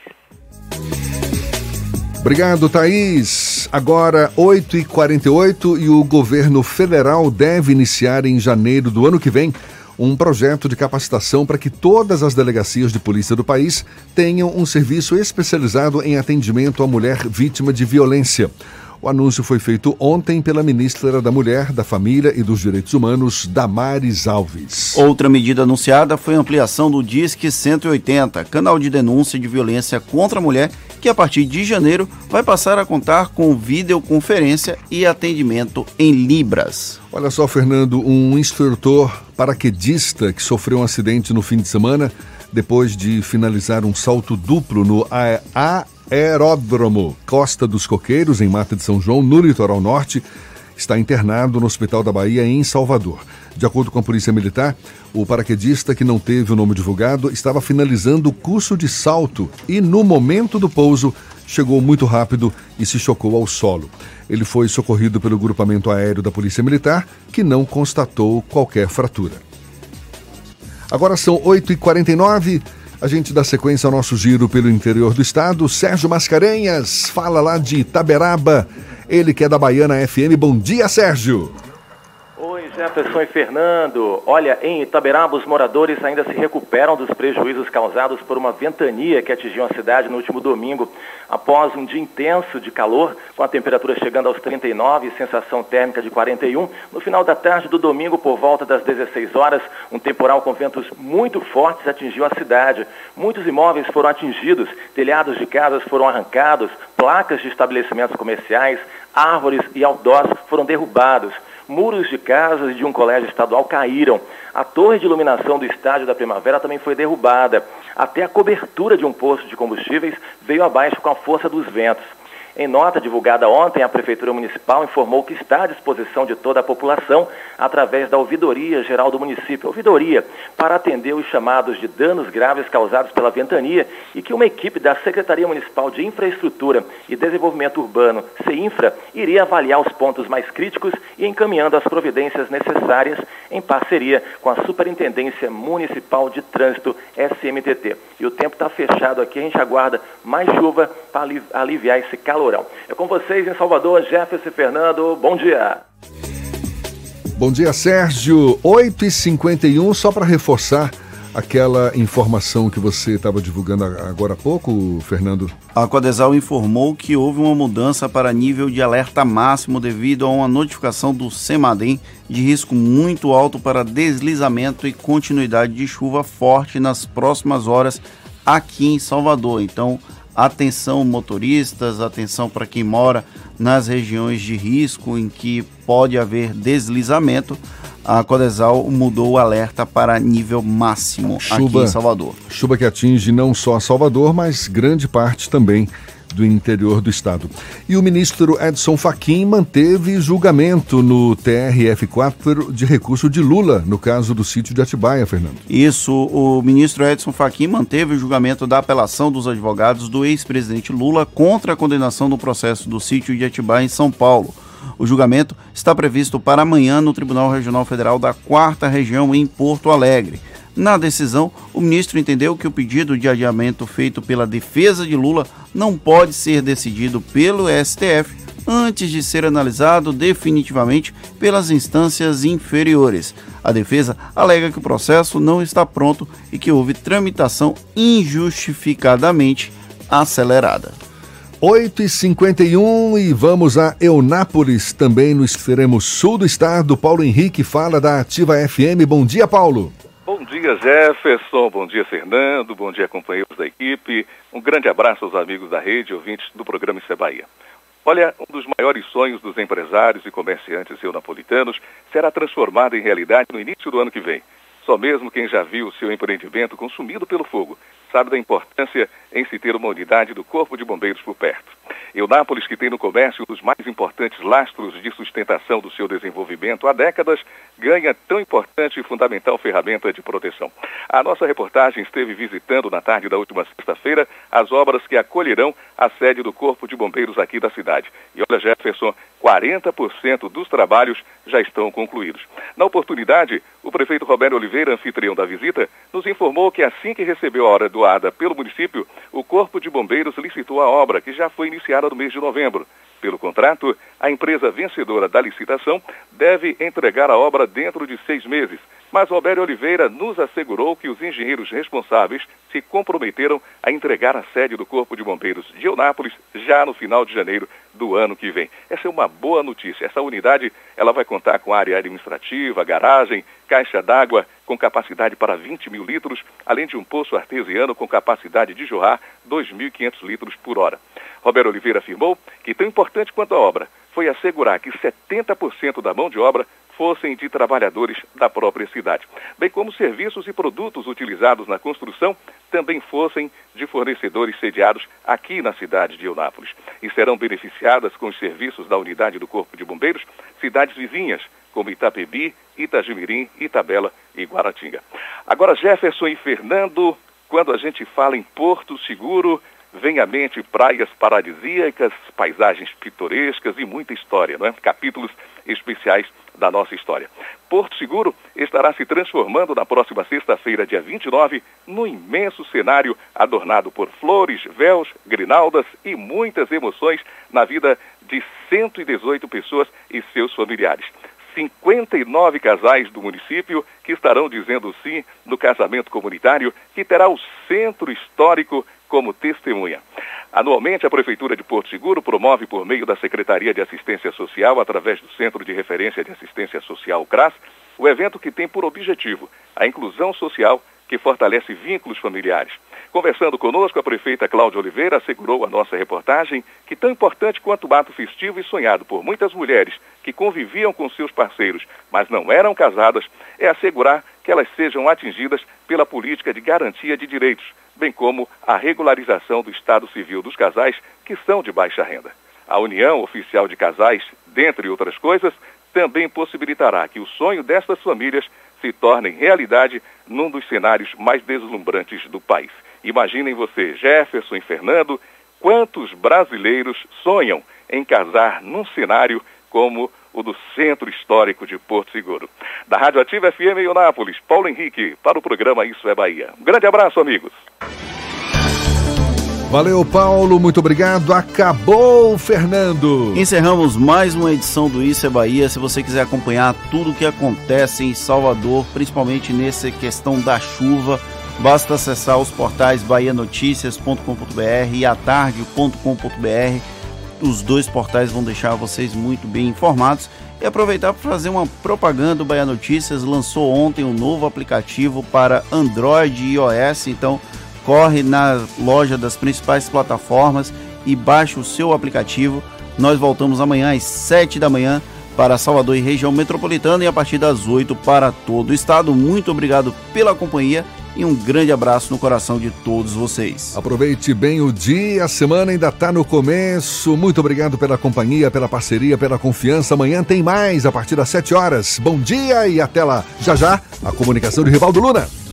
Obrigado, Thaís. Agora, oito e quarenta e oito e o governo federal deve iniciar em janeiro do ano que vem um projeto de capacitação para que todas as delegacias de polícia do país tenham um serviço especializado em atendimento à mulher vítima de violência. O anúncio foi feito ontem pela ministra da Mulher, da Família e dos Direitos Humanos, Damares Alves. Outra medida anunciada foi a ampliação do Disque cento e oitenta, canal de denúncia de violência contra a mulher, que a partir de janeiro vai passar a contar com videoconferência e atendimento em Libras. Olha só, Fernando, um instrutor paraquedista que sofreu um acidente no fim de semana depois de finalizar um salto duplo no A Aeródromo Costa dos Coqueiros, em Mata de São João, no litoral norte, está internado no Hospital da Bahia, em Salvador. De acordo com a Polícia Militar, o paraquedista, que não teve o nome divulgado, estava finalizando o curso de salto e, no momento do pouso, chegou muito rápido e se chocou ao solo. Ele foi socorrido pelo grupamento aéreo da Polícia Militar, que não constatou qualquer fratura. Agora são oito e quarenta e nove. A gente dá sequência ao nosso giro pelo interior do estado. Sérgio Mascarenhas fala lá de Itaberaba. Ele que é da Baiana F M. Bom dia, Sérgio. Oi, Jefferson e Fernando. Olha, em Itaberaba, os moradores ainda se recuperam dos prejuízos causados por uma ventania que atingiu a cidade no último domingo. Após um dia intenso de calor, com a temperatura chegando aos trinta e nove e sensação térmica de quarenta e um, no final da tarde do domingo, por volta das dezesseis horas, um temporal com ventos muito fortes atingiu a cidade. Muitos imóveis foram atingidos, telhados de casas foram arrancados, placas de estabelecimentos comerciais, árvores e outdoors foram derrubados. Muros de casas e de um colégio estadual caíram. A torre de iluminação do Estádio da Primavera também foi derrubada. Até a cobertura de um posto de combustíveis veio abaixo com a força dos ventos. Em nota divulgada ontem, a Prefeitura Municipal informou que está à disposição de toda a população através da Ouvidoria Geral do município, ouvidoria, para atender os chamados de danos graves causados pela ventania e que uma equipe da Secretaria Municipal de Infraestrutura e Desenvolvimento Urbano, CEINFRA, iria avaliar os pontos mais críticos e encaminhando as providências necessárias em parceria com a Superintendência Municipal de Trânsito, S M T T. E o tempo está fechado aqui, a gente aguarda mais chuva para aliviar esse calor. É com vocês em Salvador, Jefferson e Fernando. Bom dia. Bom dia, Sérgio. oito e cinquenta e um, só para reforçar aquela informação que você estava divulgando agora há pouco, Fernando. A Codesal informou que houve uma mudança para nível de alerta máximo devido a uma notificação do CEMADEM de risco muito alto para deslizamento e continuidade de chuva forte nas próximas horas aqui em Salvador. Então, atenção motoristas, atenção para quem mora nas regiões de risco em que pode haver deslizamento. A Codesal mudou o alerta para nível máximo chuva, aqui em Salvador. Chuva que atinge não só Salvador, mas grande parte também do interior do estado. E o ministro Edson Fachin manteve julgamento no T R F quatro de recurso de Lula, no caso do sítio de Atibaia, Fernando. Isso, o ministro Edson Fachin manteve o julgamento da apelação dos advogados do ex-presidente Lula contra a condenação do processo do sítio de Atibaia em São Paulo. O julgamento está previsto para amanhã no Tribunal Regional Federal da quarta Região em Porto Alegre. Na decisão, o ministro entendeu que o pedido de adiamento feito pela defesa de Lula não pode ser decidido pelo S T F antes de ser analisado definitivamente pelas instâncias inferiores. A defesa alega que o processo não está pronto e que houve tramitação injustificadamente acelerada. oito e cinquenta e um e vamos a Eunápolis, também no extremo sul do estado. Paulo Henrique fala da Ativa F M. Bom dia, Paulo. Bom dia, Jefferson, bom dia, Fernando, bom dia, companheiros da equipe. Um grande abraço aos amigos da rede, ouvintes do programa Isso é Bahia. Olha, um dos maiores sonhos dos empresários e comerciantes eunapolitanos será transformado em realidade no início do ano que vem. Só mesmo quem já viu o seu empreendimento consumido pelo fogo sabe da importância em se ter uma unidade do Corpo de Bombeiros por perto. Eunápolis, que tem no comércio um dos mais importantes lastros de sustentação do seu desenvolvimento há décadas, ganha tão importante e fundamental ferramenta de proteção. A nossa reportagem esteve visitando na tarde da última sexta-feira as obras que acolherão a sede do Corpo de Bombeiros aqui da cidade. E olha, Jefferson, quarenta por cento dos trabalhos já estão concluídos. Na oportunidade, o prefeito Roberto Oliveira, anfitrião da visita, nos informou que assim que recebeu a hora doada pelo município, o Corpo de Bombeiros licitou a obra, que já foi iniciada no mês de novembro. Pelo contrato, a empresa vencedora da licitação deve entregar a obra dentro de seis meses. Mas Roberto Oliveira nos assegurou que os engenheiros responsáveis se comprometeram a entregar a sede do Corpo de Bombeiros de Eunápolis já no final de janeiro do ano que vem. Essa é uma boa notícia. Essa unidade ela vai contar com área administrativa, garagem, caixa d'água com capacidade para vinte mil litros, além de um poço artesiano com capacidade de jorrar dois mil e quinhentos litros por hora. Roberto Oliveira afirmou que tão importante quanto a obra foi assegurar que setenta por cento da mão de obra fossem de trabalhadores da própria cidade, bem como serviços e produtos utilizados na construção também fossem de fornecedores sediados aqui na cidade de Eunápolis. E serão beneficiadas com os serviços da unidade do Corpo de Bombeiros cidades vizinhas, como Itapebi, Itagimirim, Itabela e Guaratinga. Agora, Jefferson e Fernando, quando a gente fala em Porto Seguro, vem à mente praias paradisíacas, paisagens pitorescas e muita história, não é? Capítulos especiais da nossa história. Porto Seguro estará se transformando na próxima sexta-feira, dia vinte e nove, num imenso cenário adornado por flores, véus, grinaldas e muitas emoções na vida de cento e dezoito pessoas e seus familiares. cinquenta e nove casais do município que estarão dizendo sim no casamento comunitário, que terá o Centro Histórico como testemunha. Anualmente, a Prefeitura de Porto Seguro promove, por meio da Secretaria de Assistência Social, através do Centro de Referência de Assistência Social, CRAS, o evento que tem por objetivo a inclusão social que fortalece vínculos familiares. Conversando conosco, a prefeita Cláudia Oliveira assegurou à nossa reportagem que tão importante quanto o ato festivo e sonhado por muitas mulheres que conviviam com seus parceiros, mas não eram casadas, é assegurar que elas sejam atingidas pela política de garantia de direitos, bem como a regularização do estado civil dos casais que são de baixa renda. A união oficial de casais, dentre outras coisas, também possibilitará que o sonho destas famílias se tornem realidade num dos cenários mais deslumbrantes do país. Imaginem você, Jefferson e Fernando, quantos brasileiros sonham em casar num cenário como o do Centro Histórico de Porto Seguro. Da Rádio Ativa F M em Eunápolis, Paulo Henrique, para o programa Isso é Bahia. Um grande abraço, amigos. Valeu, Paulo, muito obrigado. Acabou, Fernando. Encerramos mais uma edição do Isso é Bahia. Se você quiser acompanhar tudo o que acontece em Salvador, principalmente nessa questão da chuva, basta acessar os portais bahia noticias ponto com ponto b r e atardio ponto com ponto b r. Os dois portais vão deixar vocês muito bem informados. E aproveitar para fazer uma propaganda. O Bahia Notícias lançou ontem um novo aplicativo para Android e iOS, então corre na loja das principais plataformas e baixe o seu aplicativo. Nós voltamos amanhã às sete da manhã para Salvador e região metropolitana e a partir das oito para todo o estado. Muito obrigado pela companhia e um grande abraço no coração de todos vocês. Aproveite bem o dia, a semana ainda está no começo. Muito obrigado pela companhia, pela parceria, pela confiança. Amanhã tem mais a partir das sete horas. Bom dia e até lá. Já já, a comunicação de Rivaldo Luna.